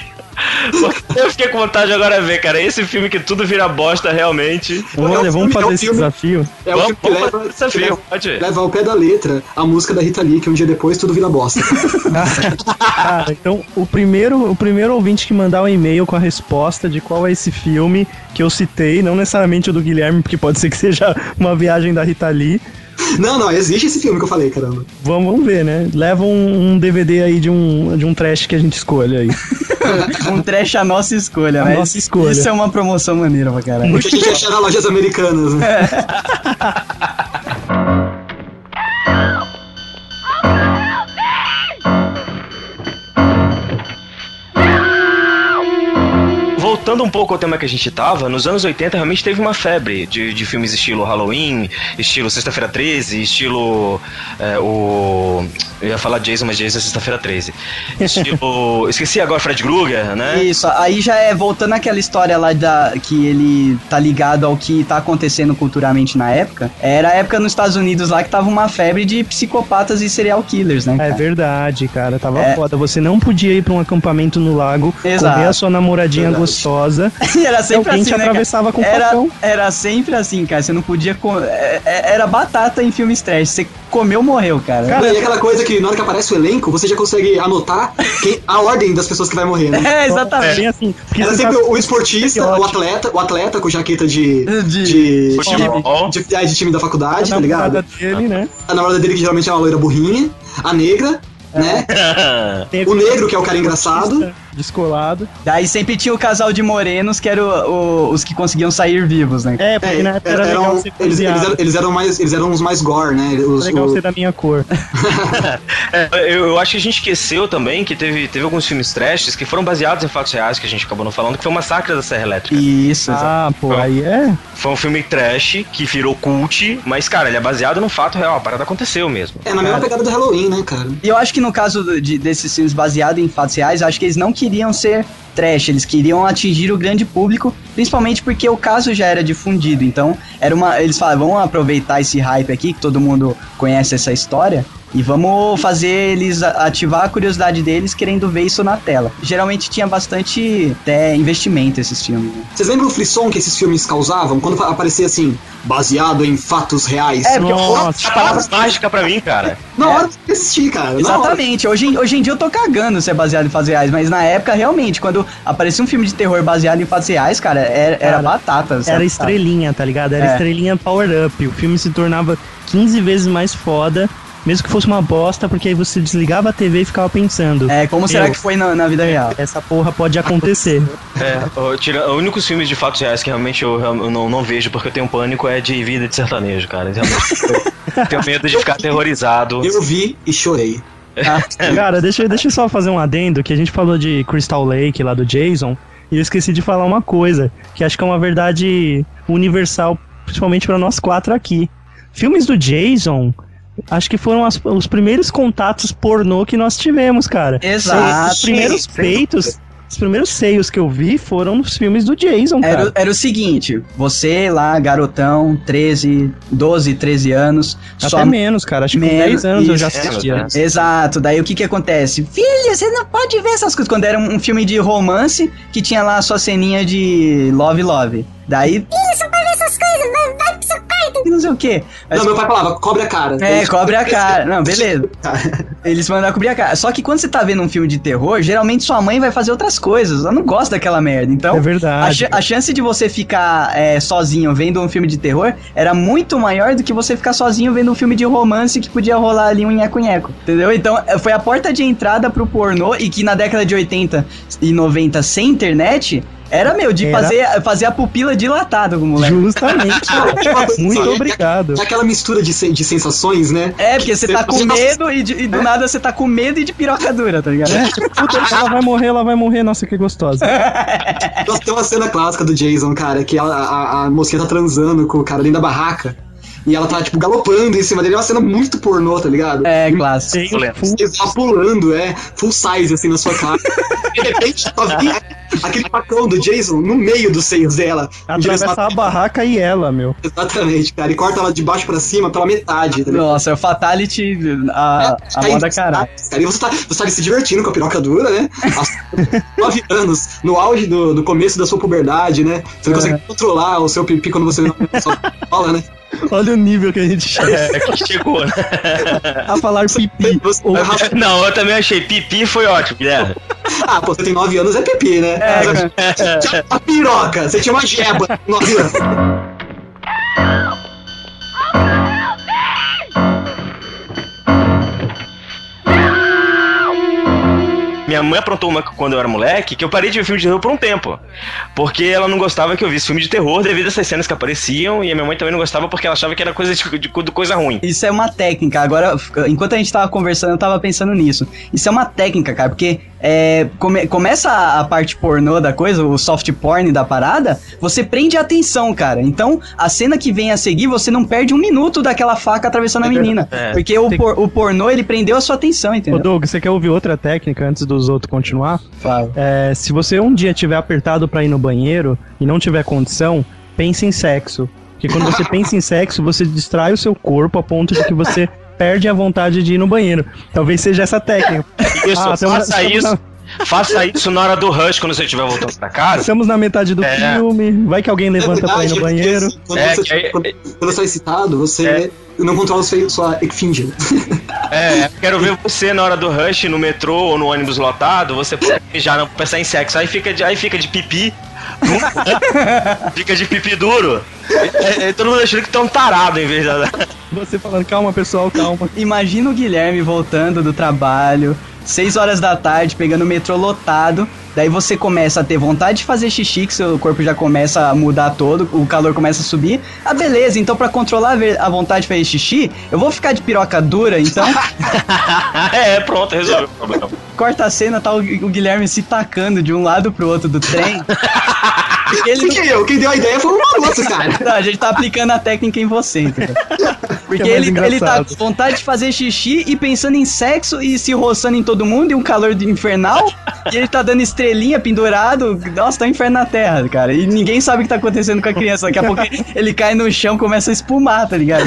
Speaker 4: Eu fiquei com vontade agora de ver, cara. Esse filme que tudo vira bosta, realmente.
Speaker 3: Olha,
Speaker 2: É um
Speaker 3: vamos
Speaker 2: filme- é
Speaker 3: fazer
Speaker 2: um
Speaker 3: esse
Speaker 2: filme-
Speaker 3: desafio.
Speaker 2: É o
Speaker 4: Vamos,
Speaker 2: filme que
Speaker 4: vamos
Speaker 2: leva,
Speaker 4: fazer esse desafio, pode ir.
Speaker 2: leva ao pé da letra a música da Rita Lee, que um dia depois tudo vira bosta.
Speaker 3: Cara, então o primeiro, o primeiro ouvinte que mandar um e-mail com a resposta de qual é esse filme que eu citei, não necessariamente o do Guilherme, porque pode ser que seja uma viagem da Rita Lee.
Speaker 2: Não, não, existe esse filme que eu falei, caramba.
Speaker 3: Vamos, vamos ver, né? Leva um, um D V D aí de um, de um trash que a gente escolha aí.
Speaker 1: Um trash a nossa escolha,
Speaker 3: A
Speaker 1: né?
Speaker 3: nossa escolha.
Speaker 1: Isso é uma promoção maneira pra caralho.
Speaker 2: Porque a gente achar nas lojas americanas, né?
Speaker 4: Voltando um pouco ao tema que a gente tava, nos anos oitenta realmente teve uma febre de, de filmes estilo Halloween, estilo Sexta-feira treze, estilo é, o... Eu ia falar Jason, mas Jason é Sexta-feira treze. Estilo... Esqueci agora, Fred Krueger, né?
Speaker 1: Isso, aí já é voltando àquela história lá da, que ele tá ligado ao que tá acontecendo culturalmente na época. Era a época nos Estados Unidos lá que tava uma febre de psicopatas e serial killers, né?
Speaker 3: É
Speaker 1: cara?
Speaker 3: verdade, cara. Tava
Speaker 1: É.
Speaker 3: foda. Você não podia ir pra um acampamento no lago,
Speaker 1: Exato.
Speaker 3: comer a sua namoradinha
Speaker 2: Verdade.
Speaker 3: gostosa.
Speaker 1: E era sempre
Speaker 3: alguém
Speaker 1: assim,
Speaker 3: te
Speaker 1: né,
Speaker 3: atravessava
Speaker 1: cara?
Speaker 3: com
Speaker 1: era,
Speaker 3: facão.
Speaker 1: era sempre assim, cara. Você não podia. Co- é- é- Era batata em filmes trash. Você comeu, morreu, cara.
Speaker 2: Cara, e aquela coisa que na hora que aparece o elenco, você já consegue anotar quem- a ordem das pessoas que vai morrer, né?
Speaker 1: É, exatamente.
Speaker 3: Bem assim. Porque
Speaker 2: Era
Speaker 3: você
Speaker 2: sempre
Speaker 3: sabe-
Speaker 2: o esportista, o atleta, o atleta com jaqueta de.
Speaker 1: De-
Speaker 2: de,
Speaker 4: Futebol.
Speaker 2: de, de, de time da faculdade,
Speaker 3: a
Speaker 2: tá ligado?
Speaker 3: namorada dele, né?
Speaker 2: A namorada dele, que geralmente é uma loira burrinha, a negra, né?
Speaker 3: Tem
Speaker 2: O negro, que é o cara engraçado.
Speaker 3: Descolado.
Speaker 1: Daí sempre tinha o casal de morenos que eram o- os que conseguiam sair vivos, né?
Speaker 3: É, porque
Speaker 2: É,
Speaker 3: na época era
Speaker 2: eram-
Speaker 3: legal ser
Speaker 2: eles, eles, eram, eles eram mais, eles eram os mais gore, né? Os,
Speaker 3: legal
Speaker 2: o-
Speaker 3: ser da minha cor.
Speaker 4: É, eu, eu acho que a gente esqueceu também que teve, teve alguns filmes trashes que foram baseados em fatos reais, que a gente acabou não falando, que foi o Massacre da Serra Elétrica.
Speaker 1: Isso, exato.
Speaker 3: Ah, pô, aí é.
Speaker 4: Foi um filme trash que virou cult, mas, cara, ele é baseado num fato real, a parada aconteceu mesmo.
Speaker 2: É na mesma pegada do Halloween, né, cara?
Speaker 1: E eu acho que no caso do- de, desses filmes baseados em fatos reais, eu acho que eles não queriam ser trash, eles queriam atingir o grande público, principalmente porque o caso já era difundido. Então, era uma, eles falaram, vamos aproveitar esse hype aqui, que todo mundo conhece essa história, e vamos fazer eles a- ativar a curiosidade deles querendo ver isso na tela. Geralmente tinha bastante até investimento esses filmes, né?
Speaker 2: Vocês lembram o frisson que esses filmes causavam? Quando aparecia assim, baseado em fatos reais?
Speaker 1: É, porque
Speaker 3: Nossa.
Speaker 4: A palavra mágica pra mim, cara.
Speaker 2: Na hora de assistir, cara. na hora.
Speaker 1: Exatamente, hoje, em- hoje em dia eu tô cagando se é baseado em fatos reais, mas na época, realmente, quando aparecia um filme de terror baseado em fatos reais, cara, era, era
Speaker 3: Cara,
Speaker 1: batata. sabe?
Speaker 3: Era estrelinha, tá ligado? Era
Speaker 1: É.
Speaker 3: estrelinha power up. O filme se tornava quinze vezes mais foda, mesmo que fosse uma bosta, porque aí você desligava a T V e ficava pensando.
Speaker 1: É, como será
Speaker 3: Meu,
Speaker 1: que foi na, na vida real?
Speaker 3: Essa porra pode acontecer.
Speaker 4: É, o- tira, os únicos filmes de fatos reais que realmente eu, eu não, não vejo porque eu tenho pânico é de vida de sertanejo, cara. Realmente, eu tenho medo de ficar aterrorizado.
Speaker 2: Eu vi e chorei.
Speaker 3: Cara, deixa, deixa eu só fazer um adendo, que a gente falou de Crystal Lake lá do Jason, e eu esqueci de falar uma coisa, que acho que é uma verdade universal, principalmente pra nós quatro aqui. Filmes do Jason, acho que foram as, os primeiros contatos pornô que nós tivemos, cara.
Speaker 1: Exato.
Speaker 3: Os primeiros peitos... Os primeiros seios que eu vi foram nos filmes do Jason, cara.
Speaker 1: Era, era o seguinte, você lá, garotão, treze, doze, treze anos...
Speaker 3: Até
Speaker 1: só
Speaker 3: menos, cara, acho que com
Speaker 1: menos,
Speaker 3: dez anos eu já
Speaker 1: isso.
Speaker 3: assistia.
Speaker 1: Exato, daí o que que acontece? Filho, você não pode ver essas coisas. Quando era um, um filme de romance, que tinha lá a sua ceninha de love, love. Daí... Filho, só pode ver essas coisas, vai, vai pro seu quarto. E não sei o quê. Mas,
Speaker 2: Não, meu pai falava, cobre a cara.
Speaker 1: É, cobre a cara. Não, beleza. Eles mandaram cobrir a cara. Só que quando você tá vendo um filme de terror, geralmente sua mãe vai fazer outras coisas. Ela não gosta daquela merda. Então,
Speaker 3: É verdade.
Speaker 1: a, ch- a chance de você ficar é, sozinho vendo um filme de terror era muito maior do que você ficar sozinho vendo um filme de romance que podia rolar ali um nheco-nheco. Entendeu? Então, foi a porta de entrada pro pornô e que na década de oitenta e noventa, sem internet... Era, meu, de
Speaker 3: Era.
Speaker 1: Fazer, fazer a pupila dilatada com o moleque.
Speaker 3: Justamente. Muito
Speaker 2: Sim,
Speaker 3: obrigado.
Speaker 2: É aquela mistura de, sen- de sensações, né?
Speaker 1: É, porque você tá com
Speaker 2: Você-
Speaker 1: medo e, de- e do nada você tá com medo e de piroca dura, tá ligado?
Speaker 3: Puta, ela vai morrer, ela vai morrer. Nossa, que gostosa.
Speaker 2: Nossa, tem uma cena clássica do Jason, cara, que ela- a, a mocinha tá transando com o cara dentro da barraca. E ela tá, tipo, galopando em cima dele. É uma cena muito pornô, tá ligado?
Speaker 1: É, clássico.
Speaker 3: Seio full.
Speaker 2: Ele tá pulando, é, full size, assim, na sua cara. De repente, só vem aquele facão do Jason no meio dos seios dela. em direção
Speaker 3: Atravessar
Speaker 2: à-
Speaker 3: a barraca e ela, meu.
Speaker 2: Exatamente, cara. E corta ela de baixo pra cima pela metade, tá ligado?
Speaker 1: Nossa, é o Fatality, a, a
Speaker 2: Aí,
Speaker 1: moda caralho.
Speaker 2: cara, e você tá, você tá ali se divertindo com a piroca dura, né? Há nove anos, no auge do, do começo da sua puberdade, né? Você não consegue controlar o seu pipi quando você vê na sua bola, né?
Speaker 3: Olha o nível que a gente chega
Speaker 4: É, que chegou, né?
Speaker 3: a falar pipi.
Speaker 2: Você-
Speaker 3: Ou-
Speaker 4: Não, eu também achei pipi foi ótimo, Guilherme.
Speaker 2: Ah, pô, você tem nove anos, é pipi, né?
Speaker 1: É,
Speaker 2: Mas você tinha uma piroca, você tinha uma jeba com nove anos.
Speaker 4: Minha mãe aprontou uma quando eu era moleque, que eu parei de ver filme de terror por um tempo. Porque ela não gostava que eu visse filme de terror devido a essas cenas que apareciam, e a minha mãe também não gostava porque ela achava que era coisa de, de, de coisa ruim.
Speaker 1: Isso é uma técnica. Agora, enquanto a gente tava conversando, eu tava pensando nisso. Isso é uma técnica, cara, porque é, come- começa a, a parte pornô da coisa, o soft porn da parada, você prende a atenção, cara. Então, a cena que vem a seguir, você não perde um minuto daquela faca atravessando a menina.
Speaker 4: É.
Speaker 1: Porque o, por- o pornô, ele prendeu a sua atenção,
Speaker 3: Ô,
Speaker 1: entendeu?
Speaker 3: Doug, você quer ouvir outra técnica antes dos outros continuar?
Speaker 1: Fala.
Speaker 3: É, se você um dia tiver apertado pra ir no banheiro e não tiver condição, pense em sexo. Porque quando você pensa em sexo, você distrai o seu corpo a ponto de que você perde a vontade de ir no banheiro. Talvez seja essa técnica.
Speaker 4: Isso,
Speaker 3: Ah, estamos-
Speaker 4: faça
Speaker 3: estamos
Speaker 4: isso.
Speaker 3: na-
Speaker 4: Faça isso na hora do rush, quando você estiver voltando pra casa.
Speaker 3: Estamos na metade do
Speaker 4: É.
Speaker 3: filme, vai que alguém levanta pra ir no
Speaker 2: porque,
Speaker 3: banheiro.
Speaker 2: assim, quando,
Speaker 4: É,
Speaker 2: você,
Speaker 4: que aí-
Speaker 2: quando, quando você tá excitado, você
Speaker 4: É.
Speaker 2: não controla os feios, sua ecfinge.
Speaker 4: É, quero ver você na hora do rush, no metrô ou no ônibus lotado, você pode já não pensar em sexo. Aí fica de, aí fica de pipi. Fica de pipi duro. É, é, todo mundo achando que tá um tarado em vez da.
Speaker 3: Você falando, calma pessoal, calma.
Speaker 1: Imagina o Guilherme voltando do trabalho, seis horas da tarde, pegando o metrô lotado. Daí você começa a ter vontade de fazer xixi, que seu corpo já começa a mudar todo, o calor começa a subir. Ah, beleza, então pra controlar a ver- a vontade de fazer xixi, eu vou ficar de piroca dura, então
Speaker 4: É, pronto, resolveu o problema.
Speaker 1: corta a cena, tá o, o Guilherme se tacando de um lado pro outro do trem. Porque ele
Speaker 2: Quem que eu? Quem deu a ideia foi o maroto, cara.
Speaker 1: Não, a gente tá aplicando a técnica em você, entendeu? Porque
Speaker 3: Que é mais
Speaker 1: ele, ele tá
Speaker 3: engraçado.
Speaker 1: com vontade de fazer xixi e pensando em sexo e se roçando em todo mundo e um calor de infernal. E ele tá dando estrelinha pendurado. Nossa, tá um inferno na terra, cara. E ninguém sabe o que tá acontecendo com a criança. Daqui a pouco ele cai no chão, começa a espumar, tá ligado?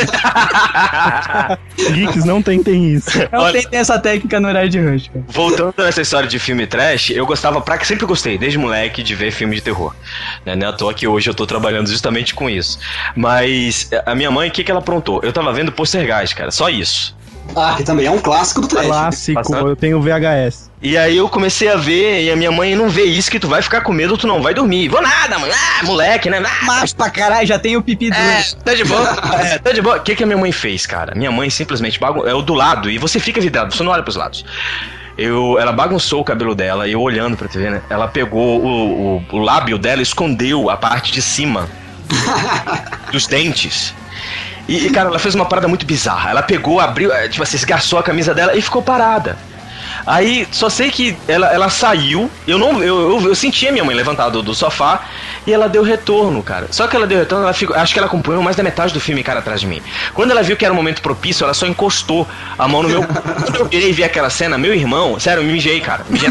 Speaker 3: Geeks, não tentem isso.
Speaker 1: Não
Speaker 4: Olha-
Speaker 1: tem essa técnica no horário de rush, cara.
Speaker 4: Voltando nessa história de filme trash, eu gostava pra que sempre gostei, desde moleque, de ver filme de terror. Né? Não é à toa que hoje eu tô trabalhando justamente com isso. Mas a minha mãe, o que, que ela aprontou? Eu tava vendo Poltergeist, cara, só isso.
Speaker 2: Ah, que também é um clássico do trash.
Speaker 3: Clássico,
Speaker 4: Passando.
Speaker 3: eu tenho V H S.
Speaker 4: E aí eu comecei a ver, e a minha mãe não vê isso que tu vai ficar com medo, tu não vai dormir. Vou nada, mano. Ah, moleque, né? Ah,
Speaker 1: Macho pra caralho, já tem o pipi duro.
Speaker 4: É, tá de boa. É, tá de boa. O que, que a minha mãe fez, cara? Minha mãe simplesmente bagun... é o do lado, e você fica vidrado, você não olha pros lados. Eu, ela bagunçou o cabelo dela, e eu olhando pra T V, né? Ela pegou o, o, o lábio dela, escondeu a parte de cima dos dentes. E, e, cara, ela fez uma parada muito bizarra. Ela pegou, abriu, tipo assim, esgarçou a camisa dela e ficou parada. Aí, só sei que ela, ela saiu, eu não eu, eu, eu senti a minha mãe levantada do, do sofá e ela deu retorno, cara. Só que ela deu retorno, ela ficou, acho que ela acompanhou mais da metade do filme, cara, atrás de mim. Quando ela viu que era um momento propício, ela só encostou a mão no meu... Quando eu virei e vi aquela cena, meu irmão, sério, eu me mijei, cara. Mijei.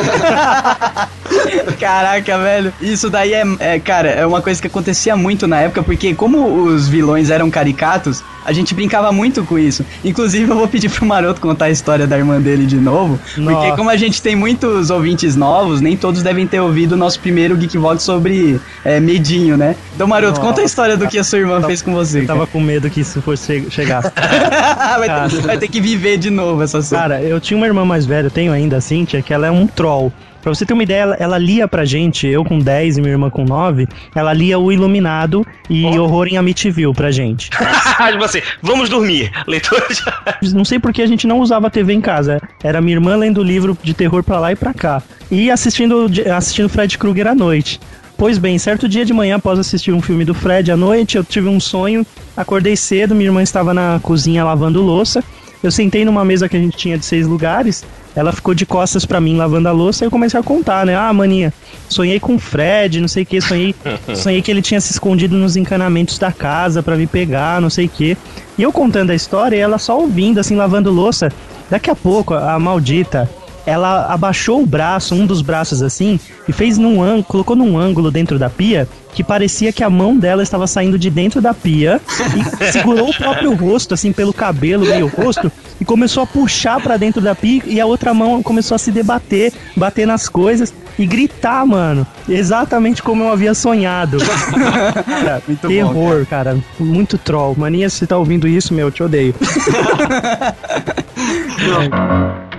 Speaker 1: Caraca, velho. Isso daí é, é, cara, é uma coisa que acontecia muito na época, porque como os vilões eram caricatos, a gente brincava muito com isso. Inclusive, eu vou pedir pro Maroto contar a história da irmã dele de novo,
Speaker 3: Nossa.
Speaker 1: porque como a gente tem muitos ouvintes novos, nem todos devem ter ouvido o nosso primeiro Geekvox sobre é, medinho, né? Então, Maroto,
Speaker 3: Nossa.
Speaker 1: conta a história do que a sua irmã fez com você.
Speaker 3: Eu tava com medo que isso fosse chegar.
Speaker 1: vai, ter, vai ter que viver de novo essa cena.
Speaker 3: Cara, eu tinha uma irmã mais velha, eu tenho ainda a Cíntia, que ela é um troll. Pra você ter uma ideia, ela, ela lia pra gente, eu com dez e minha irmã com nove, ela lia O Iluminado e oh. Horror em Amityville pra gente.
Speaker 4: Tipo assim, vamos dormir, leitor.
Speaker 3: Não sei porque a gente não usava T V em casa. Era minha irmã lendo livro de terror pra lá e pra cá. E assistindo, assistindo Fred Krueger à noite. Pois bem, certo dia de manhã, após assistir um filme do Fred à noite, eu tive um sonho, acordei cedo, minha irmã estava na cozinha lavando louça. Eu sentei numa mesa que a gente tinha de seis lugares, ela ficou de costas pra mim lavando a louça e eu comecei a contar, né? Ah, maninha, sonhei com o Fred, não sei o que, sonhei, sonhei que ele tinha se escondido nos encanamentos da casa pra me pegar, não sei o que. E eu contando a história e ela só ouvindo, assim, lavando louça. Daqui a pouco, a maldita, ela abaixou o braço, um dos braços assim, e fez num ângulo, colocou num ângulo dentro da pia que parecia que a mão dela estava saindo de dentro da pia e segurou o próprio rosto, assim, pelo cabelo, meio rosto, e começou a puxar pra dentro da pia e a outra mão começou a se debater, bater nas coisas e gritar, mano, exatamente como eu havia sonhado. Cara, muito terror, bom, cara. cara, muito troll. Maninha, se você tá ouvindo isso, meu, eu te odeio.
Speaker 2: Não.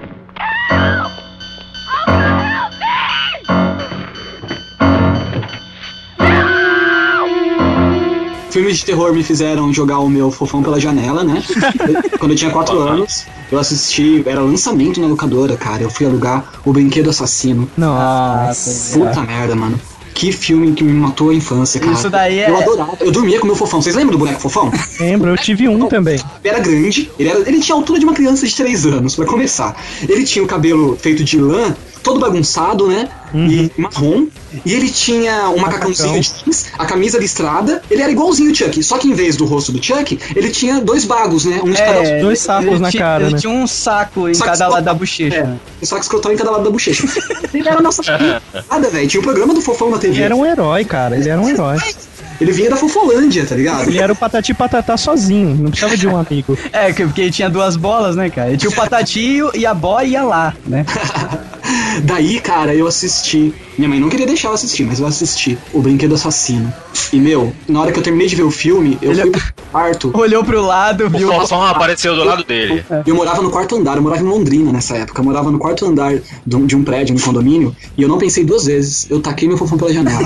Speaker 2: Filmes de terror me fizeram jogar o meu fofão pela janela, né? Quando eu tinha quatro anos, eu assisti, era lançamento na locadora, cara. Eu fui alugar O Brinquedo Assassino.
Speaker 1: Nossa.
Speaker 2: Puta merda, mano. Que filme que me matou a infância, cara.
Speaker 1: Isso daí é...
Speaker 2: Eu adorava. Eu dormia com o meu fofão. Vocês lembram do boneco fofão?
Speaker 3: Lembro, eu tive um também.
Speaker 2: Ele era grande, ele, era, ele tinha a altura de uma criança de três anos, pra começar. Ele tinha o cabelo feito de lã, todo bagunçado, né? Uhum. E marrom. E ele tinha um macacãozinho de jeans, a camisa listrada. Ele era igualzinho o Chuck, só que em vez do rosto do Chuck, ele tinha dois bagos, né? Um de
Speaker 1: é,
Speaker 2: cada...
Speaker 3: Dois sacos na
Speaker 1: tinha,
Speaker 3: cara,
Speaker 1: ele
Speaker 3: né?
Speaker 1: tinha um saco em
Speaker 2: Saco
Speaker 1: cada
Speaker 2: escrotal.
Speaker 1: lado da bochecha.
Speaker 2: É, um saco escrotal em cada lado da bochecha. Ele era a nossa nada, velho. Tinha um programa do Fofão na T V.
Speaker 3: Ele era um herói, cara. Ele era um herói.
Speaker 2: Ele vinha da Fofolândia, tá ligado?
Speaker 3: Ele era o Patati Patatá sozinho, não precisava de um amigo.
Speaker 1: É, porque ele tinha duas bolas, né, cara? Ele tinha o Patati e a bola ia lá, né?
Speaker 2: Daí, cara, eu assisti. Minha mãe não queria deixar eu assistir, mas eu assisti O Brinquedo Assassino. E, meu, na hora que eu terminei de ver o filme, eu
Speaker 1: Ele
Speaker 2: fui pro quarto.
Speaker 1: Olhou pro lado, viu...
Speaker 4: O Fofão apareceu do lado dele.
Speaker 2: Eu morava no quarto andar, eu morava em Londrina nessa época. Eu morava no quarto andar de um, de um prédio, no condomínio, e eu não pensei duas vezes. Eu taquei meu fofão pela janela.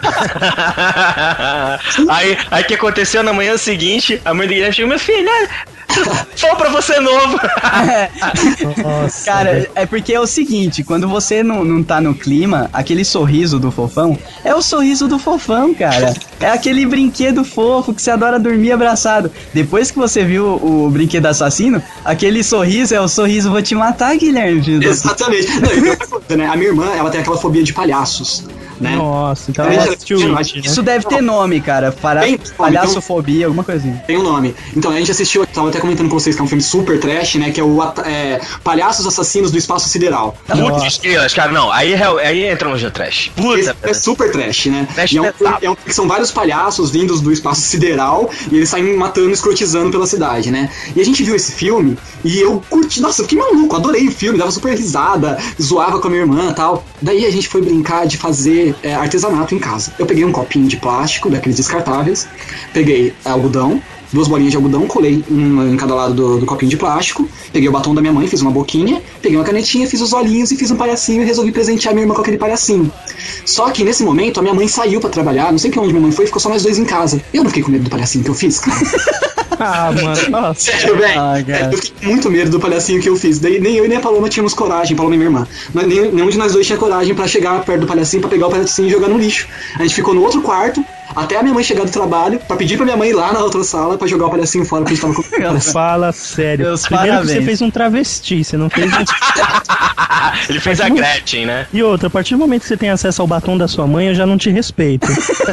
Speaker 4: aí, aí que aconteceu na manhã seguinte, a mãe do Guilherme chegou, meu filho, só pra você novo.
Speaker 1: É.
Speaker 3: Nossa,
Speaker 1: cara,
Speaker 3: velho.
Speaker 1: é porque é o seguinte, quando você não, não tá no clima, aquele sorriso do fofão é o sorriso do fofão, cara. É aquele brinquedo fofo que você adora dormir abraçado. Depois que você viu o, o brinquedo assassino, aquele sorriso é o sorriso vou te matar, Guilherme.
Speaker 2: Exatamente. Não, e outra coisa, né? A minha irmã, ela tem aquela fobia de palhaços, né?
Speaker 3: Nossa, então
Speaker 2: Ela
Speaker 3: ela
Speaker 2: já-
Speaker 3: assistiu
Speaker 2: já-
Speaker 3: It, né?
Speaker 1: Isso deve ter nome, cara. Para...
Speaker 2: Tem,
Speaker 1: Palhaçofobia, alguma coisinha.
Speaker 2: Tem um nome. Então, a gente assistiu, tava até comentando com vocês que é um filme super trash, né? Que é o é, Palhaços Assassinos do Espaço Sideral.
Speaker 4: Muito de estrelas, cara, não, aí, é- aí entramos no trash. Puta,
Speaker 2: Esse é super trash, né?
Speaker 4: Trash
Speaker 2: E é um,
Speaker 4: pesado.
Speaker 2: é um, são vários palhaços vindos do espaço sideral e eles saem matando, escrotizando pela cidade, né? E a gente viu esse filme e eu curti, nossa, eu fiquei maluco, adorei o filme, dava super risada, zoava com a minha irmã e tal. Daí a gente foi brincar de fazer é, artesanato em casa. Eu peguei um copinho de plástico, daqueles descartáveis, peguei algodão, duas bolinhas de algodão, colei uma em cada lado do, do copinho de plástico, peguei o batom da minha mãe, fiz uma boquinha, peguei uma canetinha, fiz os olhinhos e fiz um palhacinho e resolvi presentear minha irmã com aquele palhacinho. Só que nesse momento a minha mãe saiu pra trabalhar, não sei pra onde minha mãe foi, ficou só nós dois em casa. Eu não fiquei com medo do palhacinho que eu fiz, cara.
Speaker 3: Ah, mano, nossa.
Speaker 2: Sério, velho.
Speaker 1: Ah, cara.
Speaker 2: Eu fiquei com muito medo do palhacinho que eu fiz. Daí nem eu e nem a Paloma tínhamos coragem, Paloma e minha irmã. Mas nem, nenhum de nós dois tinha coragem pra chegar perto do palhacinho, pra pegar o palhacinho e jogar no lixo. A gente ficou no outro quarto, até a minha mãe chegar do trabalho, pra pedir pra minha mãe ir lá na outra sala pra jogar o palhacinho fora, porque a gente tava com...
Speaker 3: Fala sério.
Speaker 1: Meus
Speaker 3: Primeiro
Speaker 1: parabéns.
Speaker 3: que você fez um travesti, você não fez um...
Speaker 4: Ele fez a Gretchen, né?
Speaker 3: E outra, a partir do momento que você tem acesso ao batom da sua mãe, eu já não te respeito.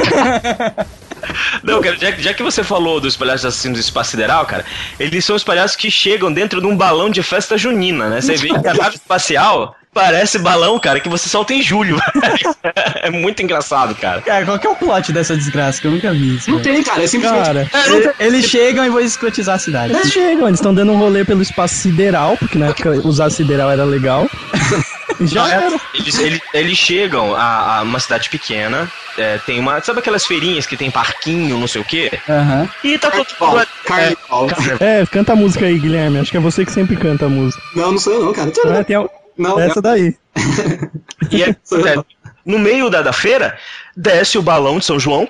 Speaker 4: Não, cara, já, já que você falou dos palhaços assassinos do espaço sideral, cara, eles são os palhaços que chegam dentro de um balão de festa junina, né? Você vê que a nave espacial parece balão, cara, que você solta em julho. É muito engraçado, cara.
Speaker 1: Cara, qual que é o plot dessa desgraça? Que eu nunca vi isso.
Speaker 2: Não
Speaker 1: velho.
Speaker 2: tem, cara, é simplesmente...
Speaker 3: Cara,
Speaker 1: Eles, eles chegam e vão escrotizar a cidade.
Speaker 3: eles chegam, eles estão dando um rolê pelo espaço sideral, porque na época usar sideral era legal. E já era.
Speaker 4: Eles, eles, eles chegam a, a uma cidade pequena, é, tem uma... Sabe aquelas feirinhas que tem parquinho, não sei o quê?
Speaker 1: Aham.
Speaker 4: E tá todo
Speaker 2: Carnival,
Speaker 4: mundo...
Speaker 2: Carnival.
Speaker 3: É, canta a música aí, Guilherme. Acho que é você que sempre canta a música.
Speaker 2: Não, não sou eu não, cara.
Speaker 3: É, tem a...
Speaker 2: Não,
Speaker 3: Essa daí.
Speaker 4: E é, é, no meio da, da feira, desce o balão de São João.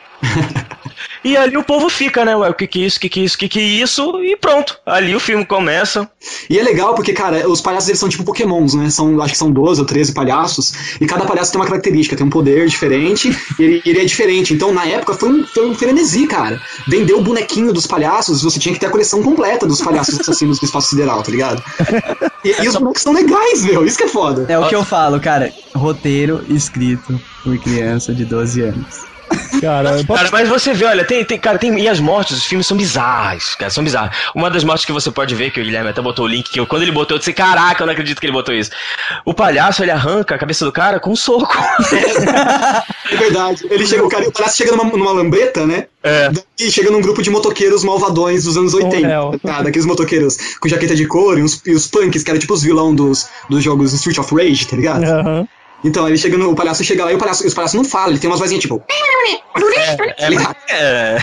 Speaker 4: E ali o povo fica, né? Ué, o que que é isso, o que que é isso, o que que é isso? E pronto. Ali o filme começa.
Speaker 2: E é legal porque, cara, os palhaços eles são tipo pokémons, né? São, acho que são doze ou treze palhaços. E cada palhaço tem uma característica, tem um poder diferente. E ele, ele é diferente. Então, na época, foi um, foi um frenesi, cara. Vendeu o bonequinho dos palhaços, você tinha que ter a coleção completa dos palhaços assassinos do espaço sideral, tá ligado? E, e os bonecos são legais, meu. Isso que é foda.
Speaker 1: É o que eu falo, cara. Roteiro escrito por criança de doze anos.
Speaker 3: Cara,
Speaker 4: Cara, mas você vê, olha, tem, tem, cara, tem, e as mortes dos filmes são bizarras, cara, são bizarras. Uma das mortes que você pode ver, que o Guilherme até botou o link, que eu, quando ele botou, eu disse, caraca, eu não acredito que ele botou isso. O palhaço, ele arranca a cabeça do cara com um soco.
Speaker 2: É verdade. Ele chega, o, cara, o palhaço chega numa, numa lambreta, né?
Speaker 4: É.
Speaker 2: E chega num grupo de motoqueiros malvadões dos anos oitenta.
Speaker 3: réu.
Speaker 2: Tá? Daqueles motoqueiros com jaqueta de couro e, uns, e os punks, que eram tipo os vilão dos, dos jogos Street of Rage, tá ligado?
Speaker 3: aham.
Speaker 2: Então, ele chega no, o palhaço chega lá e o palhaço, os palhaços não falam, ele tem umas vozinhas tipo...
Speaker 4: É, é.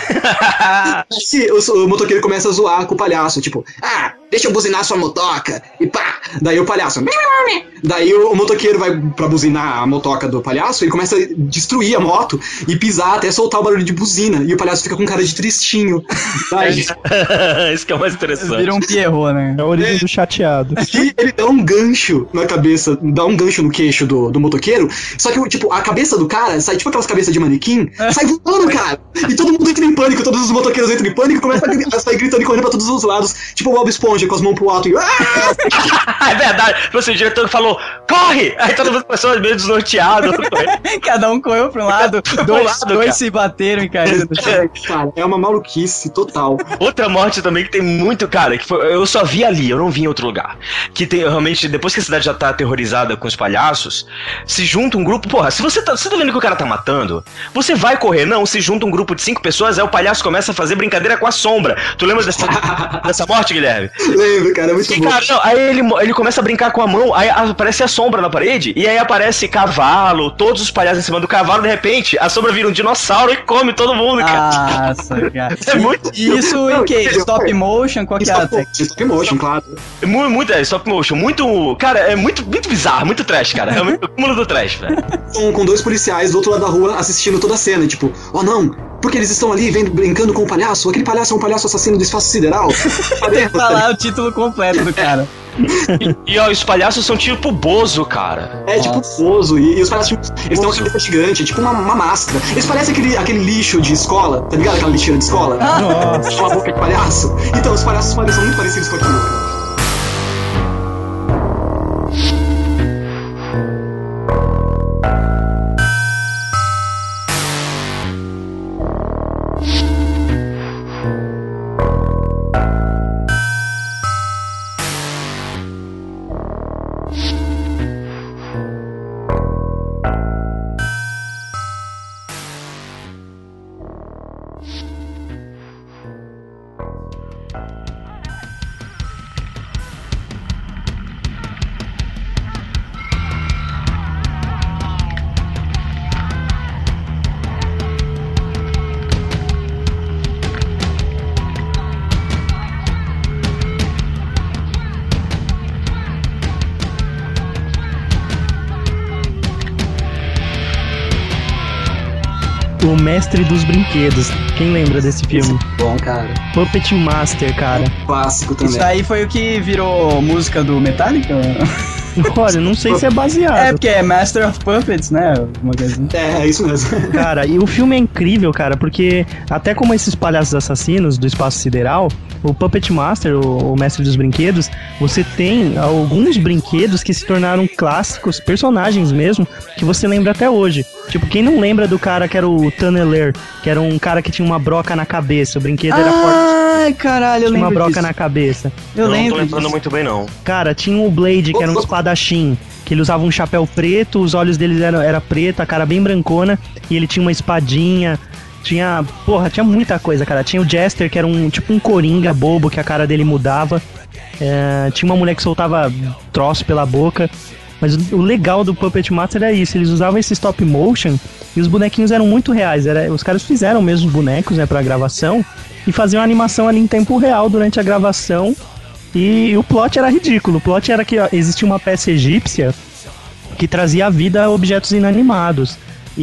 Speaker 2: Aí, o, o motoqueiro começa a zoar com o palhaço, tipo, ah, deixa eu buzinar sua motoca, e pá, daí o palhaço, daí o, o motoqueiro vai pra buzinar a motoca do palhaço, ele começa a destruir a moto e pisar até soltar o barulho de buzina, e o palhaço fica com cara de tristinho, sabe?
Speaker 4: Isso que é o mais interessante.
Speaker 1: Vira um Pierrot, né?
Speaker 3: É a origem do chateado.
Speaker 2: E ele dá um gancho na cabeça, dá um gancho no queixo do, do motoqueiro, só que, tipo, a cabeça do cara sai tipo aquelas cabeças de manequim, sai voando, cara! E todo mundo entra em pânico, todos os motoqueiros entram em pânico e começam a, gri- a sair gritando e correndo pra todos os lados, tipo o Bob Esponja com as mãos pro alto e...
Speaker 4: É verdade. Você, o diretor falou, corre! Aí todo mundo começou meio desnorteado.
Speaker 1: Cada um correu pra um lado,
Speaker 4: Cada um
Speaker 1: dois,
Speaker 4: lado,
Speaker 1: dois
Speaker 4: cara.
Speaker 1: se bateram e caíram no chão.
Speaker 2: Cara, é uma maluquice total.
Speaker 4: Outra morte também que tem muito, cara, que foi, eu só vi ali, eu não vi em outro lugar. Que tem realmente, depois que a cidade já tá aterrorizada com os palhaços, se junta um grupo. Porra, se você tá, você tá vendo que o cara tá matando, você vai correr, não? Se junta um grupo de cinco pessoas, aí o palhaço começa a fazer brincadeira com a sombra. Tu lembra dessa, dessa morte, Guilherme?
Speaker 2: Lembro, cara, é muito
Speaker 4: Que,
Speaker 2: bom.
Speaker 4: cara, não, aí ele, ele começa a brincar com a mão, aí aparece a sombra na parede, e aí aparece cavalo, todos os palhaços em cima do cavalo, de repente, a sombra vira um dinossauro e come todo mundo, cara.
Speaker 1: Nossa, cara.
Speaker 4: É muito-
Speaker 1: E isso em que? Stop motion? Qual que é a
Speaker 2: Stop motion, stop motion, claro.
Speaker 4: É Muito, muito, é, stop motion, muito, cara, é muito, muito bizarro, muito trash, cara, é o cúmulo do trash, velho.
Speaker 2: Com, com dois policiais do outro lado da rua assistindo toda a cena, tipo, oh não, porque eles estão ali vendo, brincando com o palhaço, aquele palhaço é um palhaço assassino do espaço sideral.
Speaker 1: Tem que falar o título completo do cara.
Speaker 4: E ó, os palhaços são tipo Bozo, cara.
Speaker 2: É tipo Bozo, e, e os palhaços, tipo, eles têm uma cabeça gigante, tipo uma, uma máscara. Eles parecem aquele, aquele lixo de escola, tá ligado? Aquela lixeira de escola.
Speaker 3: Nossa.
Speaker 2: Uma boca de palhaço. Então, os palhaços são muito parecidos com aquilo, cara.
Speaker 3: O Mestre dos Brinquedos. Quem lembra desse filme?
Speaker 2: Bom, cara.
Speaker 3: Puppet Master, cara.
Speaker 2: Clássico também.
Speaker 1: Isso aí foi o que virou música do Metallica?
Speaker 3: Olha, não sei se é baseado.
Speaker 1: É, porque é Master of Puppets, né? Uma coisa assim.
Speaker 2: É, é isso mesmo.
Speaker 3: Cara, e o filme é incrível, cara, porque até como esses palhaços assassinos do espaço sideral, o Puppet Master, o, o mestre dos brinquedos, você tem alguns brinquedos que se tornaram clássicos, personagens mesmo, que você lembra até hoje. Tipo, quem não lembra do cara que era o Tunneler, que era um cara que tinha uma broca na cabeça, o brinquedo era forte.
Speaker 1: Ai, caralho, eu
Speaker 3: Tinha
Speaker 1: lembro
Speaker 3: uma broca
Speaker 1: disso.
Speaker 3: na cabeça.
Speaker 1: Eu
Speaker 4: não
Speaker 1: lembro
Speaker 4: tô lembrando
Speaker 1: disso.
Speaker 4: muito bem, não.
Speaker 3: Cara, tinha o Blade, que era um espadachim, que ele usava um chapéu preto, os olhos dele eram era preto, a cara bem brancona, e ele tinha uma espadinha. Tinha, porra, tinha muita coisa, cara. Tinha o Jester, que era um tipo um coringa bobo, que a cara dele mudava. É, tinha uma mulher que soltava troço pela boca. Mas o, o legal do Puppet Master é isso, eles usavam esse stop motion e os bonequinhos eram muito reais. Era, os caras fizeram mesmo os bonecos, né, pra gravação e faziam a animação ali em tempo real durante a gravação. E, e o plot era ridículo. O plot era que ó, existia uma peça egípcia que trazia à vida a objetos inanimados.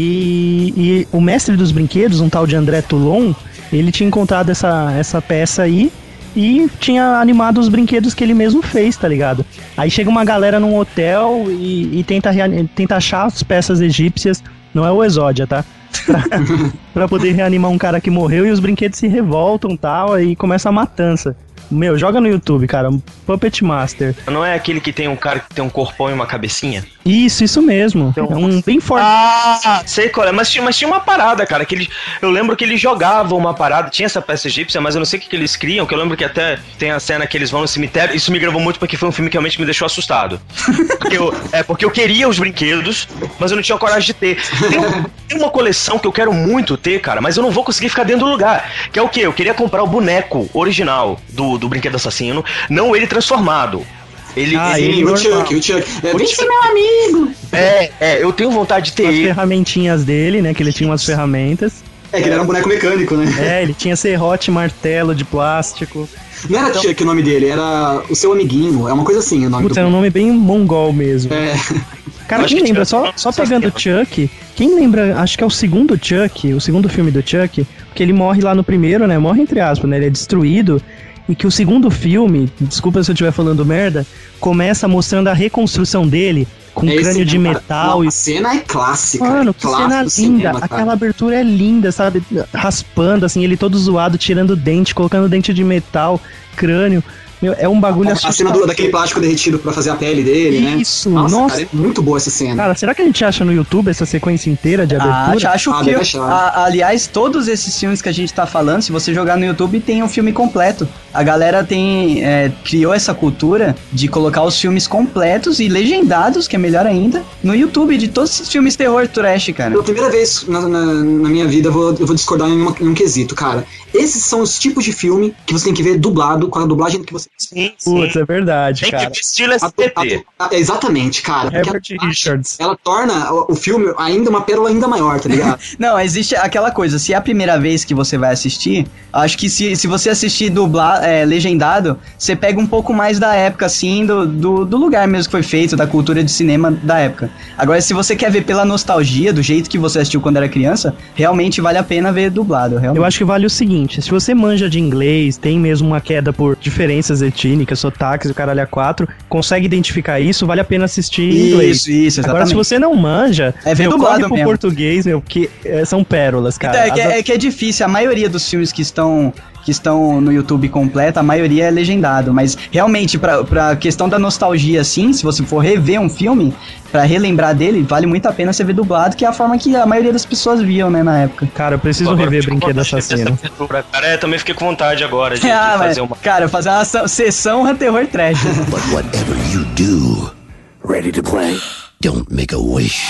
Speaker 3: E, e o mestre dos brinquedos, um tal de André Toulon, ele tinha encontrado essa, essa peça aí e tinha animado os brinquedos que ele mesmo fez, tá ligado? Aí chega uma galera num hotel e, e tenta, rea- tenta achar as peças egípcias, não é o Exódia, tá? Pra, pra poder reanimar um cara que morreu e os brinquedos se revoltam e tal, e começa a matança. Meu, joga no YouTube, cara, Puppet Master.
Speaker 4: Não é aquele que tem um cara que tem um corpão e uma cabecinha?
Speaker 3: Isso, isso mesmo. É um bem forte.
Speaker 4: Ah, sei qual é, mas tinha, mas tinha uma parada, cara, que eles, eu lembro que eles jogavam uma parada, tinha essa peça egípcia, mas eu não sei o que, que eles criam, que eu lembro que até tem a cena que eles vão no cemitério, isso me gravou muito porque foi um filme que realmente me deixou assustado. Porque eu, é porque eu queria os brinquedos, mas eu não tinha coragem de ter. Tem, um- tem uma coleção que eu quero muito ter, cara, mas eu não vou conseguir ficar dentro do lugar, que é o quê? Eu queria comprar o boneco original do, do brinquedo assassino, não ele transformado. Ele,
Speaker 3: Ah,
Speaker 4: ele,
Speaker 3: ele
Speaker 2: o
Speaker 3: normal.
Speaker 2: Chuck, o Chuck. É,
Speaker 4: Por
Speaker 2: esse é meu amigo.
Speaker 4: é, é, eu tenho vontade de ter
Speaker 3: As
Speaker 4: ele.
Speaker 3: ferramentinhas dele, né? Que ele tinha umas ferramentas.
Speaker 2: É, que ele era um boneco mecânico, né?
Speaker 3: É, ele tinha serrote, martelo de plástico.
Speaker 2: Não era Chuck o nome dele, era o seu amiguinho. É uma coisa assim o nome
Speaker 3: Putz,
Speaker 2: do
Speaker 3: é um nome bem mongol mesmo.
Speaker 2: É.
Speaker 3: Cara,
Speaker 4: Acho
Speaker 3: quem
Speaker 4: que
Speaker 3: lembra,
Speaker 4: Chuck-
Speaker 3: só, só
Speaker 4: só
Speaker 3: pegando o Chuck, quem lembra, acho que é o segundo Chuck, o segundo filme do Chuck, porque ele morre lá no primeiro, né? Morre entre aspas, né? Ele é destruído. E que o segundo filme, desculpa se eu estiver falando merda, começa mostrando a reconstrução dele com
Speaker 2: É esse
Speaker 3: crânio de
Speaker 2: mesmo, cara.
Speaker 3: metal
Speaker 2: Não,
Speaker 3: e
Speaker 2: A cena é clássica.
Speaker 3: Mano,
Speaker 2: é
Speaker 3: que
Speaker 2: clássico
Speaker 3: cena
Speaker 2: do
Speaker 3: linda.
Speaker 2: cinema, cara.
Speaker 3: Aquela abertura é linda, sabe? Raspando, assim, ele todo zoado, tirando dente, colocando dente de metal, crânio. Meu, é um bagulho
Speaker 2: A cena
Speaker 3: assustador.
Speaker 2: do, daquele plástico derretido pra fazer a pele dele, né?
Speaker 3: Isso,
Speaker 2: nossa,
Speaker 3: nossa.
Speaker 2: cara, é muito boa essa cena.
Speaker 3: Cara, será que a gente acha no YouTube essa sequência inteira de
Speaker 1: Ah,
Speaker 3: abertura?
Speaker 1: acho
Speaker 2: Ah,
Speaker 1: que.
Speaker 2: deve achar.
Speaker 1: a- aliás, todos esses filmes que a gente tá falando, se você jogar no YouTube, tem um filme completo. A galera tem é, criou essa cultura de colocar os filmes completos e legendados, que é melhor ainda, no YouTube de todos esses filmes terror trash, cara.
Speaker 2: Pela primeira vez na, na- na minha vida, eu vou, eu vou discordar em, uma- em um quesito, cara. Esses são os tipos de filme que você tem que ver dublado, com a dublagem que você...
Speaker 4: Sim,
Speaker 3: Putz, é verdade,
Speaker 4: Tem que
Speaker 3: cara.
Speaker 4: ver estilo
Speaker 2: A-
Speaker 4: S P
Speaker 2: a-
Speaker 4: T.
Speaker 2: a- exatamente, cara. Porque
Speaker 3: Herbert
Speaker 2: ela,
Speaker 3: Richards.
Speaker 2: ela torna o, o filme ainda uma pérola ainda maior, tá ligado?
Speaker 1: Não, existe aquela coisa, se é a primeira vez que você vai assistir, acho que se, se você assistir dublar, é, legendado, você pega um pouco mais da época, assim, do, do, do lugar mesmo que foi feito, da cultura de cinema da época. Agora, se você quer ver pela nostalgia, do jeito que você assistiu quando era criança, realmente vale a pena ver dublado, realmente.
Speaker 3: Eu acho que vale o seguinte, se você manja de inglês, tem mesmo uma queda por diferenças étnicas, sotaques, o caralho a quatro, consegue identificar isso, vale a pena assistir em inglês.
Speaker 1: Isso, isso,
Speaker 3: Agora, se
Speaker 1: exatamente.
Speaker 3: você não manja,
Speaker 1: É ver
Speaker 3: meu,
Speaker 1: dublado
Speaker 3: corre pro
Speaker 1: mesmo.
Speaker 3: português, meu, porque é, são pérolas, cara.
Speaker 1: Então, é, que,
Speaker 3: As-
Speaker 1: é que é difícil, a maioria dos filmes que estão, que estão no YouTube completo, a maioria é legendado, mas realmente, pra, pra questão da nostalgia, assim, se você for rever um filme, pra relembrar dele, vale muito a pena você ver dublado, que é a forma que a maioria das pessoas viam, né, na época.
Speaker 3: Cara, eu preciso
Speaker 4: Agora
Speaker 3: rever
Speaker 4: fico com
Speaker 3: Brinquedo
Speaker 4: vontade de ver
Speaker 3: Assassino.
Speaker 4: essa aventura, cara. É, também fiquei com vontade agora de, de
Speaker 1: Ah, mas,
Speaker 4: fazer uma.
Speaker 1: cara, fazer uma ação- sessão terror trash.
Speaker 6: But whatever you do, ready to play? Don't make a wish.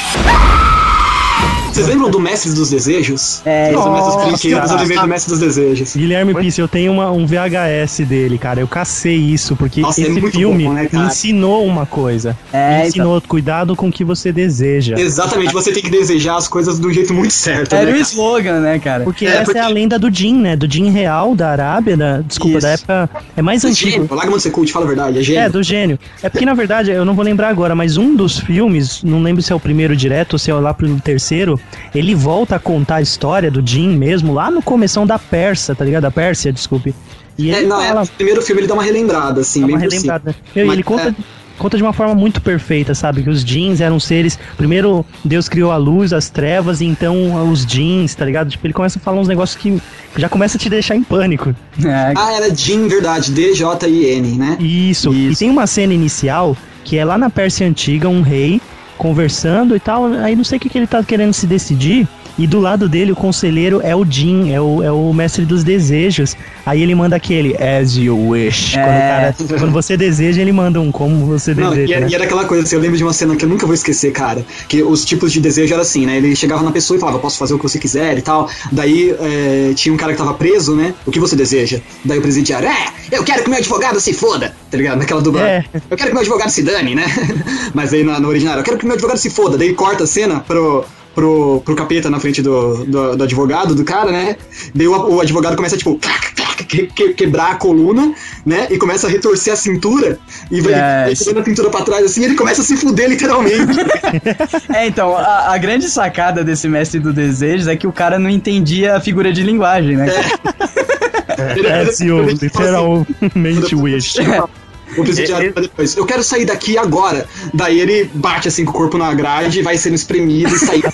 Speaker 2: Vocês lembram do Mestre dos Desejos?
Speaker 1: É,
Speaker 2: Os Mestres dos
Speaker 3: nossa,
Speaker 2: Brinquedos, eu lembrei do Mestre dos Desejos.
Speaker 3: Guilherme Pisse, eu tenho uma, um V H S dele, cara. Eu cacei isso, porque
Speaker 2: Nossa, é
Speaker 3: esse
Speaker 2: muito
Speaker 3: filme
Speaker 2: bom, né,
Speaker 3: me
Speaker 2: cara?
Speaker 3: ensinou uma coisa.
Speaker 1: É,
Speaker 3: me ensinou cuidado com o que você deseja.
Speaker 2: Exatamente, você tem que desejar as coisas do jeito muito certo,
Speaker 1: Era
Speaker 2: né,
Speaker 1: o
Speaker 2: cara?
Speaker 1: slogan, né, cara?
Speaker 3: Porque
Speaker 2: É,
Speaker 3: essa
Speaker 2: porque-
Speaker 3: é a lenda do Jin, né? Do Jin real da Arábia, da, desculpa,
Speaker 1: Isso.
Speaker 3: da época. É mais antigo.
Speaker 2: Gênio, larga mão de ser cult, fala a verdade, é gênio.
Speaker 3: É, do gênio. É porque, na verdade, eu não vou lembrar agora, mas um dos filmes, não lembro se é o primeiro direto ou se é lá pro terceiro, ele volta a contar a história do Jin mesmo, lá no começão da Pérsia, tá ligado? Da Pérsia, desculpe. E
Speaker 2: É,
Speaker 3: ele
Speaker 2: não, é,
Speaker 3: fala,
Speaker 2: no primeiro filme ele dá uma relembrada, assim,
Speaker 3: dá
Speaker 2: bem
Speaker 3: uma
Speaker 2: por cima.
Speaker 3: relembrada. Meu, e
Speaker 2: Mas,
Speaker 3: ele conta,
Speaker 2: é.
Speaker 3: conta de uma forma muito perfeita, sabe? Que os jeans eram seres... Primeiro, Deus criou a luz, as trevas, e então os jeans, tá ligado? Tipo, ele começa a falar uns negócios que já começa a te deixar em pânico.
Speaker 1: É,
Speaker 2: Ah, era Jin, verdade. D J I N, né?
Speaker 3: Isso.
Speaker 1: Isso.
Speaker 3: E tem uma cena inicial que é lá na Pérsia Antiga, um rei conversando e tal. Aí não sei o que, que ele tá querendo se decidir. E do lado dele, o conselheiro é o Jin, é o, é o mestre dos desejos. Aí ele manda aquele as you wish.
Speaker 1: É.
Speaker 3: Quando, o cara, quando você deseja, ele manda um como você
Speaker 2: Não,
Speaker 3: deseja.
Speaker 2: e, era,
Speaker 3: né?
Speaker 2: e era aquela coisa assim, eu lembro de uma cena que eu nunca vou esquecer, cara. Que os tipos de desejo eram assim, né? Ele chegava na pessoa e falava, posso fazer o que você quiser e tal. Daí é, tinha um cara que tava preso, né? O que você deseja? Daí o presidiário, é, eu quero que meu advogado se foda, tá ligado? Naquela dublagem.
Speaker 3: É.
Speaker 2: Eu quero que meu advogado se dane, né? Mas aí na, no original, eu quero que meu advogado se foda. Daí corta a cena pro... Pro, pro capeta na frente do, do, do advogado, do cara, né? Daí o, o advogado começa, tipo, clac, clac, que, que, quebrar a coluna, né? E começa a retorcer a cintura. E vai
Speaker 1: Yes.
Speaker 2: jogando a cintura pra trás assim, e ele começa a se fuder, literalmente.
Speaker 1: É, então, a, a grande sacada desse mestre do desejos é que o cara não entendia a figura de linguagem, né?
Speaker 3: As you literalmente wish.
Speaker 2: O presidiário fala depois, eu quero sair daqui agora. Daí ele bate assim com o corpo na grade, vai sendo espremido e sai.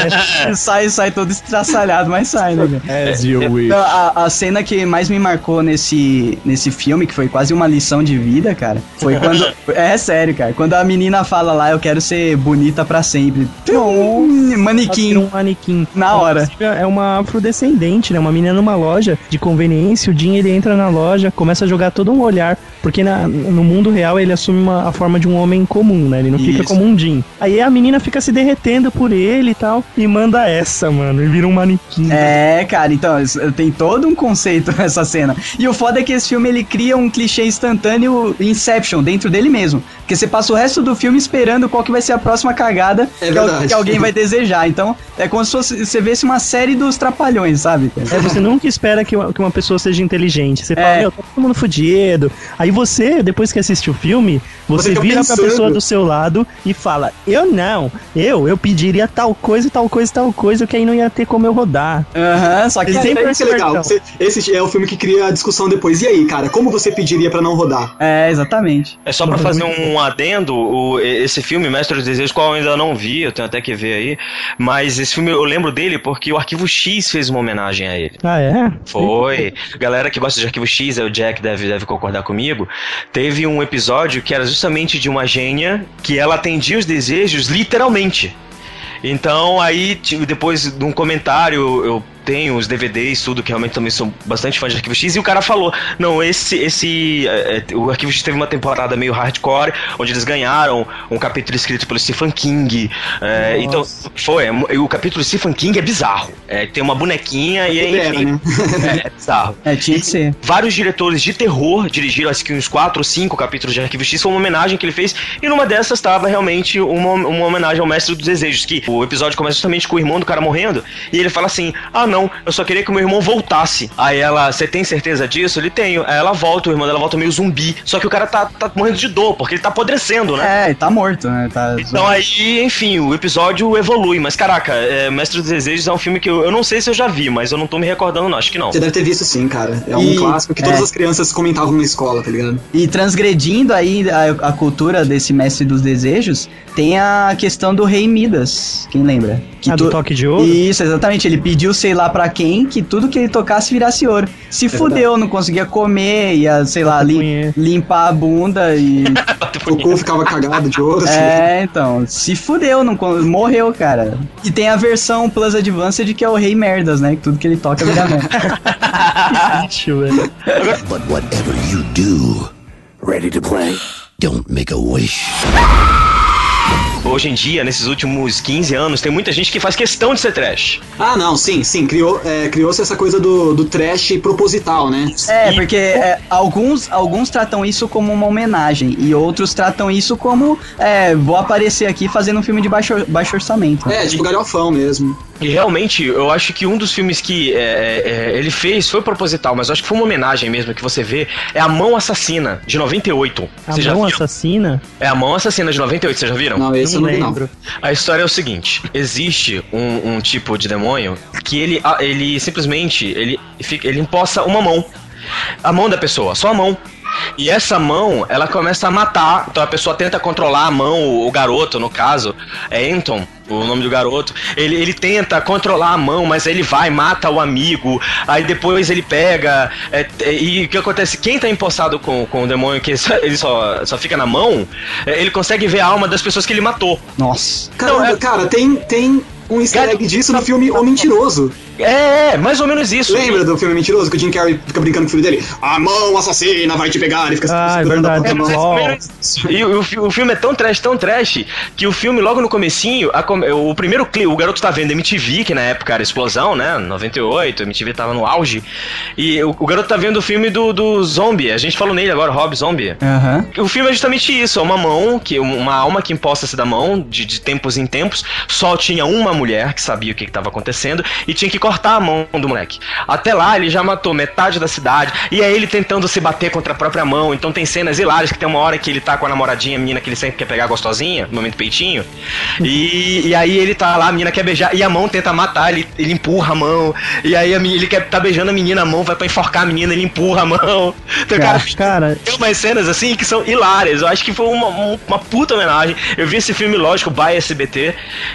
Speaker 1: sai, sai todo estraçalhado, mas sai, né, cara?
Speaker 3: As you wish.
Speaker 1: Não, a, a cena que mais me marcou nesse, nesse filme, que foi quase uma lição de vida, cara, foi quando... É sério, cara. Quando a menina fala lá, eu quero ser bonita pra sempre. Tum, manequim.
Speaker 3: Um manequim.
Speaker 1: Na hora.
Speaker 3: É uma afrodescendente, né? Uma menina numa loja de conveniência. O Jim, ele entra na loja, começa a jogar todo um olhar. Porque na, no mundo real ele assume uma, a forma de um homem comum, né? Ele não fica
Speaker 1: Isso.
Speaker 3: como um Jim. Aí a menina fica se derretendo por ele e tal. E manda essa, mano. E vira um manequim.
Speaker 1: É, cara, então, isso- tem todo um conceito essa cena. E o foda é que esse filme, ele cria um clichê instantâneo Inception dentro dele mesmo. Porque você passa o resto do filme esperando qual que vai ser a próxima cagada
Speaker 2: É
Speaker 1: que, al-
Speaker 2: verdade.
Speaker 1: que alguém vai desejar. Então, é como se fosse, você visse uma série dos Trapalhões, sabe?
Speaker 3: É, você nunca espera que uma, que uma pessoa seja inteligente. Você fala,
Speaker 1: É.
Speaker 3: meu, tá todo mundo fudido. Aí você, depois que assiste o filme, você,
Speaker 2: Você fica
Speaker 3: vira pra
Speaker 2: pensando.
Speaker 3: pessoa do seu lado e fala, eu não, eu, eu pediria tal coisa, tal coisa, tal coisa, que aí não ia ter como eu rodar.
Speaker 1: Aham, só que
Speaker 3: Ele
Speaker 2: Cara,
Speaker 3: sempre
Speaker 2: isso é legal.
Speaker 3: versão.
Speaker 2: Você- esse é o filme que cria a discussão depois. E aí, cara, como você pediria pra não rodar?
Speaker 1: É, exatamente.
Speaker 4: É só pra fazer um adendo, o, esse filme, Mestre dos Desejos, qual eu ainda não vi, eu tenho até que ver aí, mas esse filme eu lembro dele porque o Arquivo X fez uma homenagem a ele.
Speaker 3: Ah, é?
Speaker 4: Foi. Galera que gosta de Arquivo X, é o Jack deve, deve concordar comigo. Teve um episódio que era justamente de uma gênia que ela atendia os desejos literalmente. Então aí, ti- depois de um comentário, eu tenho os D V Ds, tudo, que realmente também sou bastante fã de Arquivo X, e o cara falou, não, esse, esse é, é, o Arquivo X teve uma temporada meio hardcore, onde eles ganharam um capítulo escrito pelo Stephen King, é, então, foi, é, o capítulo do Stephen King é bizarro, é, tem uma bonequinha e,
Speaker 2: Era,
Speaker 4: enfim,
Speaker 2: né?
Speaker 4: é, é bizarro.
Speaker 1: É, tinha que ser.
Speaker 4: Vários diretores de terror dirigiram acho que uns quatro ou cinco capítulos de Arquivo X, foi uma homenagem que ele fez, e numa dessas estava realmente uma, uma homenagem ao Mestre dos Desejos, que o episódio começa justamente com o irmão do cara morrendo, e ele fala assim, ah não, eu só queria que o meu irmão voltasse. Aí ela, você tem certeza disso? Ele tem. Aí ela volta, o irmão dela volta meio zumbi, só que o cara tá, tá morrendo de dor, porque ele tá apodrecendo, né?
Speaker 1: É, tá morto, né? Tá...
Speaker 4: Então aí, enfim, o episódio evolui, mas caraca, é, Mestre dos Desejos é um filme que eu, eu não sei se eu já vi, mas eu não tô me recordando não, acho que não.
Speaker 2: Você deve ter visto sim, cara. É um
Speaker 1: E-
Speaker 2: clássico que todas
Speaker 1: é.
Speaker 2: as crianças comentavam na escola, tá ligado?
Speaker 1: E transgredindo aí a, a cultura desse mestre dos desejos, tem a questão do rei Midas, quem lembra? Que
Speaker 3: Ah, do toque de ouro?
Speaker 1: Isso, exatamente. Ele pediu sei lá pra quem que tudo que ele tocasse virasse ouro. Se fudeu, não conseguia comer, ia, sei lá,
Speaker 3: Bater
Speaker 1: lim-
Speaker 3: punheta.
Speaker 1: limpar a bunda e...
Speaker 2: O cu ficava cagado de ouro, assim.
Speaker 1: É, então, se fudeu, não con- morreu, cara. E tem a versão Plus Advanced que é o rei merdas, né? Que tudo que ele toca vira merda.
Speaker 3: Bicho, velho.
Speaker 6: But whatever you do, ready to play? Don't make a wish.
Speaker 4: Hoje em dia, nesses últimos quinze anos, tem muita gente que faz questão de ser trash.
Speaker 2: Ah, não, sim, sim. Criou, é, criou-se essa coisa do, do trash proposital, né?
Speaker 1: É,
Speaker 4: E-
Speaker 1: porque é, alguns, alguns tratam isso como uma homenagem e outros tratam isso como, é, vou aparecer aqui fazendo um filme de baixo, baixo orçamento.
Speaker 2: É, tipo galhofão mesmo.
Speaker 4: E realmente, eu acho que um dos filmes que é, é, ele fez foi proposital, mas eu acho que foi uma homenagem mesmo que você vê, é A Mão Assassina, de noventa e oito.
Speaker 3: A
Speaker 4: Você já
Speaker 3: mão
Speaker 4: viu?
Speaker 3: assassina?
Speaker 4: É A Mão Assassina, de noventa e oito, vocês já viram?
Speaker 2: Não, esse eu não vi, não.
Speaker 3: lembro.
Speaker 4: A história é o seguinte: existe um, um tipo de demônio que ele, a- ele simplesmente ele, fica, ele empossa uma mão. A mão da pessoa, só a mão. E essa mão, ela começa a matar. Então a pessoa tenta controlar a mão, o garoto, no caso, é Anton, o nome do garoto. Ele, ele tenta controlar a mão, mas ele vai, mata o amigo. Aí depois ele pega. É, é, e o que acontece? Quem tá empossado com, com o demônio, que ele só, só fica na mão, é, ele consegue ver a alma das pessoas que ele matou.
Speaker 1: Nossa.
Speaker 2: Caramba,
Speaker 4: Não, é-
Speaker 2: cara, tem, tem um easter egg disso no filme O Mentiroso.
Speaker 4: É, mais ou menos isso.
Speaker 2: Lembra do filme Mentiroso, que o Jim Carrey fica brincando com o filho dele? A mão assassina vai te pegar, ele fica
Speaker 3: Ah, é
Speaker 2: segurando a
Speaker 3: verdade.
Speaker 2: própria
Speaker 4: É
Speaker 2: mão.
Speaker 4: mais ou menos isso. E o, fi- o filme é tão trash, tão trash, que o filme, logo no comecinho, a com- o primeiro clipe, o garoto tá vendo M T V, que na época era explosão, né? noventa e oito, M T V tava no auge. E o, o garoto tá vendo o filme do, do Zombie, a gente falou nele agora, Rob Zombie.
Speaker 1: Aham.
Speaker 4: O filme é justamente isso, é uma mão, que, uma alma que imposta-se da mão, de, de tempos em tempos, só tinha uma mulher que sabia o que estava acontecendo e tinha que cortar a mão do moleque. Até lá ele já matou metade da cidade, e é ele tentando se bater contra a própria mão, então tem cenas hilárias, que tem uma hora que ele tá com a namoradinha, a menina que ele sempre quer pegar gostosinha, no momento peitinho, e, e aí ele tá lá, a menina quer beijar, e a mão tenta matar, ele, ele empurra a mão, e aí a, menina- ele quer tá beijando a menina, a mão vai pra enforcar a menina, ele empurra a mão. Então, cara,
Speaker 3: Cara,
Speaker 4: tem umas cenas assim que são hilárias. Eu acho que foi uma, um- uma puta homenagem. Eu vi esse filme, lógico, by S B T.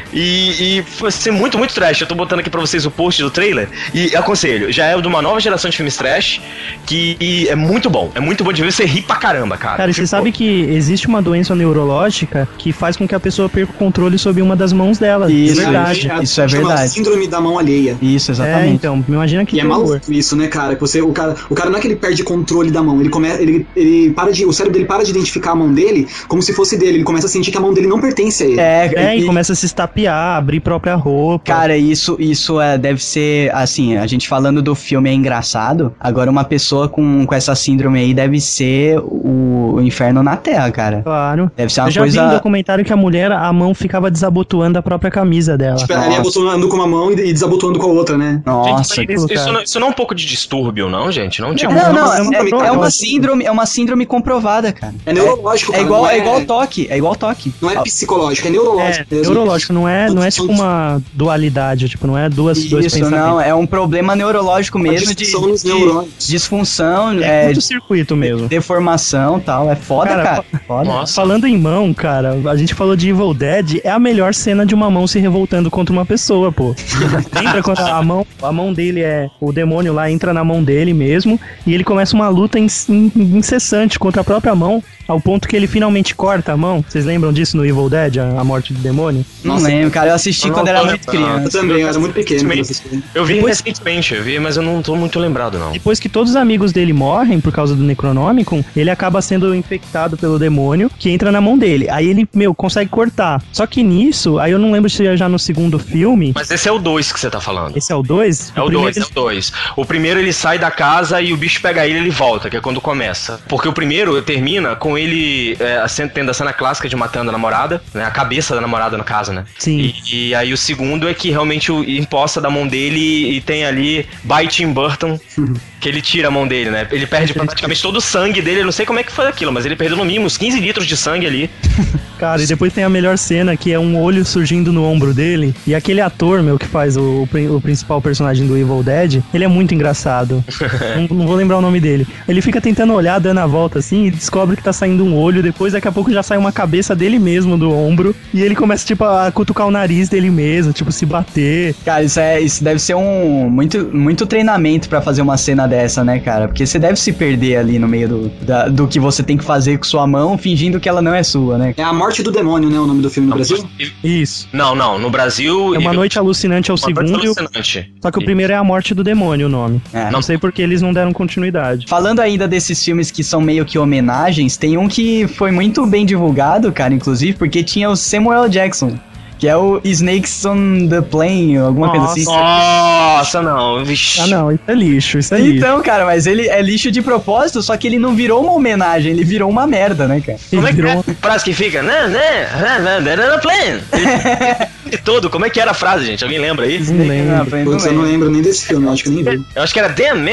Speaker 4: E, e foi assim, muito, muito trash. Eu tô botando aqui pra vocês o post do trailer. E aconselho, já é de uma nova geração de filmes trash. Que e é muito bom. É muito bom de ver, você ri pra caramba, cara.
Speaker 3: Cara, e você
Speaker 4: Tipo,
Speaker 3: sabe que existe uma doença neurológica que faz com que a pessoa perca o controle sobre uma das mãos dela.
Speaker 1: Isso,
Speaker 3: é verdade.
Speaker 1: Isso é
Speaker 2: Chama
Speaker 1: verdade.
Speaker 2: Síndrome da mão alheia.
Speaker 1: Isso,
Speaker 3: É,
Speaker 1: exatamente.
Speaker 3: então, me imagina que
Speaker 2: E é
Speaker 3: terror.
Speaker 2: maluco isso, né, cara? Que você, o cara? O cara não é que ele perde controle da mão, ele começa, ele, ele para de, o cérebro dele para de identificar a mão dele como se fosse dele, ele começa a sentir que a mão dele não pertence a ele.
Speaker 1: É,
Speaker 3: É, e
Speaker 1: e-
Speaker 3: começa a se estapear, abrir própria roupa.
Speaker 1: Cara, isso, isso é, deve ser, assim, a gente falando do filme é engraçado, agora uma pessoa com, com essa síndrome aí deve ser o, o inferno na Terra, cara.
Speaker 3: Claro.
Speaker 1: Deve ser uma
Speaker 3: Eu já
Speaker 1: coisa...
Speaker 3: vi um documentário que a mulher, a mão ficava desabotoando a própria camisa dela.
Speaker 2: Tipo, ela ia abotoando com uma mão e, e desabotoando com a outra, né?
Speaker 1: Nossa,
Speaker 4: gente, isso, isso não, isso não é um pouco de distúrbio, não, gente? Não, tipo,
Speaker 1: Não, não,
Speaker 2: uma
Speaker 1: é,
Speaker 2: síndrome,
Speaker 1: é- é
Speaker 2: cara.
Speaker 1: uma síndrome, é uma síndrome comprovada, cara.
Speaker 2: É neurológico,
Speaker 1: É
Speaker 2: cara.
Speaker 1: igual,
Speaker 2: não
Speaker 1: é igual toque, é igual toque.
Speaker 2: Não é psicológico, é neurológico.
Speaker 3: É,
Speaker 2: mesmo.
Speaker 3: neurológico, não é, não é tipo
Speaker 2: São-
Speaker 3: uma dualidade, tipo, não é duas, dois
Speaker 1: Isso,
Speaker 3: pensamentos.
Speaker 1: não, é um problema neurológico
Speaker 2: Uma
Speaker 1: mesmo de,
Speaker 2: disfunção nos
Speaker 1: de
Speaker 2: neurônios.
Speaker 1: disfunção,
Speaker 3: É
Speaker 1: é,
Speaker 3: muito circuito mesmo.
Speaker 1: deformação e tal, é foda, cara.
Speaker 3: foda.
Speaker 4: Nossa.
Speaker 3: Falando em mão, cara, a gente falou de Evil Dead, é a melhor cena de uma mão se revoltando contra uma pessoa, pô. Lembra quando a mão, a mão dele é, o demônio lá entra na mão dele mesmo, e ele começa uma luta inc- in- incessante contra a própria mão, ao ponto que ele finalmente corta a mão. Vocês lembram disso no Evil Dead, a, a morte do demônio?
Speaker 1: Não
Speaker 2: Nossa,
Speaker 1: lembro, cara, eu assisti
Speaker 4: eu
Speaker 1: quando
Speaker 4: não
Speaker 1: era
Speaker 4: tô
Speaker 1: muito
Speaker 4: lembrando.
Speaker 1: criança.
Speaker 2: Eu também, eu era muito pequeno quando eu
Speaker 4: Recentemente.
Speaker 2: assisti.
Speaker 4: Eu vi
Speaker 3: Depois-
Speaker 4: recentemente, eu vi, mas eu não tô muito lembrado, não.
Speaker 3: Depois que todos os amigos dele morrem por causa do Necronomicon, ele acaba sendo infectado pelo demônio que entra na mão dele. Aí ele, meu, consegue cortar. Só que nisso, aí eu não lembro se é já no segundo filme.
Speaker 4: Mas esse é o dois que você tá falando.
Speaker 3: Esse é o dois?
Speaker 4: É o dois, é o dois. O primeiro ele sai da casa e o bicho pega ele e ele volta, que é quando começa. Porque o primeiro termina com ele é, tendo a cena clássica de matando a namorada, né? A cabeça da namorada, no caso, né?
Speaker 3: Sim.
Speaker 4: E, e aí o segundo é que realmente o, imposta da mão dele e tem ali by Tim Burton, que ele tira a mão dele, né? Ele perde praticamente todo o sangue dele, eu não sei como é que foi aquilo, mas ele perdeu no mínimo uns quinze litros de sangue ali.
Speaker 3: Cara, e depois tem a melhor cena, que é um olho surgindo no ombro dele. E aquele ator, meu, que faz o, o, pri- o principal personagem do Evil Dead, ele é muito engraçado. não, não vou lembrar o nome dele. Ele fica tentando olhar, dando a volta assim, e descobre que tá saindo um olho. Depois, daqui a pouco, já sai uma cabeça dele mesmo do ombro. E ele começa, tipo, a cutucar o nariz dele mesmo, tipo, se bater.
Speaker 1: Cara, isso, é, isso deve ser um muito, muito treinamento pra fazer uma cena dessa, né, cara? Porque você deve se perder ali no meio do, da- do que você tem que fazer com sua mão, fingindo que ela não é sua, né?
Speaker 2: É A Morte do Demônio, né? O nome do filme no Brasil?
Speaker 3: Isso.
Speaker 4: Não, não, no Brasil...
Speaker 3: É Uma Noite Alucinante é o
Speaker 4: Uma Noite
Speaker 3: segundo, e o-
Speaker 4: Alucinante.
Speaker 3: só que o primeiro é A Morte do Demônio, o nome.
Speaker 1: É.
Speaker 3: Não sei porque eles não deram continuidade.
Speaker 1: Falando ainda desses filmes que são meio que homenagens, tem um que foi muito bem divulgado, cara, inclusive, porque tinha o Samuel Jackson, que é o Snakes on the Plane, alguma coisa assim.
Speaker 4: Nossa, não, vixi.
Speaker 3: Ah, não, isso é lixo, isso é lixo.
Speaker 1: Então, cara, mas ele é lixo de propósito, só que ele não virou uma homenagem, ele virou uma merda, né, cara?
Speaker 4: Como é que
Speaker 3: Virou-
Speaker 4: é a frase que fica? Né, né, né, né, né, né, plan. E todo, como é que era a frase, gente? Alguém lembra aí?
Speaker 3: Não lembro.
Speaker 1: Não,
Speaker 2: Putz, eu não lembro nem desse filme, eu acho que eu nem vi.
Speaker 4: Eu acho que era damn man.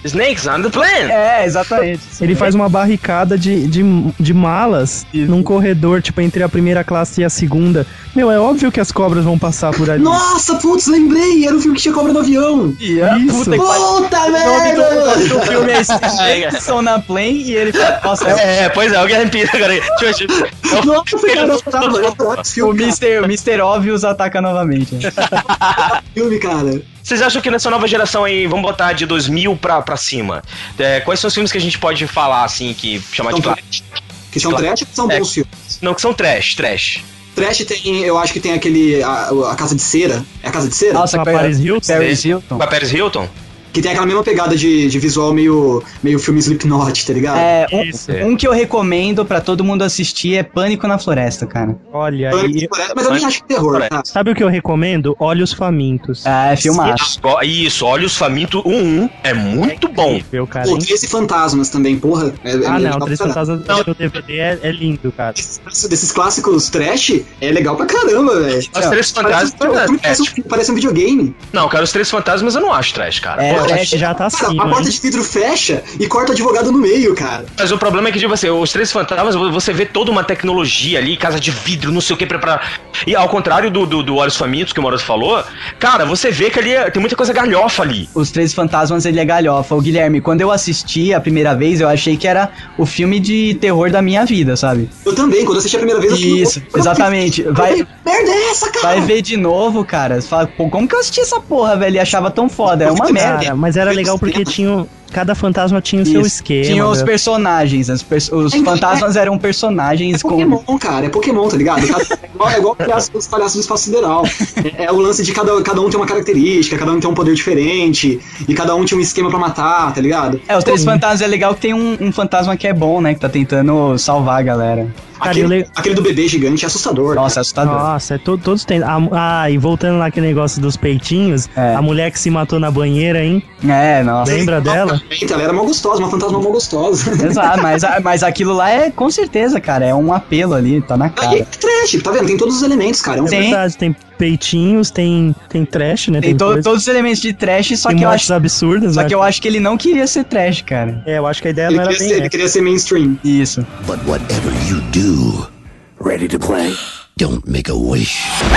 Speaker 4: Snakes on the plane!
Speaker 1: É, exatamente.
Speaker 3: Ele faz uma barricada de, de, de malas num corredor, tipo, entre a primeira classe e a segunda. Meu, é óbvio que as cobras vão passar por ali.
Speaker 2: Nossa, putz, lembrei! Era o filme que tinha cobra no avião!
Speaker 1: Yeah,
Speaker 3: Isso.
Speaker 1: Puta, que
Speaker 2: Puta
Speaker 1: O nome do, o nome do
Speaker 2: merda!
Speaker 1: filme é Snakes on a Plane e ele fala, nossa,
Speaker 4: É, pois é, o Guilherme Pires agora. Deixa eu ver.
Speaker 2: Nossa, cara, eu tava, eu tava esse
Speaker 1: o
Speaker 2: filme,
Speaker 1: mister o mister Óbvios ataca novamente.
Speaker 2: cara. filme, cara.
Speaker 4: Vocês acham que nessa nova geração aí, vamos botar de dois mil pra, pra cima, é, quais são os filmes que a gente pode falar, assim, que chamar
Speaker 2: São
Speaker 4: de...
Speaker 2: trash. Que são
Speaker 4: Claro.
Speaker 2: trash ou que são
Speaker 4: É.
Speaker 2: bons filmes?
Speaker 4: Não, que são trash, trash.
Speaker 2: Trash tem, eu acho que tem aquele, a, a Casa de Cera. É a Casa de Cera?
Speaker 1: Nossa,
Speaker 3: Com a Paris Hilton?
Speaker 1: Paris Hilton.
Speaker 4: Com a Paris Hilton?
Speaker 2: Que tem aquela mesma pegada de, de visual meio, meio filme Slipknot, tá ligado?
Speaker 1: É,
Speaker 3: Isso.
Speaker 1: um, um que eu recomendo pra todo mundo assistir é Pânico na Floresta, cara.
Speaker 3: Olha
Speaker 2: Pânico,
Speaker 3: aí.
Speaker 2: Mas eu nem acho que é terror, tá?
Speaker 3: Sabe o que eu recomendo? Olhos Famintos.
Speaker 1: Ah, é filmaço.
Speaker 4: Ó, Isso, Olhos Famintos um é muito bom.
Speaker 3: Incrível, cara.
Speaker 2: Pô,
Speaker 3: hein?
Speaker 2: Treze Fantasmas também, porra. É, é
Speaker 3: Ah,
Speaker 2: legal
Speaker 3: não, Três
Speaker 2: pra caralho.
Speaker 3: Fantasmas no D V D é, é lindo, cara.
Speaker 2: Desses, desses clássicos trash, é legal pra caramba, velho.
Speaker 4: Os Três
Speaker 2: Parece,
Speaker 4: Fantasmas
Speaker 2: um-
Speaker 4: é
Speaker 2: parece,
Speaker 4: trash.
Speaker 2: um, parece um videogame.
Speaker 4: Não, cara, os Três Fantasmas eu não acho trash, cara.
Speaker 1: É,
Speaker 4: Pô,
Speaker 1: trash.
Speaker 3: Acho que já tá
Speaker 2: Cara,
Speaker 3: assim.
Speaker 2: a porta de vidro fecha e corta o advogado no meio, cara.
Speaker 4: Mas o problema é que, tipo assim, os Três Fantasmas, você vê toda uma tecnologia ali, casa de vidro, não sei o que, pra... pra... E ao contrário do, do, do Olhos Famintos, que o Moroso falou, cara, você vê que ali é- tem muita coisa galhofa ali.
Speaker 1: Os Três Fantasmas, ele é galhofa. O Guilherme, quando eu assisti a primeira vez, eu achei que era o filme de terror da minha vida, sabe?
Speaker 2: Eu também, quando eu assisti a primeira vez, eu fiquei,
Speaker 1: Isso,
Speaker 2: "Pô,
Speaker 1: exatamente. Vai,
Speaker 2: que merda é essa, cara?
Speaker 1: vai ver de novo, cara. Você fala, pô, como que eu assisti essa porra, velho? E achava tão foda. É uma merda.
Speaker 3: Cara, mas era legal porque tinha. Cada fantasma tinha o seu
Speaker 1: Isso.
Speaker 3: esquema.
Speaker 1: Tinha os
Speaker 3: né?
Speaker 1: personagens, as pers- os
Speaker 2: É, então,
Speaker 1: fantasmas eram
Speaker 2: É
Speaker 1: personagens com.
Speaker 2: Pokémon, cara, é Pokémon, tá ligado? Cada- É igual, é igual palhaço- os palhaços do espaço sideral. É, é o lance de cada, cada um tem uma característica, cada um tem um poder diferente, e cada um tinha um esquema pra matar, tá ligado?
Speaker 1: É, os Três Fantasmas é legal que tem um, um fantasma que é bom, né? Que tá tentando salvar a galera.
Speaker 3: Cara, eu
Speaker 2: Aquele,
Speaker 3: le-
Speaker 2: aquele do bebê gigante é assustador.
Speaker 1: Nossa, é assustador.
Speaker 3: Nossa, é to- todos têm. Ah, ah, e voltando lá aquele negócio dos peitinhos,
Speaker 1: É.
Speaker 3: a mulher que se matou na banheira, hein?
Speaker 1: É, nossa.
Speaker 3: Lembra dela?
Speaker 2: Ela era mó gostosa, uma fantasma mó gostosa.
Speaker 1: Exato, mas, mas aquilo lá é com certeza, cara. É um apelo ali, tá na
Speaker 2: E é
Speaker 1: cara.
Speaker 2: trash, tá vendo? Tem todos os elementos, cara. É um
Speaker 3: É
Speaker 1: Tem.
Speaker 3: verdade, tem peitinhos, tem, tem trash, né?
Speaker 1: Tem to-
Speaker 3: coisa-
Speaker 1: todos os elementos de trash, só
Speaker 3: tem
Speaker 1: que eu
Speaker 3: mortes
Speaker 1: acho.
Speaker 3: absurdas,
Speaker 1: Só
Speaker 3: né?
Speaker 1: que eu acho que ele não queria ser trash, cara.
Speaker 3: É, eu acho que a ideia
Speaker 2: Ele
Speaker 3: não era
Speaker 2: queria,
Speaker 3: bem
Speaker 2: ser, ele
Speaker 3: essa.
Speaker 2: queria ser mainstream.
Speaker 1: Isso.
Speaker 6: But whatever you do, ready to play? Don't make a wish.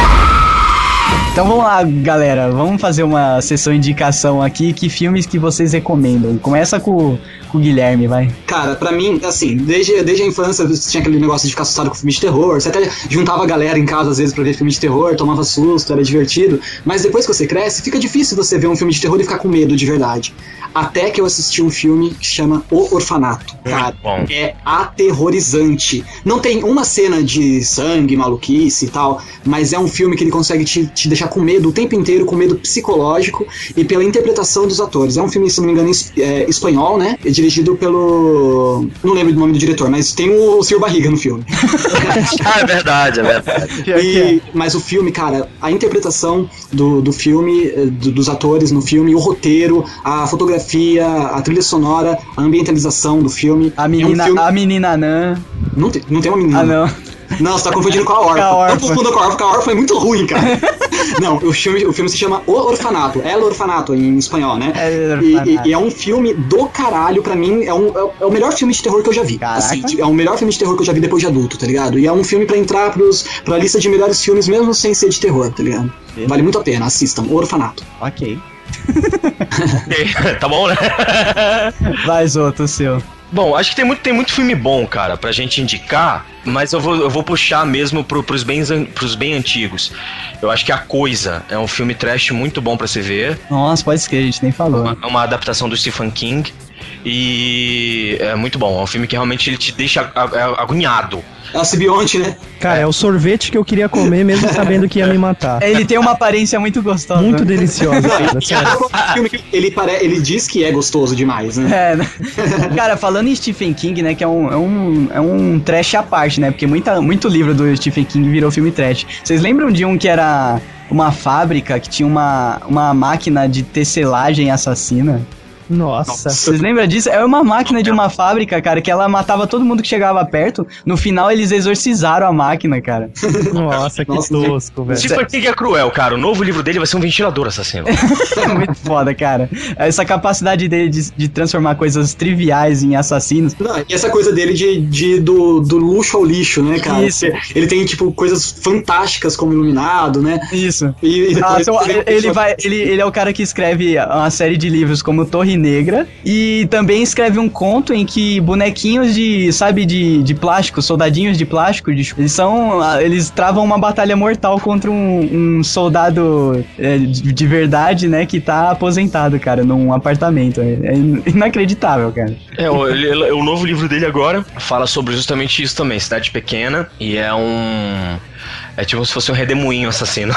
Speaker 1: Então vamos lá, galera. Vamos fazer uma sessão de indicação aqui. Que filmes que vocês recomendam? Começa com, com o Guilherme, vai.
Speaker 2: Cara, pra mim, assim, desde, desde a infância tinha aquele negócio de ficar assustado com filme de terror. Você até juntava a galera em casa às vezes pra ver filme de terror, tomava susto, era divertido. Mas depois que você cresce, fica difícil você ver um filme de terror e ficar com medo de verdade. Até que eu assisti um filme que chama O Orfanato. Cara,
Speaker 4: bom.
Speaker 2: é aterrorizante. Não tem uma cena de sangue, maluquice e tal, mas é um filme que ele consegue te, te deixar com medo o tempo inteiro, com medo psicológico e pela interpretação dos atores. É um filme, se não me engano, es- é, espanhol, né? É dirigido pelo... não lembro do nome do diretor, mas tem o Senhor Barriga no filme.
Speaker 4: Ah, é verdade, é verdade.
Speaker 2: E- mas o filme, cara, a interpretação do, do filme, eh, do- dos atores no filme, o roteiro, a fotografia, a trilha sonora, a ambientalização do filme.
Speaker 1: A
Speaker 2: É um
Speaker 1: menina,
Speaker 2: filme-
Speaker 1: a menina Anã.
Speaker 2: Não, tem, não tem uma menina.
Speaker 1: Ah, não.
Speaker 2: Não, você tá confundindo com a
Speaker 1: Com a
Speaker 2: órfã.
Speaker 1: órfã.
Speaker 2: Não confunda com a órfã, porque a órfã é muito ruim, cara. Não, o filme, o filme se chama O Orfanato. El Orfanato em espanhol, né?
Speaker 1: El
Speaker 2: E,
Speaker 1: Orfanato.
Speaker 2: e- e é um filme do caralho, pra mim, é, um, é o- é o melhor filme de terror que eu já vi.
Speaker 1: Caraca.
Speaker 2: Assim, é o melhor filme de terror que eu já vi depois de adulto, tá ligado? E é um filme pra entrar pros, pra lista de melhores filmes, mesmo sem ser de terror, tá ligado? Vale muito a pena, assistam. O Orfanato.
Speaker 1: Ok.
Speaker 4: Tá bom, né?
Speaker 1: Vai, Zoto, o seu.
Speaker 4: Bom, acho que tem muito, tem muito filme bom, cara, pra gente indicar, mas eu vou, eu vou puxar mesmo pro, pros, bem, pros bem antigos. Eu acho que A Coisa é um filme trash muito bom pra se ver.
Speaker 1: Nossa, pode escrever, a gente nem falou.
Speaker 4: Uma, uma adaptação do Stephen King. E é muito bom. É um filme que realmente ele te deixa a- a- agoniado.
Speaker 2: É o Sibionte, né?
Speaker 3: Cara, é o sorvete que eu queria comer, mesmo sabendo que ia me matar.
Speaker 1: Ele tem uma aparência muito gostosa.
Speaker 3: Muito
Speaker 1: né?
Speaker 3: deliciosa, cara, sério.
Speaker 2: É um filme que ele, pare... ele diz que é gostoso demais, né?
Speaker 1: É, né? Cara, falando em Stephen King, né, que é um, é um, é um trash à parte, né, porque muita, muito livro do Stephen King virou filme trash. Vocês lembram de um que era uma fábrica que tinha uma, uma máquina de tecelagem assassina?
Speaker 3: Nossa.
Speaker 1: Vocês lembram disso? É uma máquina de uma fábrica, cara, que ela matava todo mundo que chegava perto. No final, eles exorcizaram a máquina, cara.
Speaker 3: Nossa, que
Speaker 2: Nossa,
Speaker 3: tosco, velho.
Speaker 4: Stephen King é cruel, cara. O novo livro dele vai ser um ventilador assassino.
Speaker 1: É muito foda, cara. Essa capacidade dele de, de transformar coisas triviais em assassinos.
Speaker 2: Não, e essa coisa dele de, de do, do luxo ao lixo, né, cara?
Speaker 1: Isso.
Speaker 2: Ele tem, tipo, coisas fantásticas como Iluminado, né?
Speaker 1: Isso.
Speaker 2: E, e
Speaker 1: Ah,
Speaker 2: depois
Speaker 1: então,
Speaker 2: ele-
Speaker 1: ele, vai, ele, ele é o cara que escreve uma série de livros como Torre Negra e também escreve um conto em que bonequinhos de, sabe, de, de plástico, soldadinhos de plástico, de, eles são, eles travam uma batalha mortal contra um, um soldado é, de, de verdade, né, que tá aposentado, cara, num apartamento. É, é inacreditável, cara.
Speaker 4: É, o, ele- ele- o novo livro dele agora fala sobre justamente isso também, cidade pequena, e é um... É tipo se fosse um redemoinho assassino.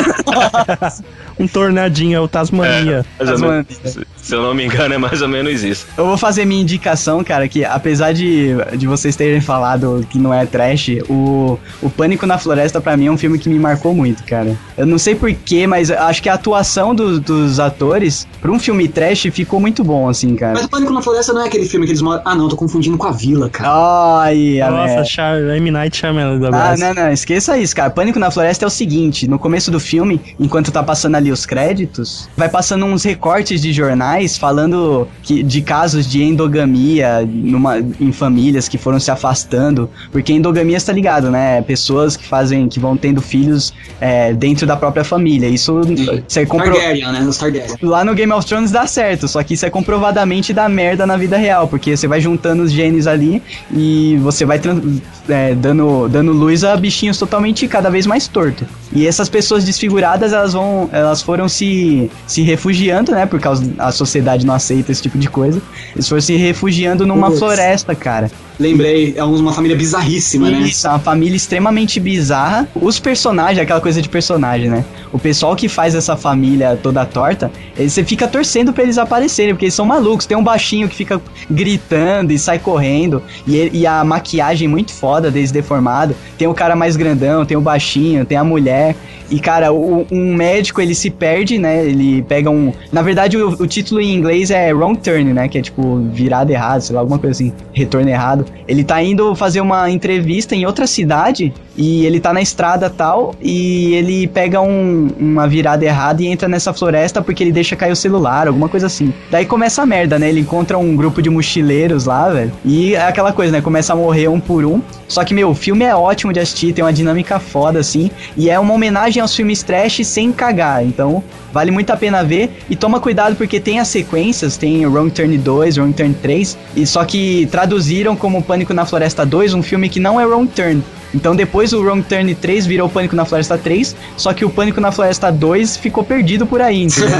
Speaker 3: Um tornadinho, é o Tasmania.
Speaker 4: Mais ou
Speaker 1: Tasmania.
Speaker 4: menos, se, se eu não me engano, é mais ou menos isso.
Speaker 1: Eu vou fazer minha indicação, cara, que apesar de, de vocês terem falado que não é trash, o, o Pânico na Floresta pra mim é um filme que me marcou muito, cara. Eu não sei porquê, mas acho que a atuação do- dos atores pra um filme trash ficou muito bom, assim, cara.
Speaker 2: Mas o Pânico na Floresta não é aquele filme que eles moram... Ah, não, tô confundindo com a Vila, cara.
Speaker 1: Ai, a
Speaker 3: Nossa,
Speaker 1: merda.
Speaker 3: Char- M. Night Shyamalan da
Speaker 1: Ah,
Speaker 3: Brás.
Speaker 1: não, não, esqueça isso, cara. Pânico na Floresta é o seguinte, no começo do filme, enquanto tá passando ali os créditos, vai passando uns recortes de jornais falando que, de casos de endogamia numa, em famílias que foram se afastando, porque endogamia, você tá ligado, né? Pessoas que fazem, que vão tendo filhos é, dentro da própria família. Isso você compro...
Speaker 2: Targaryen, né? Os Targaryen.
Speaker 1: Lá no Game of Thrones dá certo, só que isso é comprovadamente dá merda na vida real, porque você vai juntando os genes ali e você vai tran- é, dando, dando luz a bichinhos totalmente cada vez mais torto. E essas pessoas desfiguradas, elas vão, elas foram se, se refugiando, né, por causa a sociedade não aceita esse tipo de coisa. Eles foram se refugiando numa
Speaker 2: Putz.
Speaker 1: floresta, cara.
Speaker 2: Lembrei, é uma família bizarríssima, né?
Speaker 1: Isso, é uma família extremamente bizarra. Os personagens, aquela coisa de personagem, né? O pessoal que faz essa família toda torta, eh, você fica torcendo pra eles aparecerem, porque eles são malucos. Tem um baixinho que fica gritando e sai correndo, e, ele- e a maquiagem muito foda deles deformado. Tem o cara mais grandão, tem o baixinho, tem a mulher. E, cara, o- um médico, ele se perde, né? Ele pega um... Na verdade, o, o título em inglês é Wrong Turn, né? Que é, tipo, virada errada, sei lá, alguma coisa assim. Retorno errado. Ele tá indo fazer uma entrevista em outra cidade e ele tá na estrada tal e ele pega um- uma virada errada e entra nessa floresta porque ele deixa cair o celular, alguma coisa assim. Daí começa a merda, né? Ele encontra um grupo de mochileiros lá, velho. E é aquela coisa, né? Começa a morrer um por um. Só que, meu, o filme é ótimo de assistir, tem uma dinâmica foda, assim. E é uma homenagem aos filmes trash sem cagar. Então, vale muito a pena ver. E toma cuidado porque tem as sequências, tem Wrong Turn dois, Wrong Turn três. E só que traduziram como Pânico na Floresta dois, um filme que não é Wrong Turn. Então depois o Wrong Turn três virou Pânico na Floresta três, só que o Pânico na Floresta dois ficou perdido por aí, entendeu?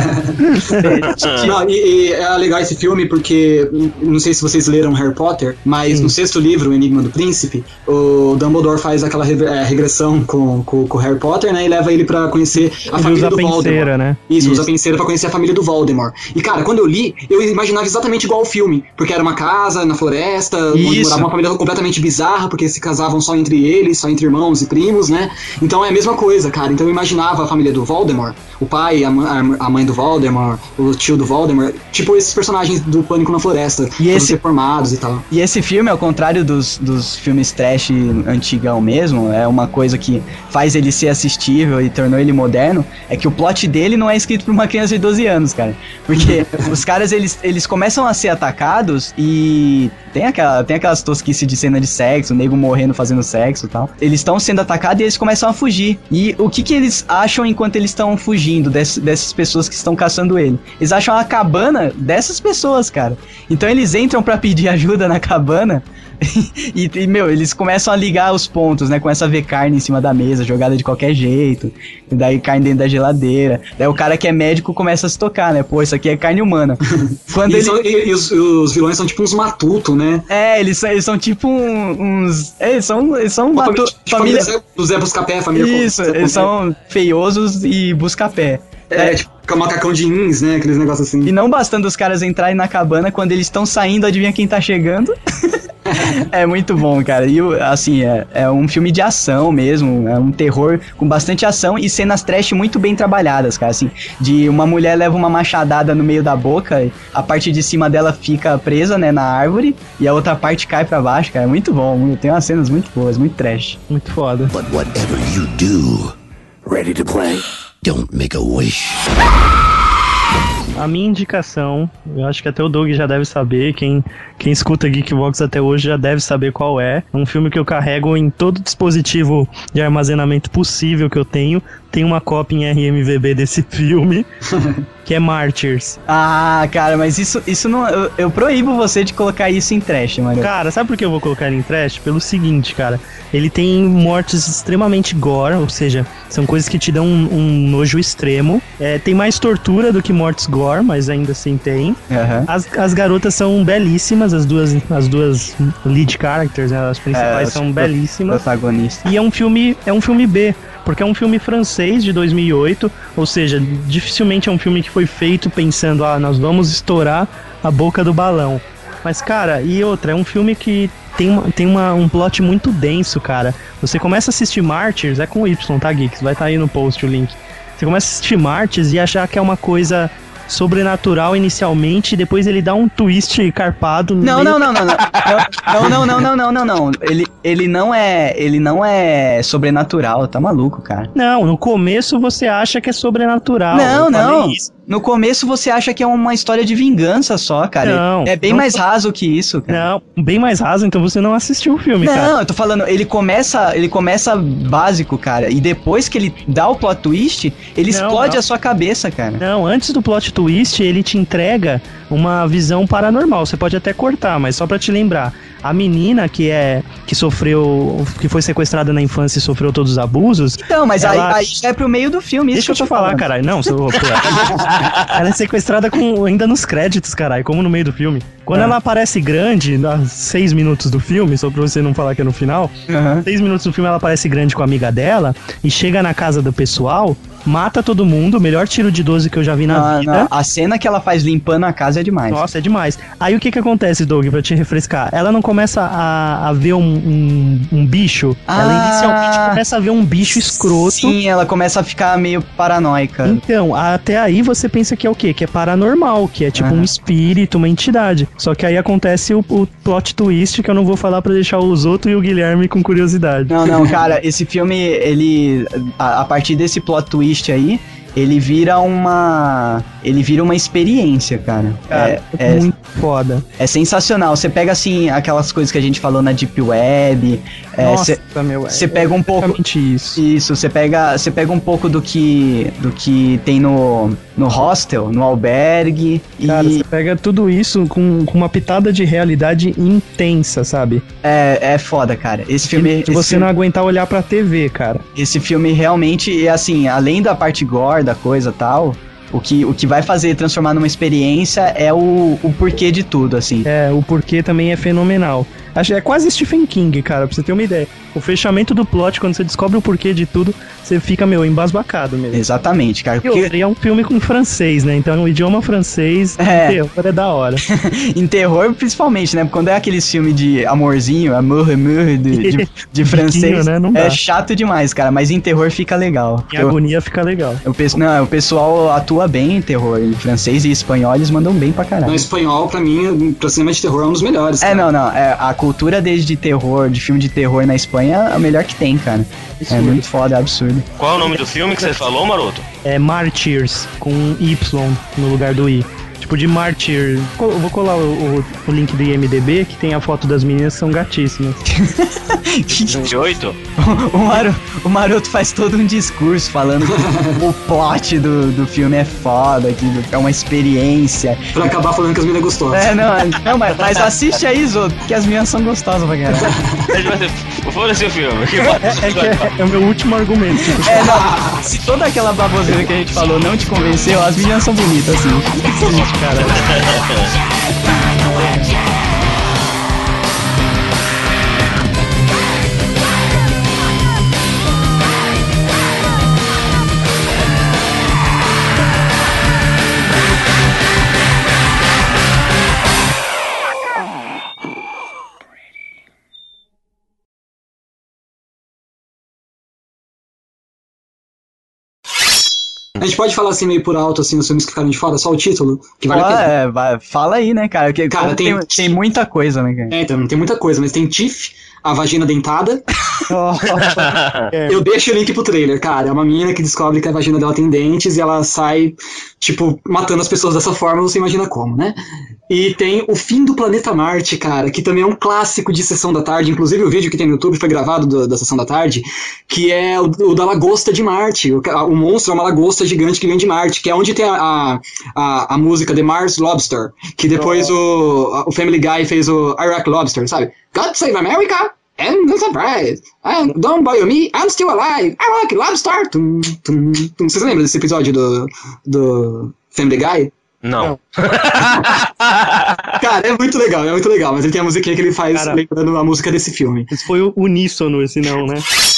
Speaker 2: Não, e, e é legal esse filme porque, não sei se vocês leram Harry Potter, mas no sexto livro, O Enigma do Príncipe, o Dumbledore faz aquela re- é, regressão com, com, com o Harry Potter, né, e leva ele pra conhecer a
Speaker 3: Ele
Speaker 2: família
Speaker 3: usa
Speaker 2: do Voldemort.
Speaker 3: penseira, né?
Speaker 2: Isso, usa
Speaker 1: Isso.
Speaker 2: penseira pra conhecer a família do Voldemort. E, cara, quando eu li, eu imaginava exatamente igual ao filme, porque era uma casa na floresta, onde
Speaker 1: Isso.
Speaker 2: morava uma família completamente bizarra, porque se casavam só entre eles, só entre irmãos e primos, né? Então é a mesma coisa, cara. Então eu imaginava a família do Voldemort, o pai, a, ma- a mãe do Voldemort, o tio do Voldemort, tipo esses personagens do Pânico na Floresta,
Speaker 1: E
Speaker 2: todos
Speaker 1: esse-
Speaker 2: reformados e tal.
Speaker 1: E esse filme, ao contrário dos, dos filmes trash antigão mesmo, é uma coisa que faz ele ser assistível e tornou ele moderno, é que o plot dele não é escrito por uma criança de doze anos, cara. Porque os caras, eles, eles começam a ser atacados e tem, aquela, tem aquelas tosquices de cena de sexo, o nego morrendo fazendo sexo e tal. Eles estão sendo atacados e eles começam a fugir. E o que que eles acham enquanto eles estão fugindo dess, dessas pessoas que estão caçando ele? Eles acham a cabana dessas pessoas, cara. Então eles entram pra pedir ajuda na cabana e, e, meu, eles começam a ligar os pontos, né? Começam a ver carne em cima da mesa, jogada de qualquer jeito. E daí carne dentro da geladeira. Daí o cara que é médico começa a se tocar, né? Pô, isso aqui é carne humana. Quando
Speaker 2: E,
Speaker 1: ele...
Speaker 2: são- e- e os, os vilões são tipo uns matuto, né?
Speaker 1: É, eles são, eles são tipo um- uns... É, eles são, eles são
Speaker 2: Uma
Speaker 1: uma
Speaker 2: família,
Speaker 1: tu-
Speaker 2: tipo,
Speaker 1: família...
Speaker 2: família do Zé Buscapé, a família
Speaker 1: Isso,
Speaker 2: Zé
Speaker 1: eles
Speaker 2: Buscapé.
Speaker 1: são feiosos e busca-pé.
Speaker 2: É, tipo, Com macacão jeans, né? Aqueles negócios assim.
Speaker 1: E não bastando os caras entrarem na cabana, quando eles estão saindo, adivinha quem tá chegando? É muito bom, cara. E, assim, é, é um filme de ação mesmo. É um terror com bastante ação e cenas trash muito bem trabalhadas, cara. Assim, de uma mulher leva uma machadada no meio da boca, a parte de cima dela fica presa, né, na árvore, e a outra parte cai pra baixo, cara. É muito bom. Tem umas cenas muito boas, muito trash.
Speaker 3: Muito foda.
Speaker 6: But whatever you do, ready to play? Don't make a wish.
Speaker 3: A minha indicação, eu acho que até o Doug já deve saber, quem, quem escuta Geekvox até hoje já deve saber qual é. É um filme que eu carrego em todo dispositivo de armazenamento possível que eu tenho. Tem uma cópia em R M V B desse filme, que é Martyrs.
Speaker 1: Ah, cara, mas isso, isso não... Eu, eu proíbo você de colocar isso em trash, mano.
Speaker 3: Cara, sabe por que eu vou colocar ele em trash? Pelo seguinte, cara. Ele tem mortes extremamente gore, ou seja, são coisas que te dão um, um nojo extremo. É, tem mais tortura do que mortes gore, mas ainda assim tem.
Speaker 1: Uhum.
Speaker 3: As, as garotas são belíssimas, as duas, as duas lead characters, né, as principais
Speaker 1: É,
Speaker 3: são
Speaker 1: os
Speaker 3: belíssimas.
Speaker 1: Protagonista.
Speaker 3: E é um filme, é um filme B, porque é um filme francês de dois mil e oito, ou seja, dificilmente é um filme que foi feito pensando, ah, nós vamos estourar a boca do balão. Mas, cara, e outra, é um filme que tem, uma, tem uma, um plot muito denso, cara. Você começa a assistir Martyrs, é com Y, tá, Geeks? Vai estar tá aí no post o link. Você começa a assistir Martyrs e achar que é uma coisa sobrenatural inicialmente, e depois ele dá um twist carpado.
Speaker 1: Não, não, não, não, não. Não, não, não, não, não, não, não. Ele, ele não é. Ele não é sobrenatural, tá maluco, cara.
Speaker 3: Não, no começo você acha que é sobrenatural.
Speaker 1: Não,
Speaker 3: eu
Speaker 1: não.
Speaker 3: falei isso.
Speaker 1: No começo você acha que é uma história de vingança só, cara.
Speaker 3: Não,
Speaker 1: é bem
Speaker 3: não
Speaker 1: mais
Speaker 3: tô-
Speaker 1: raso que isso, cara.
Speaker 3: Não, bem mais raso, então você não assistiu o filme,
Speaker 1: Não,
Speaker 3: cara.
Speaker 1: eu tô falando, ele começa, ele começa básico, cara, e depois que ele dá o plot twist, ele
Speaker 3: Não,
Speaker 1: explode
Speaker 3: não.
Speaker 1: a sua cabeça, cara.
Speaker 3: Não, antes do plot twist, ele te entrega uma visão paranormal. Você pode até cortar, mas só pra te lembrar. A menina que é que sofreu, que foi sequestrada na infância e sofreu todos os abusos.
Speaker 1: Então, mas
Speaker 3: ela-
Speaker 1: aí, aí já é pro meio do filme, isso
Speaker 3: Deixa eu
Speaker 1: que
Speaker 3: te falar,
Speaker 1: falando.
Speaker 3: caralho. Não, sou, pô, ela é sequestrada com, ainda nos créditos, caralho, como no meio do filme. Quando
Speaker 1: É.
Speaker 3: ela aparece grande, nos seis minutos do filme, só pra você não falar que é no final,
Speaker 1: Aham.
Speaker 3: seis minutos do filme ela aparece grande com a amiga dela e chega na casa do pessoal, mata todo mundo, o melhor tiro de doze que eu já vi na
Speaker 1: Não,
Speaker 3: vida.
Speaker 1: não, a cena que ela faz limpando a casa é demais.
Speaker 3: Nossa, é demais. Aí o que que acontece, Doug, pra te refrescar? Ela não começa a, a ver um, um, um bicho, ela
Speaker 1: Ah.
Speaker 3: inicialmente começa a ver um bicho escroto.
Speaker 1: Sim, ela começa a ficar meio paranoica.
Speaker 3: Então, até aí você pensa que é o quê? Que é paranormal, que é tipo
Speaker 1: Aham.
Speaker 3: um espírito, uma entidade. Só que aí acontece o, o plot twist que eu não vou falar pra deixar o Zoto e o Guilherme com curiosidade.
Speaker 1: Não, não, cara, esse filme, ele, a, a partir desse plot twist aí, ele vira uma, ele vira uma experiência, cara.
Speaker 3: Cara,
Speaker 1: é,
Speaker 3: é
Speaker 1: é,
Speaker 3: muito foda.
Speaker 1: é sensacional. Você pega, assim, aquelas coisas que a gente falou na Deep Web, é,
Speaker 3: Nossa,
Speaker 1: você
Speaker 3: meu, é
Speaker 1: você pega um pouco...
Speaker 3: exatamente isso.
Speaker 1: Isso, você pega, você pega um pouco do que, do que tem no, no hostel, no albergue,
Speaker 3: Cara,
Speaker 1: e
Speaker 3: você pega tudo isso com, com uma pitada de realidade intensa, sabe?
Speaker 1: é, é foda, cara. Esse filme...
Speaker 3: Se
Speaker 1: esse
Speaker 3: você
Speaker 1: filme-
Speaker 3: não aguentar olhar pra T V, cara.
Speaker 1: Esse filme realmente, é assim, além da parte gore da coisa e tal, o que, o que vai fazer transformar numa experiência é o, o porquê de tudo, assim.
Speaker 3: É, o porquê também é fenomenal. Acho é quase Stephen King, cara, pra você ter uma ideia. O fechamento do plot, quando você descobre o porquê de tudo, você fica, meu, embasbacado mesmo.
Speaker 1: Exatamente, cara.
Speaker 3: E
Speaker 1: Porque
Speaker 3: outra, e é um filme com francês, né? Então o idioma francês
Speaker 1: É.
Speaker 3: terror é da hora.
Speaker 1: em terror, principalmente, né? Quando é aqueles filmes de amorzinho, amor, amor, de, de, de francês,
Speaker 3: né? Não dá.
Speaker 1: é chato demais, cara. Mas em terror fica legal.
Speaker 3: Em
Speaker 1: Eu-
Speaker 3: agonia fica legal.
Speaker 1: O, pe- não, o pessoal atua bem em terror. Em francês e espanhol eles mandam bem pra caralho.
Speaker 2: No espanhol, pra mim, pra cinema de terror, é um dos melhores.
Speaker 1: É,
Speaker 2: cara.
Speaker 1: não, não. É, a cultura deles de terror, de filme de terror na Espanha é a melhor que tem, cara. É muito foda, é absurdo.
Speaker 4: Qual é o nome do filme que você falou, Maroto?
Speaker 3: É Martyrs, com Y no lugar do I. Tipo de Martyr. Co- Eu vou colar o, o, o link do I M D B, que tem a foto das meninas que são gatíssimas.
Speaker 4: De oito?
Speaker 1: o, Maro, o Maroto faz todo um discurso falando que o plot do, do filme é foda, que é uma experiência.
Speaker 2: Pra acabar falando que as meninas gostou.
Speaker 1: É, não, não mas, mas assiste aí, Zô, que as meninas são gostosas pra caralho.
Speaker 4: Foda-se o filme. Que
Speaker 3: É, que é, é o meu último argumento. Tipo,
Speaker 1: É, não, se toda aquela baboseira que a gente falou não te convenceu, as meninas são bonitas, assim.
Speaker 3: cara.
Speaker 2: A gente pode falar assim meio por alto, assim, os filmes que ficaram de fora, só o título, que vale
Speaker 1: Pô,
Speaker 2: a pena.
Speaker 1: é, vai, fala aí, né, cara? Porque
Speaker 2: Cara,
Speaker 1: tem,
Speaker 2: tem-
Speaker 1: tem muita coisa, né, cara?
Speaker 2: É, então, não tem muita coisa, mas tem Tiff, a vagina dentada.
Speaker 3: É.
Speaker 2: Eu deixo o link pro trailer, cara. É uma menina que descobre que a vagina dela tem dentes e ela sai, tipo, matando as pessoas dessa forma, você imagina como, né? E tem O Fim do Planeta Marte, cara, que também é um clássico de Sessão da Tarde. Inclusive o vídeo que tem no YouTube foi gravado do- da Sessão da Tarde, que é o, o da lagosta de Marte. O, ca- o monstro é uma lagosta gigante que vem de Marte, que é onde tem a, a, a, a música The Mars Lobster, que depois o, o Family Guy fez o Iraq Lobster, sabe? God Save America! And the surprise! And don't bother me, I'm still alive! I like lobster! Tum, tum, tum. Vocês lembram desse episódio do, do Family Guy?
Speaker 4: Não.
Speaker 2: Cara, é muito legal, é muito legal, mas ele tem a musiquinha que ele faz
Speaker 3: Cara,
Speaker 2: lembrando a música desse filme.
Speaker 3: Esse foi o uníssono, esse não, né?